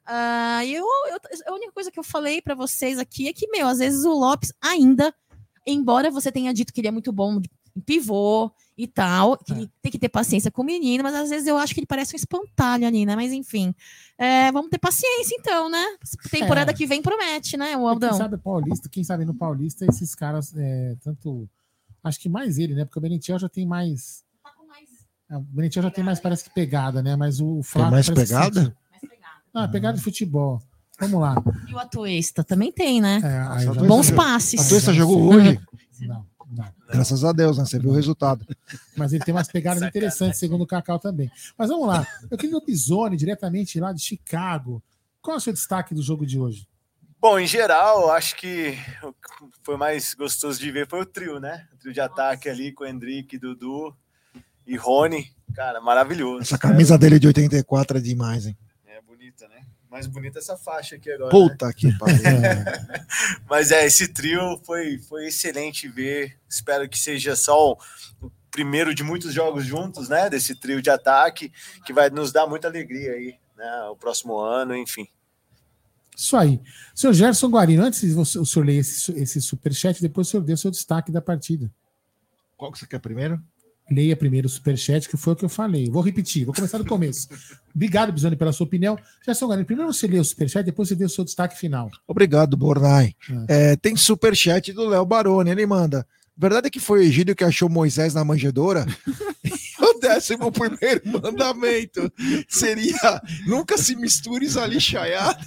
A única coisa que eu falei para vocês aqui é que, às vezes o Lopes ainda, embora você tenha dito que ele é muito bom em pivô e tal, que ele tem que ter paciência com o menino, mas às vezes eu acho que ele parece um espantalho ali, né? Mas enfim, vamos ter paciência então, né? Temporada que vem promete, né, o Aldão? Quem sabe no Paulista esses caras, tanto, acho que mais ele, né? Porque o Benetiel já tem mais... O Benetiel já tem mais, parece que pegada, né? Mas o Flávio... Tem mais pegada? Pegada de futebol. Vamos lá. E o Atuesta também tem, né? Bons passes. O Atuesta jogou hoje? Não. Graças a Deus, né? Você viu o resultado. Mas ele tem umas pegadas interessantes, segundo o Cacau também. Mas vamos lá. Eu queria o Pisoni, diretamente lá de Chicago. Qual é o seu destaque do jogo de hoje? Bom, em geral, acho que o que foi mais gostoso de ver foi o trio, né? O trio de ataque ali com o Endrick, Dudu e Rony. Cara, maravilhoso. Essa camisa dele de 84 é demais, hein? É bonita, né? Mais bonita essa faixa aqui agora. Puta né? que pariu. Mas esse trio foi excelente ver. Espero que seja só o primeiro de muitos jogos juntos, né? Desse trio de ataque, que vai nos dar muita alegria aí, né? O próximo ano, enfim. Isso aí. Senhor Gerson Guarino, antes o senhor ler esse superchat, depois o senhor dê o seu destaque da partida. Qual que você quer primeiro? Leia primeiro o superchat, que foi o que eu falei. Vou repetir, vou começar do começo. Obrigado, Bisoni, pela sua opinião. Gerson Guarino, primeiro você lê o superchat, depois você dê o seu destaque final. Obrigado, Bornai. Tem superchat do Léo Baroni, ele manda. Verdade é que foi o Egídio que achou Moisés na manjedoura? O 11º mandamento seria: nunca se mistures ali, chaiada.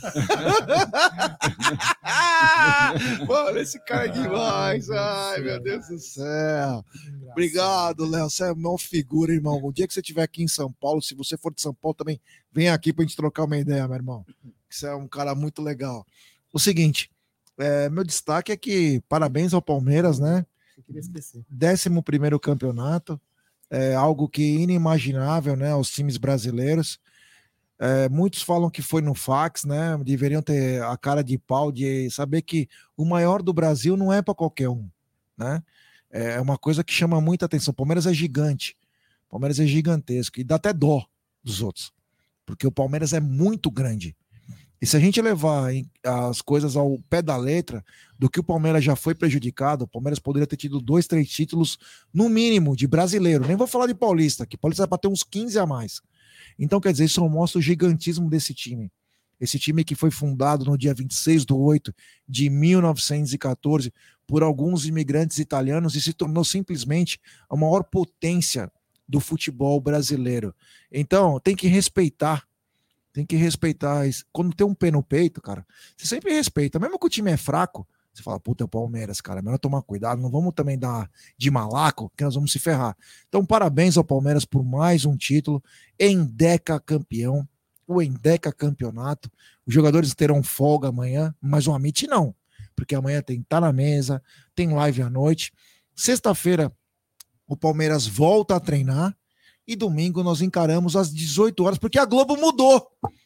Mano, esse cara é demais. Ai, meu Deus do céu. Obrigado, Léo. Você é uma figura, irmão. O dia que você estiver aqui em São Paulo, se você for de São Paulo também, vem aqui pra gente trocar uma ideia, meu irmão. Você é um cara muito legal. O seguinte, meu destaque é que parabéns ao Palmeiras, né? 11º campeonato, algo que é inimaginável, né, aos times brasileiros. Muitos falam que foi no fax, né? Deveriam ter a cara de pau de saber que o maior do Brasil não é para qualquer um, né? É uma coisa que chama muita atenção. O Palmeiras é gigante. O Palmeiras é gigantesco. E dá até dó dos outros. Porque o Palmeiras é muito grande. E se a gente levar as coisas ao pé da letra do que o Palmeiras já foi prejudicado, o Palmeiras poderia ter tido 2, 3 títulos, no mínimo, de brasileiro. Nem vou falar de paulista, que paulista vai bater uns 15 a mais. Então, quer dizer, isso mostra o gigantismo desse time. Esse time que foi fundado no dia 26/8 de 1914 por alguns imigrantes italianos e se tornou simplesmente a maior potência do futebol brasileiro. Então, tem que respeitar. Tem que respeitar isso. Quando tem um pé no peito, cara, você sempre respeita. Mesmo que o time é fraco, você fala, puta, é o Palmeiras, cara, é melhor tomar cuidado. Não vamos também dar de malaco, que nós vamos se ferrar. Então, parabéns ao Palmeiras por mais um título. Endeca campeão. O Endeca campeonato. Os jogadores terão folga amanhã, mas o Amit não. Porque amanhã tem Tá na Mesa, tem live à noite. Sexta-feira, o Palmeiras volta a treinar. E domingo nós encaramos às 18 horas, porque a Globo mudou.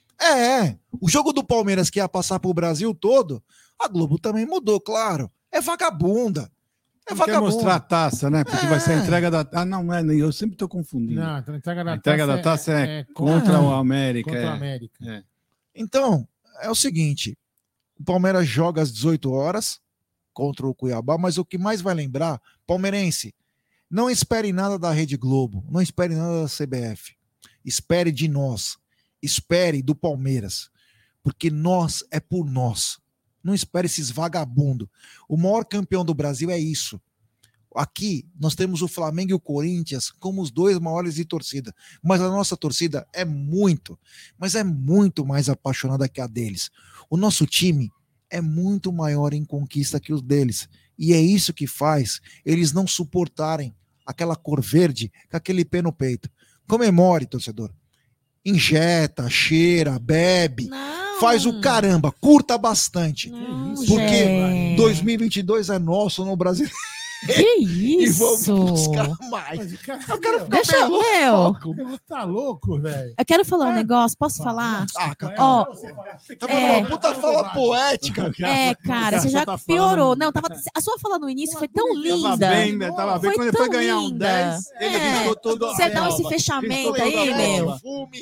O jogo do Palmeiras que ia passar pro Brasil todo, a Globo também mudou, claro. É vagabunda. Quer mostrar a taça, né? Porque vai ser a entrega da... Ah, não, eu sempre tô confundindo. Não, a entrega da taça é contra o América. Contra o América. É. Então, é o seguinte, o Palmeiras joga às 18 horas contra o Cuiabá, mas o que mais vai lembrar, palmeirense, não espere nada da Rede Globo, não espere nada da CBF. Espere de nós, espere do Palmeiras, porque nós é por nós. Não espere esses vagabundos. O maior campeão do Brasil é isso. Aqui nós temos o Flamengo e o Corinthians como os 2 maiores de torcida, mas a nossa torcida é muito mais apaixonada que a deles. O nosso time é muito maior em conquista que os deles. E é isso que faz eles não suportarem aquela cor verde com aquele pé no peito. Comemore, torcedor. Injeta, cheira, bebe. Faz o caramba, curta bastante. Porque 2022 é nosso no Brasil. Que isso? E vamos buscar mais. Eu quero ficar Deixa meio eu. louco. Tá louco, velho. Eu quero falar um negócio, posso falar? Tá uma puta fala poética. Cara, você já piorou. Não, a sua fala no início foi tão linda. Tava bem. Quando ele foi ganhar um 10, ele ficou todo... Você dá esse fechamento aí, meu.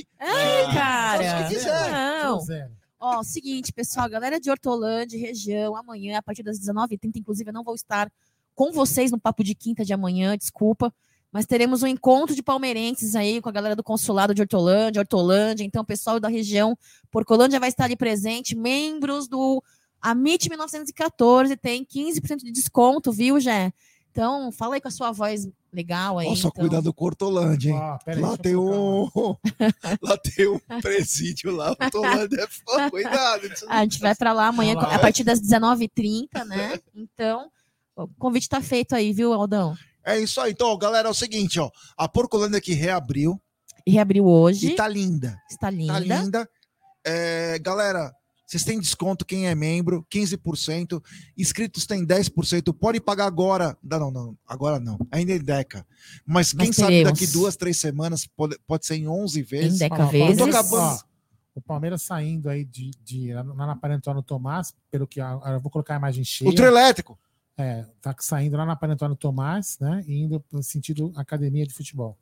Cara. Não. Seguinte, pessoal, galera de Hortolândia, região, amanhã, a partir das 19h30, inclusive eu não vou estar com vocês no Papo de Quinta de amanhã, desculpa, mas teremos um encontro de palmeirenses aí com a galera do consulado de Hortolândia, então o pessoal da região Porcolândia vai estar ali presente, membros do Amit 1914, tem 15% de desconto, viu, Jé? Então, fala aí com a sua voz legal aí. Nossa, então. cuidado com o Hortolândia, hein? Lá tem um presídio lá, Hortolândia é foda, cuidado. A gente vai para lá amanhã, a partir das 19h30, né? Então, o convite tá feito aí, viu, Aldão? É isso aí. Então, galera, é o seguinte, ó. A Porcolândia que reabriu. Reabriu hoje. E tá linda. Está linda. Tá linda. Galera, vocês têm desconto, quem é membro, 15%. Inscritos tem 10%. Pode pagar agora. Não, agora não. Ainda é Endeca. Mas quem sabe daqui 2, 3 semanas pode ser em 11 vezes. Endeca vezes. Eu tô acabando... O Palmeiras saindo aí lá na Padre Antônio Tomás, pelo que eu vou colocar a imagem cheia. O trio elétrico. Tá saindo lá na Padre Antônio Tomás, né? E indo no sentido academia de futebol.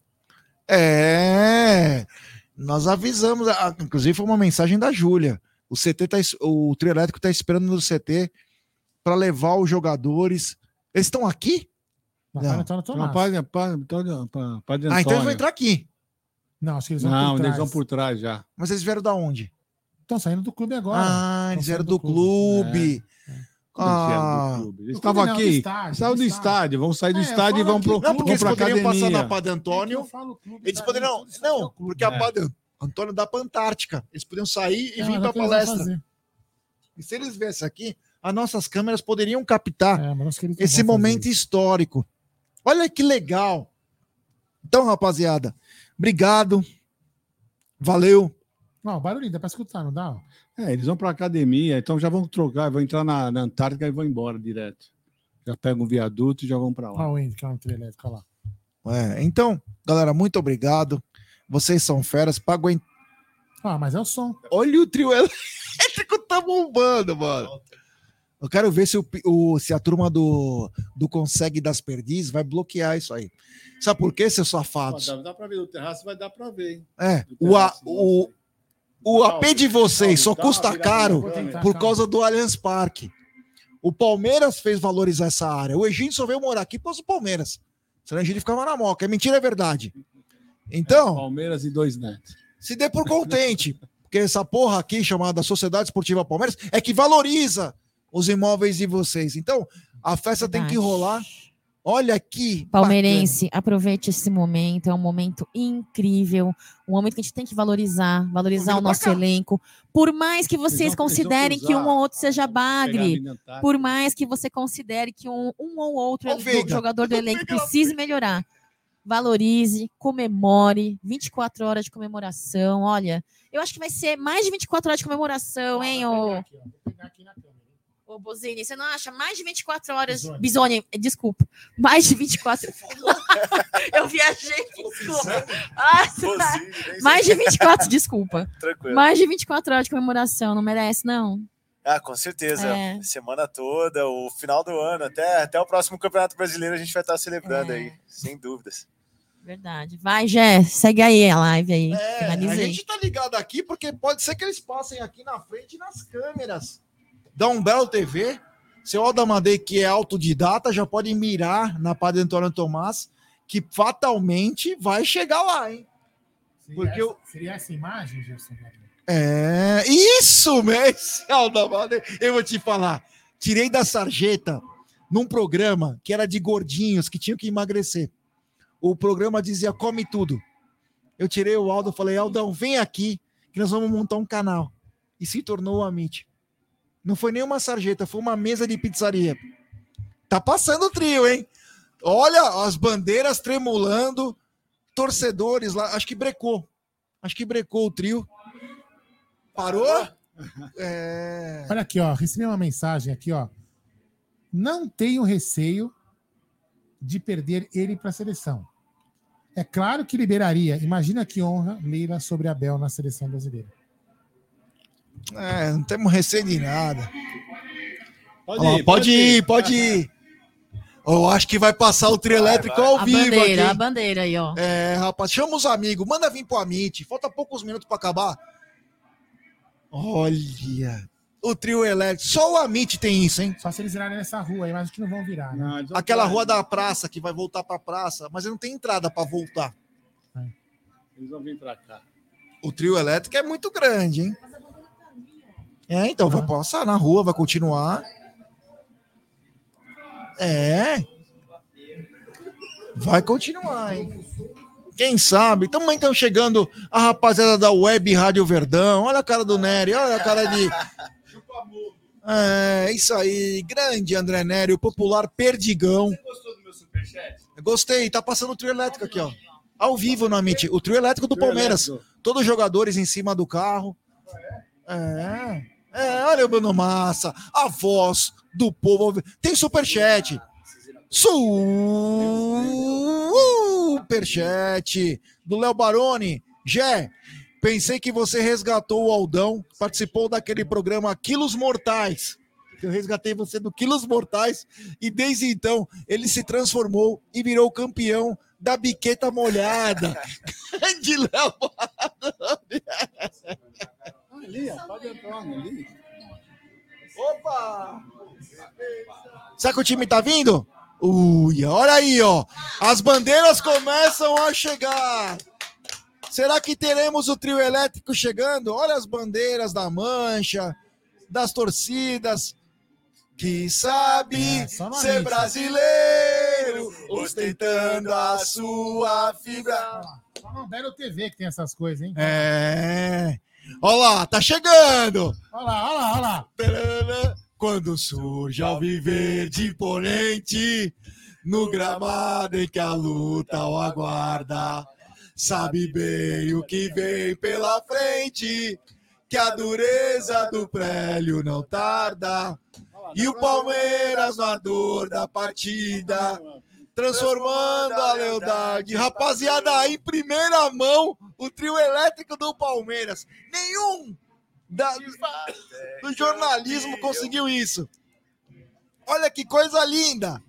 Nós avisamos, inclusive foi uma mensagem da Júlia. O trio elétrico está esperando no CT para levar os jogadores. Eles estão aqui? Na Padre Antônio Tomás. Padre então eles vão entrar aqui. Não, acho que eles vão por trás. Eles vão por trás já. Mas eles vieram da onde? Estão saindo do clube agora. Eles vieram do clube. Eles estavam aqui, saiu do estádio, vão sair do estádio e vão para a academia. Eles poderiam passar na Padre Antônio. Eles poderiam. Não, porque a Padre Antônio dá para a Antártica. Eles poderiam sair e vir para a palestra. E se eles viessem aqui, as nossas câmeras poderiam captar esse momento histórico. Olha que legal. Então, rapaziada, obrigado. Valeu. Não, barulhinho, dá para escutar, não dá? Eles vão para a academia, então já vão trocar, vão entrar na Antártica e vão embora direto. Já pegam um viaduto e já vão para lá. Olha o Indy, que é um trio elétrico, olha lá. Então, galera, muito obrigado. Vocês são feras para aguentar. Mas é o som. Olha o trio elétrico tá bombando, mano. Eu quero ver se a turma do Consegue das Perdizes vai bloquear isso aí. Sabe por quê, seus safados? Dá para ver o terraço, vai dar para ver, hein? O AP de vocês só custa caro por causa do Allianz Parque. O Palmeiras fez valorizar essa área. O Egídio só veio morar aqui por causa do Palmeiras. Senão o Egídio ficava na moca. É mentira, é verdade. Então... Palmeiras e 2 netos. Se dê por contente. Porque essa porra aqui, chamada Sociedade Esportiva Palmeiras, é que valoriza os imóveis de vocês. Então, a festa tem que rolar. Olha aqui. Palmeirense, aproveite esse momento, é um momento incrível, um momento que a gente tem que valorizar o nosso elenco. Por mais que vocês considerem que um ou outro seja bagre, por mais que você considere que um ou outro jogador do elenco precise melhorar, valorize, comemore, 24 horas de comemoração. Olha, eu acho que vai ser mais de 24 horas de comemoração, hein, ô Bozini, você não acha? Mais de 24 horas. Bisoni, desculpa. Mais de 24. Eu viajei, desculpa. Mais de 24, desculpa. Tranquilo. Mais de 24 horas de comemoração, não merece, não? Com certeza. Semana toda, o final do ano, até o próximo Campeonato Brasileiro a gente vai estar celebrando aí, sem dúvidas. Verdade. Vai, Gé, segue aí a live aí. A gente tá ligado aqui porque pode ser que eles passem aqui na frente nas câmeras da Umbelo TV. Seu Aldamadei, que é autodidata, já pode mirar na Padre Antônio Tomás, que fatalmente vai chegar lá, hein? Seria essa imagem, Gilson? Isso mesmo, Aldamadei. Eu vou te falar. Tirei da sarjeta num programa que era de gordinhos que tinham que emagrecer. O programa dizia come tudo. Eu tirei o Aldo e falei, Aldão, vem aqui que nós vamos montar um canal. E se tornou o Amit. Não foi nem uma sarjeta, foi uma mesa de pizzaria. Tá passando o trio, hein? Olha as bandeiras tremulando, torcedores lá. Acho que brecou o trio. Parou? Olha aqui, ó. Recebi uma mensagem aqui, ó. Não tenho receio de perder ele para a seleção. É claro que liberaria. Imagina que honra Leila sobre Abel na seleção brasileira. Não temos receio de nada. Pode ir. Eu acho que vai passar o trio elétrico ao vivo aqui. A bandeira aí, ó. Rapaz, chama os amigos, manda vir pro Amit. Falta poucos minutos para acabar. Olha, o trio elétrico. Só o Amit tem isso, hein? Só se eles virarem nessa rua aí, mas acho que não vão virar. Né? Aquela rua da praça que vai voltar pra praça, mas não tem entrada para voltar. Eles vão vir pra cá. O trio elétrico é muito grande, hein? Então vai passar na rua, vai continuar. Vai continuar, hein? Quem sabe? Também estão chegando a rapaziada da Web Rádio Verdão. Olha a cara do Nery, olha a cara de... Isso aí. Grande André Nery, o popular Perdigão. Você gostou do meu superchat? Gostei, tá passando o trio elétrico aqui, ó. Ao vivo no Amit. O trio elétrico do Palmeiras. Todos os jogadores em cima do carro. Olha o Bruno Massa, a voz do povo. Tem superchat. Superchat do Léo Baroni. Gé, pensei que você resgatou o Aldão, participou daquele programa Quilos Mortais. Eu resgatei você do Quilos Mortais e desde então ele se transformou e virou campeão da biqueta molhada. Grande Léo Baroni. Ali, pode entrar ali. Opa! Será que o time tá vindo? Olha aí, ó. As bandeiras começam a chegar. Será que teremos o trio elétrico chegando? Olha as bandeiras da mancha, das torcidas. Que sabe ser brasileiro, ostentando a sua fibra. Só não Belo TV que tem essas coisas, hein? Olha lá, tá chegando. Olha lá. Quando surge ao viver de imponente, no gramado em que a luta o aguarda, sabe bem o que vem pela frente, que a dureza do prélio não tarda, e o Palmeiras na dor da partida, transformando a lealdade. Rapaziada, em primeira mão, o trio elétrico do Palmeiras. Nenhum do jornalismo conseguiu isso. Olha que coisa linda.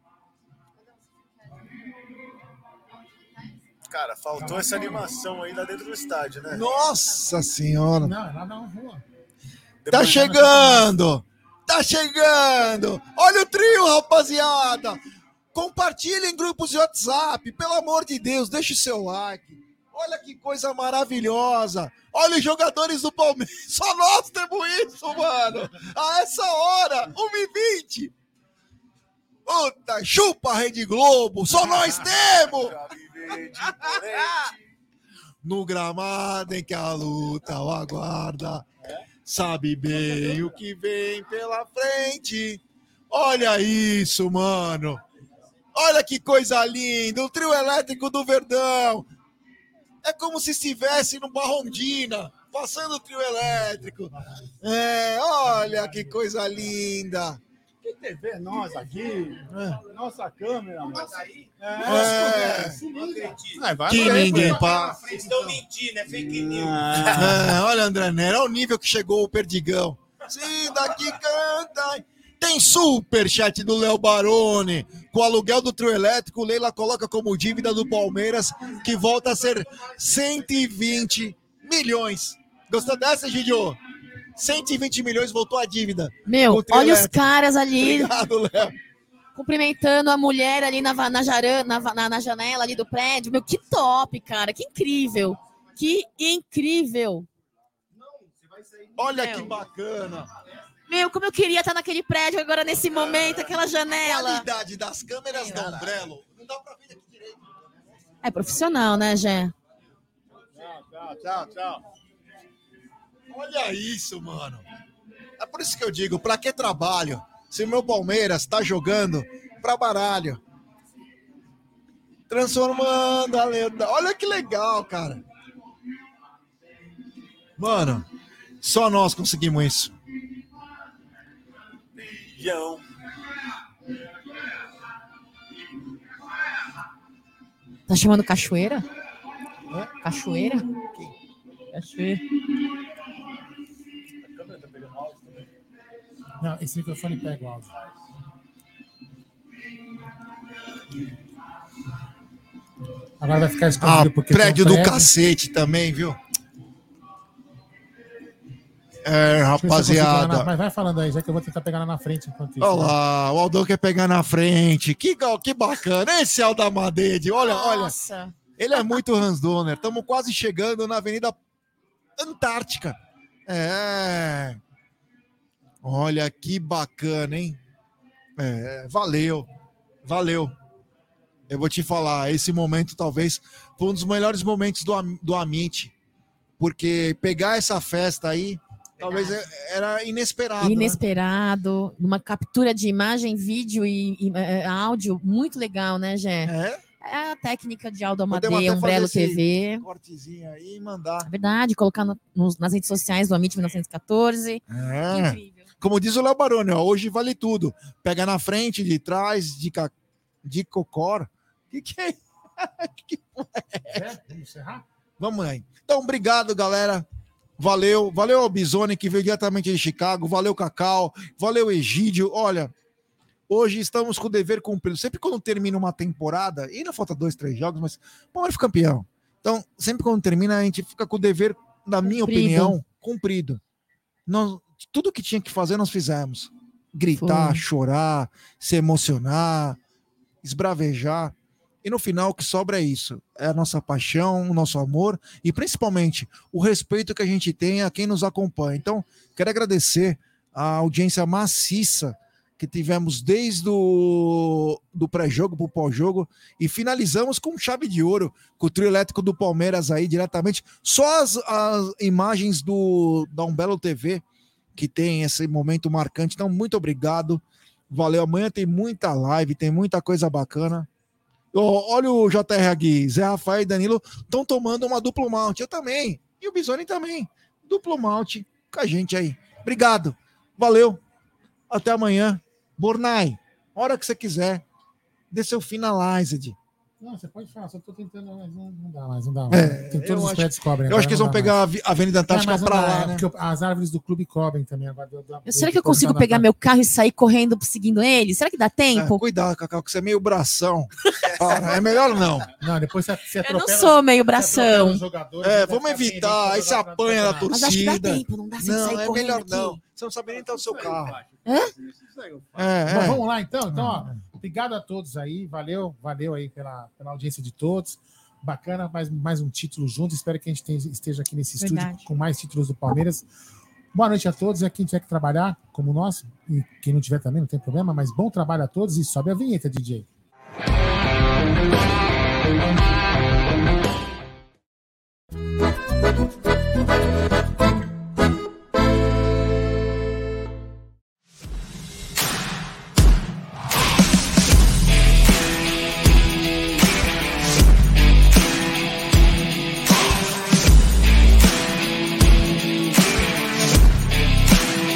Cara, faltou essa animação aí lá dentro do estádio, né? Nossa Senhora. Não, lá na rua. Tá chegando. Tá chegando. Olha o trio, rapaziada. Compartilhem em grupos de WhatsApp. Pelo amor de Deus, deixe o seu like. Olha que coisa maravilhosa. Olha os jogadores do Palmeiras. Só nós temos isso, mano. A essa hora, 1h20. Puta, chupa a Rede Globo. Só nós temos. No gramado em que a luta o aguarda. Sabe bem o que vem pela frente. Olha isso, mano. Olha que coisa linda. O trio elétrico do Verdão. É como se estivesse no Barrondina, passando o trio elétrico. Olha que coisa linda. Que TV nós aqui? Nossa câmera, mano. Que ninguém passa. Vocês estão mentindo, é fake news. Olha, André Nera, olha o nível que chegou o Perdigão. Sim, daqui canta. Tem superchat do Léo Baroni. Com o aluguel do trio elétrico, o Leila coloca como dívida do Palmeiras, que volta a ser 120 milhões. Gostou dessa, Gidio? 120 milhões voltou a dívida. Meu, olha os caras ali. Obrigado, Léo. Cumprimentando a mulher ali na janela ali do prédio. Meu, que top, cara. Que incrível. Que incrível. Olha que bacana. Meu, como eu queria estar naquele prédio agora, nesse momento, aquela janela. A qualidade das câmeras da Umbrello. Não dá pra ver aqui direito. É profissional, né, Gé? Tchau. Olha isso, mano. É por isso que eu digo, pra que trabalho? Se o meu Palmeiras tá jogando pra baralho. Transformando a lenda. Olha que legal, cara. Mano, só nós conseguimos isso. Tá chamando cachoeira? Cachoeira? Cachoeira. Não, esse microfone pega o áudio. Agora vai ficar escondido porque prédio do cacete também, viu? Rapaziada. Mas vai falando aí, já que eu vou tentar pegar lá na frente enquanto isso. Olha lá, o Aldão quer pegar na frente. Que bacana. Esse é o da Madede. Olha. Ele é muito Hans Donner. Estamos quase chegando na Avenida Antártica. Olha que bacana, hein? Valeu. Eu vou te falar, esse momento talvez foi um dos melhores momentos do Amit. Porque pegar essa festa aí, talvez era inesperado. Inesperado, né? Uma captura de imagem, vídeo e áudio muito legal, né, Gé? É a técnica de Aldo Amadei, Umbrello TV. Cortezinho aí e mandar. É verdade, colocar nas redes sociais do Amit 1914. Incrível. Como diz o Léo Baroni, hoje vale tudo. Pega na frente, de trás, de cocor. Que é? Vamos encerrar? Vamos aí. Então, obrigado, galera. Valeu ao Bisoni, que veio diretamente de Chicago. Valeu, Cacau. Valeu, Egídio. Olha, hoje estamos com o dever cumprido. Sempre quando termina uma temporada, e ainda falta 2, 3 jogos, mas o Palmeiras fica campeão. Então, sempre quando termina, a gente fica com o dever, na minha opinião, cumprido. Tudo que tinha que fazer, nós fizemos. Gritar, chorar, se emocionar, esbravejar. E no final o que sobra é isso. É a nossa paixão, o nosso amor e principalmente o respeito que a gente tem a quem nos acompanha. Então, quero agradecer a audiência maciça que tivemos desde do pré-jogo para o pós-jogo e finalizamos com chave de ouro, com o trio elétrico do Palmeiras aí diretamente. Só as imagens da Umbrello TV que tem esse momento marcante. Então, muito obrigado. Valeu. Amanhã tem muita live, tem muita coisa bacana. Olha o JR Agui, Zé Rafael e Danilo estão tomando uma duplo malte. Eu também. E o Bisoni também. Duplo malte com a gente aí. Obrigado. Valeu. Até amanhã. Bornai, hora que você quiser, dê seu finalized. Não, você pode falar, só tô tentando, mas não dá mais, não dá mais. Tem todos os prédios cobrem. Eu acho que eles vão pegar a Avenida Antártica pra lá, né? Porque as árvores do clube cobrem também. Agora, será que eu consigo pegar meu carro e sair correndo seguindo ele? Será que dá tempo? Cuidado, Cacau, que você é meio bração. É melhor não. Não, depois você atropela. Eu não sou meio bração. Vamos evitar, aí você apanha na torcida. Mas acho que dá tempo, não dá certo sair correndo. Não, é melhor aqui. não. Você não sabe nem estar no seu carro. Bom, vamos lá, então. Obrigado a todos aí. Valeu aí pela audiência de todos. Bacana, mais um título junto. Espero que a gente esteja aqui nesse estúdio com mais títulos do Palmeiras. Boa noite a todos. E quem tiver que trabalhar, como nós, e quem não tiver também, não tem problema, mas bom trabalho a todos. E sobe a vinheta, DJ.